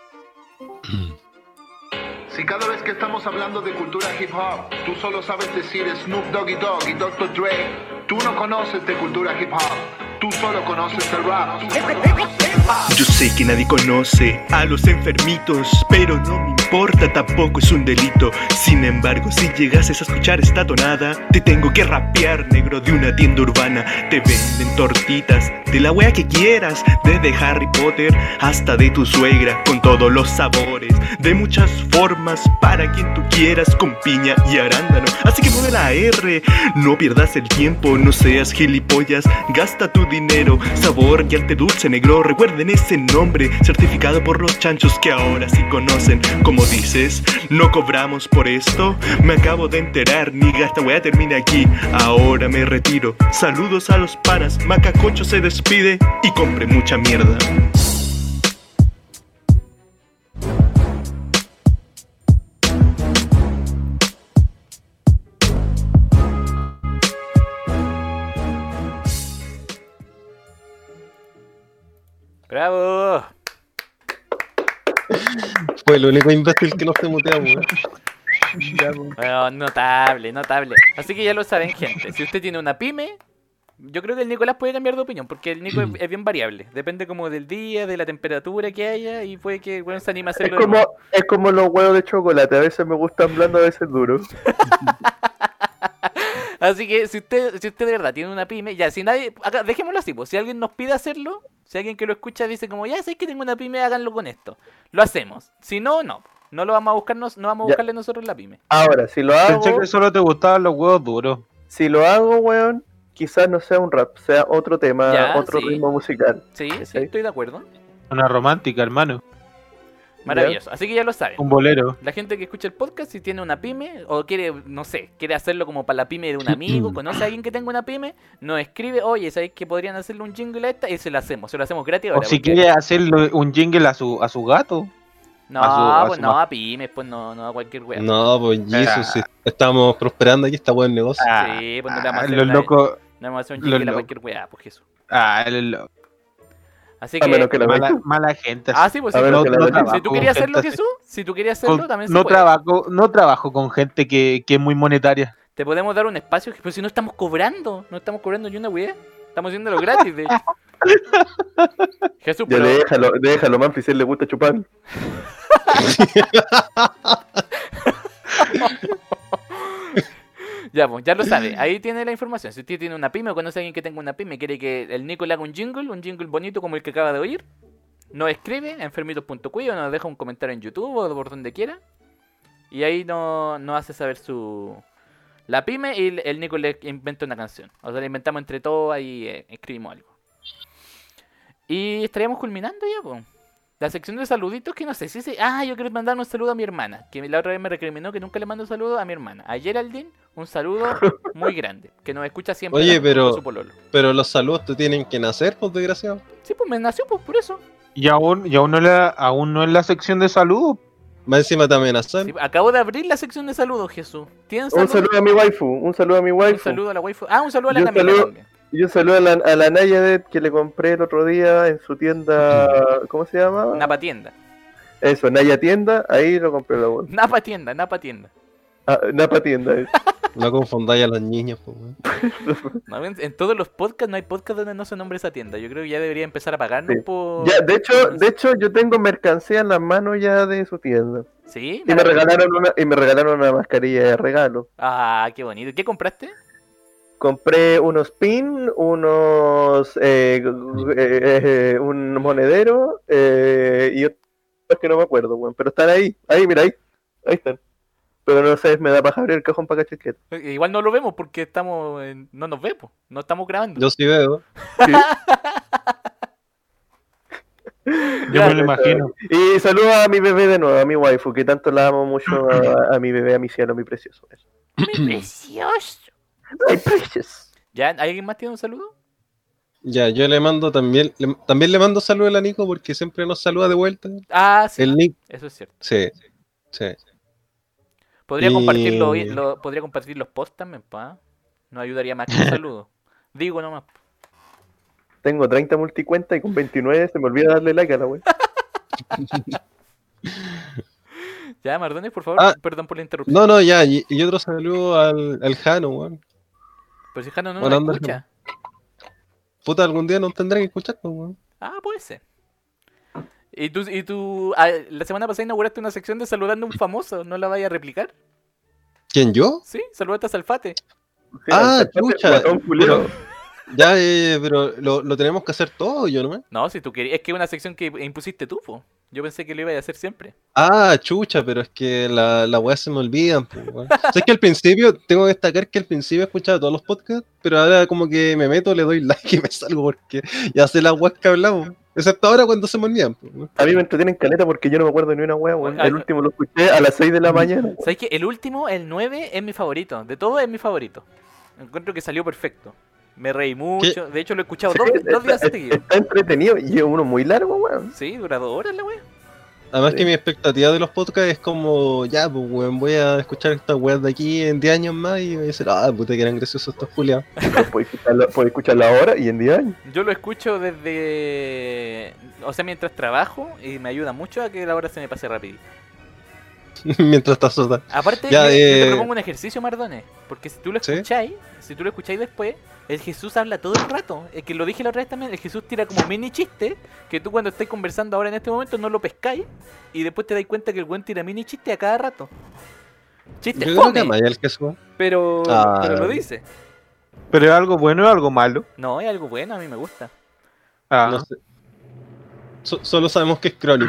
Si cada vez que estamos hablando de cultura hip hop, tú solo sabes decir Snoop Doggy Dogg y Dr. Dre, tú no conoces de cultura hip hop, tú solo conoces el rap. Yo sé que nadie conoce a los enfermitos, pero no me importa, tampoco es un delito. Sin embargo, si llegases a escuchar esta tonada, te tengo que rapear, negro, de una tienda urbana. Te venden tortitas de la wea que quieras, desde Harry Potter hasta de tu suegra, con todos los sabores, de muchas formas, para quien tú quieras, con piña y arándano. Así que mueve la R, no pierdas el tiempo, no seas gilipollas, gasta tu dinero. Sabor y arte dulce, negro, recuerden ese nombre, certificado por los chanchos que ahora sí conocen. Como dices, no cobramos por esto, me acabo de enterar, niga, esta wea termina aquí, ahora me retiro. Saludos a los panas, Macacocho se despide y compre mucha mierda. ¡Bravo! Fue el único imbécil que no se mutea, weón. Bueno, notable, notable. Así que ya lo saben, gente. Si usted tiene una pyme, yo creo que el Nicolás puede cambiar de opinión, porque el Nico es bien variable. Depende como del día, de la temperatura que haya, y puede que bueno, se anime a hacerlo. Es como los huevos de chocolate, a veces me gustan blandos, a veces duros. Así que si usted de verdad tiene una pyme, ya, si nadie, acá, dejémoslo así, pues, si alguien nos pide hacerlo, si alguien que lo escucha dice como, ya sé que tengo una pyme, háganlo con esto. Lo hacemos. Si no, no. No lo vamos a buscarnos, no vamos a Ya. buscarle nosotros la pyme. Ahora, si lo Pensé hago, que solo te gustaban los huevos duros. weón, quizás no sea un rap, sea otro tema, Ya, otro sí. ritmo musical. Sí, sí, ¿Cachai? estoy de acuerdo. Una romántica, hermano. Maravilloso. Así que ya lo saben. Un bolero. La gente que escucha el podcast, si tiene una pyme o quiere, no sé, quiere hacerlo como para la pyme de un amigo, conoce a alguien que tenga una pyme, nos escribe, oye, ¿sabéis que podrían hacerle un jingle a esta? Y se lo hacemos gratis O ahora. si porque- quiere hacerle un jingle a su gato. No, a pues su no, ma- a pymes, pues no a cualquier wea. No, pues Jesus, si estamos prosperando aquí, está buen negocio. Sí, pues no le vamos a hacer los una- locos. no vamos a hacer un los jingle a locos. cualquier wea, pues Jesús. Los locos. Así A menos que... que la Mala gente. Ah, sí, pues A si, ver, tú- que la si trabajo tú querías con hacerlo, gente así. Jesús, si tú querías hacerlo, también se no, puede. no trabajo con gente que es muy monetaria. Te podemos dar un espacio, pero si no estamos cobrando ni una wea. Estamos haciéndolo gratis, de hecho. Jesús, Ya pero... déjalo, man, si a él le gusta chupar. Ya, pues, ya lo sabe. Ahí tiene la información. Si usted tiene una pyme o conoce a alguien que tenga una pyme, quiere que el Nico le haga un jingle bonito como el que acaba de oír, nos escribe a enfermitos.cuy o nos deja un comentario en YouTube o por donde quiera. Y ahí nos hace saber la pyme y el Nico le inventa una canción. O sea, la inventamos entre todos y escribimos algo. Y estaríamos culminando ya, pues. La sección de saluditos que no sé si se... Ah, yo quiero mandar un saludo a mi hermana, que la otra vez me recriminó que nunca le mando saludo a mi hermana. A Geraldine, un saludo muy grande, que nos escucha siempre. Oye, con su pololo. pero los saludos te tienen que nacer, pues desgraciado. Sí, pues me nació pues por eso. Y aún no es la sección de salud. Más encima te amenazan. Sí, acabo de abrir la sección de saludos, Jesús. ¿Tienen Un saludos? saludo a mi waifu, un saludo a mi Un waifu. saludo a la waifu. Ah, un saludo a la Yo Camila saludo- también. Y un saludo a la Nayadet que le compré el otro día en su tienda. ¿Cómo se llama? Napa Tienda. Eso, Naya Tienda, ahí lo compré la waifu. Napa Tienda. Ah, Napa Tienda. No confundáis a los niños, pues, weón. No, en todos los podcasts no hay podcast donde no se nombre esa tienda. Yo creo que ya debería empezar a pagarnos Sí. por... Ya, de hecho, yo tengo mercancía en las manos ya de su tienda. ¿Sí? Y me regalaron una mascarilla de regalo. Ah, qué bonito. ¿Qué compraste? Compré unos pin, un monedero y otros que no me acuerdo, weón. Pero están ahí, mira, ahí están. Pero no sé, me da paja abrir el cajón para cachete. Igual no lo vemos porque estamos no nos vemos, no estamos grabando. Yo sí veo. Yo me lo imagino. Y saludo a mi bebé de nuevo, a mi waifu, que tanto la amo mucho, a mi bebé, a mi cielo, a mi precioso. Eso. ¡Mi precioso! Ay, precious. ¿Ya? ¿Alguien más tiene un saludo? Ya, yo le mando también le mando saludos a la Nico porque siempre nos saluda de vuelta. Ah, sí. El Nick, Eso es cierto. sí. Podría Y- podría compartir los posts también, pa. Nos ayudaría más que un saludo. Digo nomás. Tengo 30 multicuentas y con 29 se me olvida darle like a la wea. Ya, Mardones, por favor. Ah. Perdón por la interrupción. No, ya, y otro saludo al Jano, weón. Pero si Jano no Bueno, nos anda, escucha. Puta, algún día nos tendrán que escuchar, pues, weón. Ah, puede ser. ¿Y tú la semana pasada inauguraste una sección de saludando a un famoso? ¿No la vayas a replicar? ¿Quién, yo? Sí, saludaste a Salfate. Sí, Ah, al chucha, guatón culiao. Ya, pero lo tenemos que hacer todo, yo no. No, si tú querías. Es que es una sección que impusiste tú, po. Yo pensé que lo ibas a hacer siempre. Ah, chucha, pero es que la weá se me olvidan, pues, weón. Sabes que al principio, tengo que destacar que al principio escuchaba todos los podcasts, pero ahora como que me meto, le doy like y me salgo porque ya sé las weas que hablamos. Excepto ahora cuando se me olvidan, pues, weón. A mí me entretienen caleta porque yo no me acuerdo ni una wea, weón. El último lo escuché a las 6 de la mañana. weón. ¿Sabes qué? El último, el 9, es mi favorito. De todo es mi favorito. Encuentro que salió perfecto. Me reí mucho. De hecho, lo he escuchado Sí, dos días seguidos. está entretenido y es uno muy largo, weón. Sí, dura 2 horas la wea. Además Sí. que mi expectativa de los podcasts es como, ya, pues, weón, voy a escuchar estas weas de aquí en 10 años más y voy a decir, ah, puta que eran graciosos estos culiados. Podéis escucharlo ahora y en 10 años. Yo lo escucho desde... O sea, mientras trabajo y me ayuda mucho a que la hora se me pase rapidito. Mientras estás sota. Aparte, Ya, yo te propongo un ejercicio, Mardones. Porque si tú lo ¿Sí? escucháis, después, el Jesús habla todo el rato. Es que lo dije la otra vez también, el Jesús tira como mini chiste, que tú cuando estáis conversando ahora en este momento no lo pescáis, y después te dais cuenta que el buen tira mini chiste a cada rato. Chiste Yo creo que fome, Maya el que suba. pero lo dice. ¿Pero es algo bueno o algo malo? No, es algo bueno, a mí me gusta. Ah, No sé. Solo sabemos que es crónico.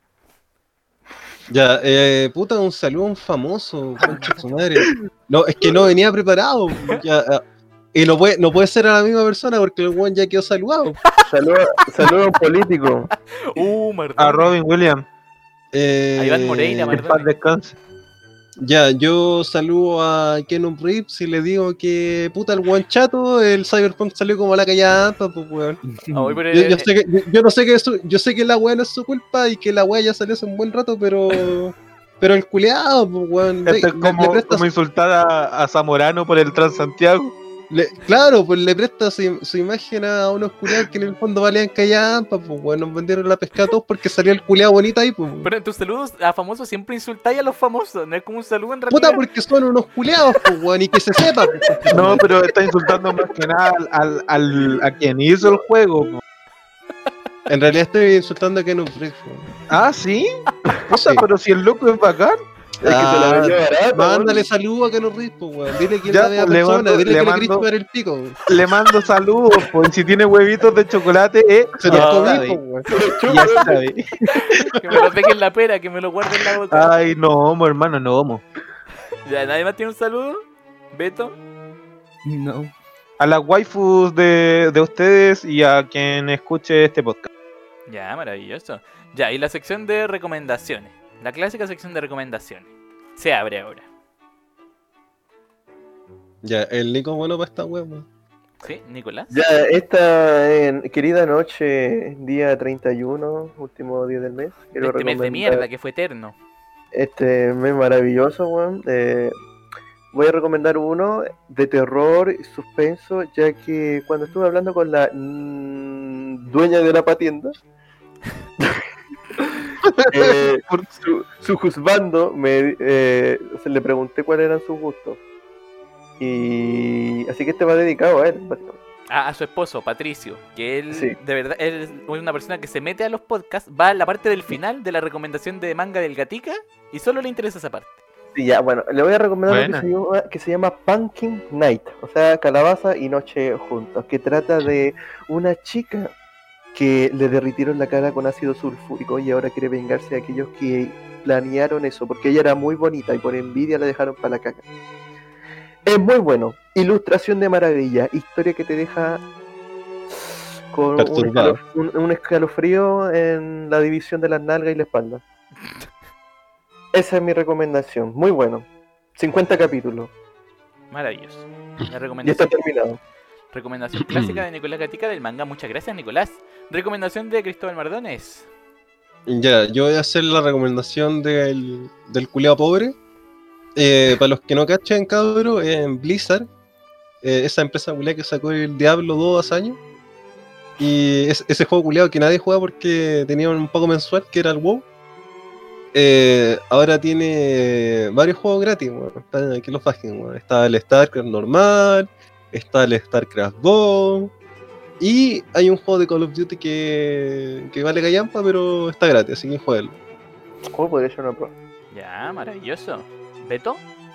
Ya, puta, un saludo a un famoso, concha de su madre. No, es que no venía preparado. Ya, y no puede ser a la misma persona porque el weón ya quedó saludado. Saludos a un político. Mardones. a Robin Williams. A Iván Moreira, Que en paz descanse. Ya, yo saludo a Keanu Reeves y le digo que puta el weón chato, el Cyberpunk salió como a la callampa, pues weón. Ay, pero, Yo no sé que yo sé que la weá no es su culpa y que la weá ya salió hace un buen rato, pero el culeado, pues weón. Esto es le como, presta como insultar a Zamorano por el Transantiago. claro, pues le presta su imagen a unos culeados que en el fondo valían callampa, pues weón, nos vendieron la pesca a todos porque salió el culeado bonito ahí, pues. pero en tus saludos a famosos siempre insultáis a los famosos, no es como un saludo en realidad. Puta, porque son unos culeados, pues weón, y que se sepa, pues. No, pero está insultando más que nada a quien hizo el juego. po. En realidad estoy insultando a Keanu Reeves, weón. Ah, ¿sí? Puta, Sí. pero si el loco es bacán. Es que se la vendió barata, Mándale weón. saludo a Keanu Reeves, pues weón. Dile que es Ya, la media pues, le persona, mando- dile le que le mando- querés chupar el pico, weón. Le mando saludos, pues si tiene huevitos de chocolate, Se los ya comí, sabe. pues weón. Ya sabe. Que me los deje en la pera, que me lo guarde en la boca. Ay, no homo, hermano, no homo. Ya, ¿nadie más tiene un saludo? ¿Beto? No. A las waifus de ustedes y a quien escuche este podcast. Ya, maravilloso. Ya, y la sección de recomendaciones. La clásica sección de recomendaciones. Se abre ahora. Ya, el Nico bueno para esta web. ¿Sí, Nicolás? Ya, esta querida noche, día 31, último día del mes. Quiero Este mes de recomendar mierda que fue eterno. este mes maravilloso, weón. Voy a recomendar uno de terror y suspenso, ya que cuando estuve hablando con la dueña de la patienda, su juzgando, se le pregunté cuáles eran sus gustos. Y así que este va dedicado a él, básicamente. A su esposo, Patricio, que él Sí. de verdad es una persona que se mete a los podcasts, va a la parte del final de la recomendación de manga del Gatica y solo le interesa esa parte. Sí, ya, bueno, le voy a recomendar Buena. lo que se llama Pumpkin Night, o sea, calabaza y noche juntos, que trata de una chica que le derritieron la cara con ácido sulfúrico y ahora quiere vengarse de aquellos que planearon eso, porque ella era muy bonita y por envidia la dejaron para la caca. Es muy bueno, ilustración de maravilla, historia que te deja con Perturbado. un escalofrío en la división de las nalgas y la espalda. Esa es mi recomendación, muy bueno. 50 capítulos. Maravilloso. La Y está recomendación, terminado. recomendación clásica de Nicolás Gatica del manga. Muchas gracias, Nicolás. Recomendación de Cristóbal Mardones. Ya, yo voy a hacer la recomendación del culiao pobre. Para los que no cachen, cabrón, en Blizzard, esa empresa culiao que sacó el Diablo 2 hace años. Y ese juego culiao que nadie juega porque tenía un pago mensual, que era el WoW. Ahora tiene varios juegos gratis, weón. Para que los bajen, weón. Está el StarCraft normal, está el StarCraft 2. Y hay un juego de Call of Duty que vale callampa, pero está gratis, así que jueguenlo. ¿Cómo podría ser una prueba? Ya, maravilloso. ¿Beto?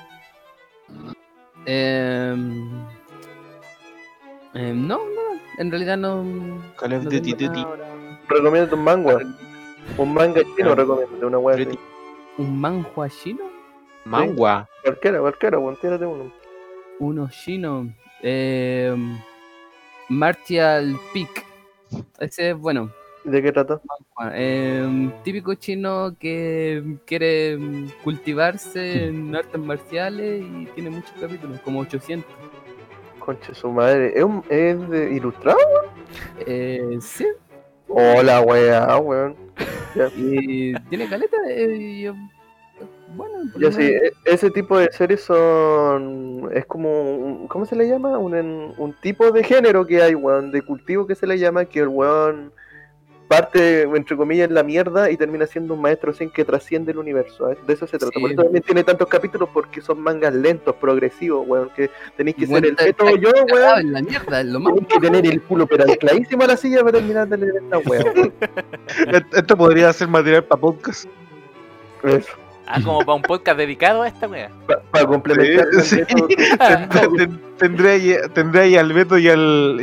No, en realidad no. Call of no Duty tengo Duty. nada ahora. Recomiendo un manga. Un manga chino, recomiendo una wea así. ¿Un manhua chino? Mangua. Cualquiera, weón, tírate uno. Uno chino. Martial Peak. Ese es bueno. ¿De qué trata? Típico chino que quiere cultivarse en artes marciales y tiene muchos capítulos, como 800. Concha su madre. ¿Es de ilustrado? Sí, Hola, weón. Ya, y tiene caleta. Bueno, por ya lo sí, menos- ese tipo de series son. Es como. ¿Cómo se le llama? Un tipo de género que hay, weón. De cultivo que se le llama. Que el weón parte, entre comillas, en la mierda y termina siendo un maestro sin que trasciende el universo. De eso se trata. Sí. Por eso también tiene tantos capítulos, porque son mangas lentos, progresivos, weón. Que tenéis que ser el Está peto yo, cagado weón. en la mierda, es lo más. Tienes que tener el culo pero ancladísimo a la silla para terminar de leer esta weón. Esto podría ser material para podcast. Eso. Ah, como para un podcast dedicado a esta wea. Para complementar Sí, también Tendré ahí al Beto y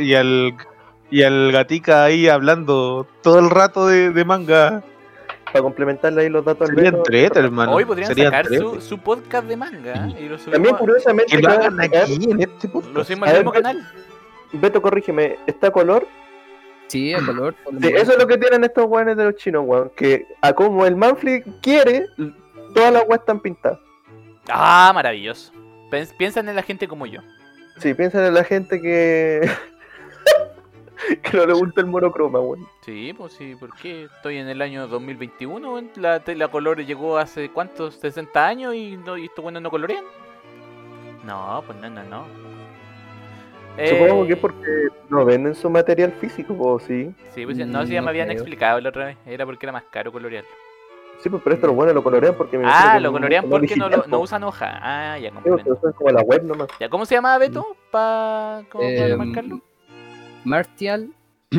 al Gatica ahí hablando todo el rato de manga. para complementarle ahí los datos al Sería Beto. entrete, hermano. Hoy podrían Sería sacar entrete. su podcast de manga y lo También subimos, curiosamente Que lo acaban hagan de sacar- aquí en este podcast. lo subimos A al ver, mismo canal. Beto, corrígeme, ¿está a color? Sí, el color. Sí, eso es lo que tienen estos weones de los chinos, weón. Que a como el Manfred quiere, todas las weas están pintadas. Ah, maravilloso. Piensan en la gente como yo. Sí, piensan en la gente que. que no le gusta el monocroma, weón. Sí, pues sí, ¿por qué? Estoy en el año 2021, weón. La color llegó hace ¿cuántos? 60 años y estos buenos no colorean. No, pues no. Supongo que es porque no venden su material físico, o sí. Sí, pues no, sí, ya No me habían creo. explicado la otra vez. Era porque era más caro colorearlo. Sí, pues pero esto los buenos lo colorean porque me imagino Ah, que lo no- colorean no porque digital, no po. usan hoja. Ah, ya Sí, porque comprendo. usan como la web nomás. Ya, ¿cómo se llamaba Beto? ¿Para marcarlo? Martial.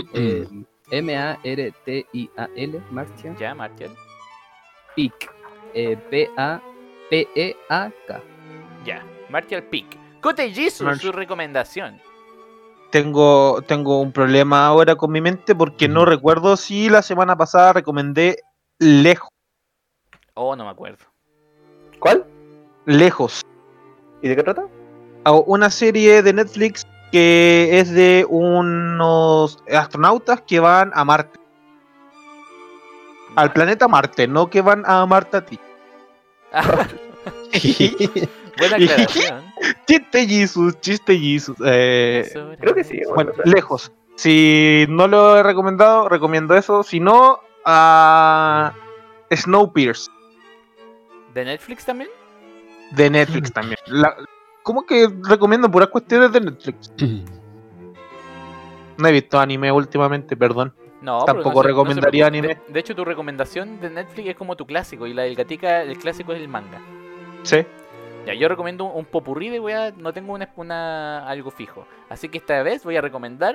Martial. Martial. Ya, Martial. Peak. P-A-P-E-A-K. Ya, Martial Peak. Kote Jesus, March- su recomendación. Tengo un problema ahora con mi mente porque no recuerdo si la semana pasada recomendé Lejos. Oh, no me acuerdo. ¿Cuál? Lejos. ¿Y de qué trata? Una serie de Netflix que es de unos astronautas que van a Marte. Al planeta Marte, no que van a amarte a ti. Buena aclaración. Chiste Jesus. Creo que sí, Bueno, lejos. Si no lo he recomendado, recomiendo eso. Si no, a Snowpiercer. ¿De Netflix también? De Netflix también. ¿Cómo que recomiendo puras cuestiones de Netflix? No he visto anime últimamente, perdón. No, Tampoco pero no recomendaría preocupe. anime. De hecho, tu recomendación de Netflix es como tu clásico. Y la del Gatica, el clásico es el manga. Sí. Ya, yo recomiendo un popurrí de weá, no tengo algo fijo. Así que esta vez voy a recomendar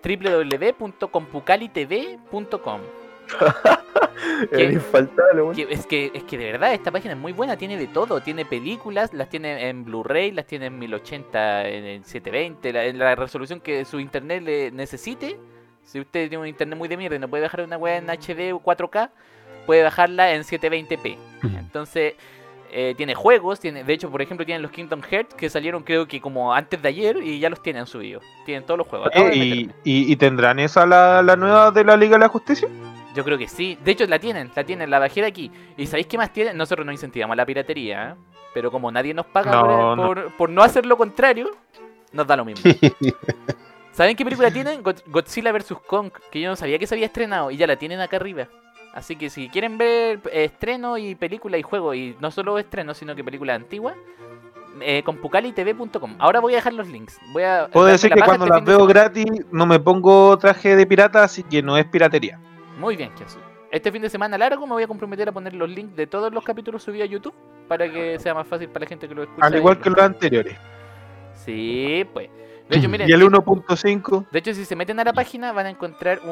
www.compucalitv.com. Es infaltable, weón. Es que de verdad esta página es muy buena, tiene de todo, tiene películas, las tiene en Blu-ray, las tiene en 1080, en 720, en la resolución que su internet le necesite. Si usted tiene un internet muy de mierda y no puede bajar una weá en HD o 4K, puede bajarla en 720p. Entonces, tiene juegos, de hecho, por ejemplo, tienen los Kingdom Hearts que salieron creo que como antes de ayer y ya los tienen subidos. Tienen todos los juegos. Acabo de meterme. ¿Y tendrán esa la nueva de la Liga de la Justicia? Yo creo que sí. De hecho, la bajé de aquí. ¿Y sabéis qué más tienen? Nosotros no incentivamos la piratería, ¿eh? Pero como nadie nos paga por no hacer lo contrario, nos da lo mismo. ¿Saben qué película tienen? Godzilla vs. Kong, que yo no sabía que se había estrenado y ya la tienen acá arriba. Así que si quieren ver estreno y película y juego, y no solo estreno, sino que películas antiguas, compucalitv.com. Ahora voy a dejar los links. Puedo decir que cuando las veo gratis no me pongo traje de pirata, así que no es piratería. Muy bien, Jesús. Este fin de semana largo me voy a comprometer a poner los links de todos los capítulos subidos a YouTube para que sea más fácil para la gente que lo escucha. Al igual que los anteriores. Sí, pues. De hecho, miren, y el 1.5. De hecho, si se meten a la página van a encontrar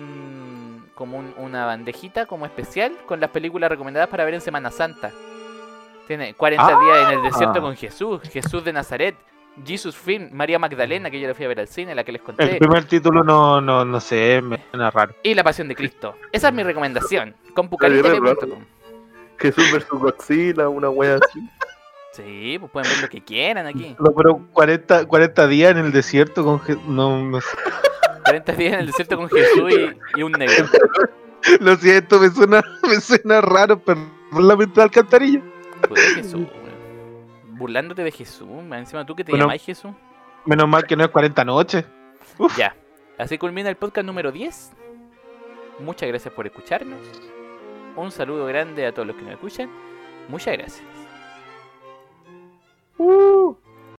una bandejita como especial con las películas recomendadas para ver en Semana Santa. Tiene 40 días en el desierto con Jesús, Jesús de Nazaret, Jesus Film, María Magdalena, que yo la fui a ver al cine, la que les conté. El primer título no sé, me suena raro. Y La Pasión de Cristo. Esa es mi recomendación. Compucalitv.com. Jesús vs. Godzilla, una wea así. Sí, pues pueden ver lo que quieran aquí. No, pero 40 días en el desierto con Jesús. No sé. 40 días en el desierto con Jesús y un negro. Lo siento, me suena raro, pero la mente de alcantarilla. Puta Jesús, weón. Burlándote de Jesús, man. Encima tú que te llamáis Jesús. Menos mal que no es 40 noches. Uf. Ya. Así culmina el podcast número 10. Muchas gracias por escucharnos. Un saludo grande a todos los que nos escuchan. Muchas gracias.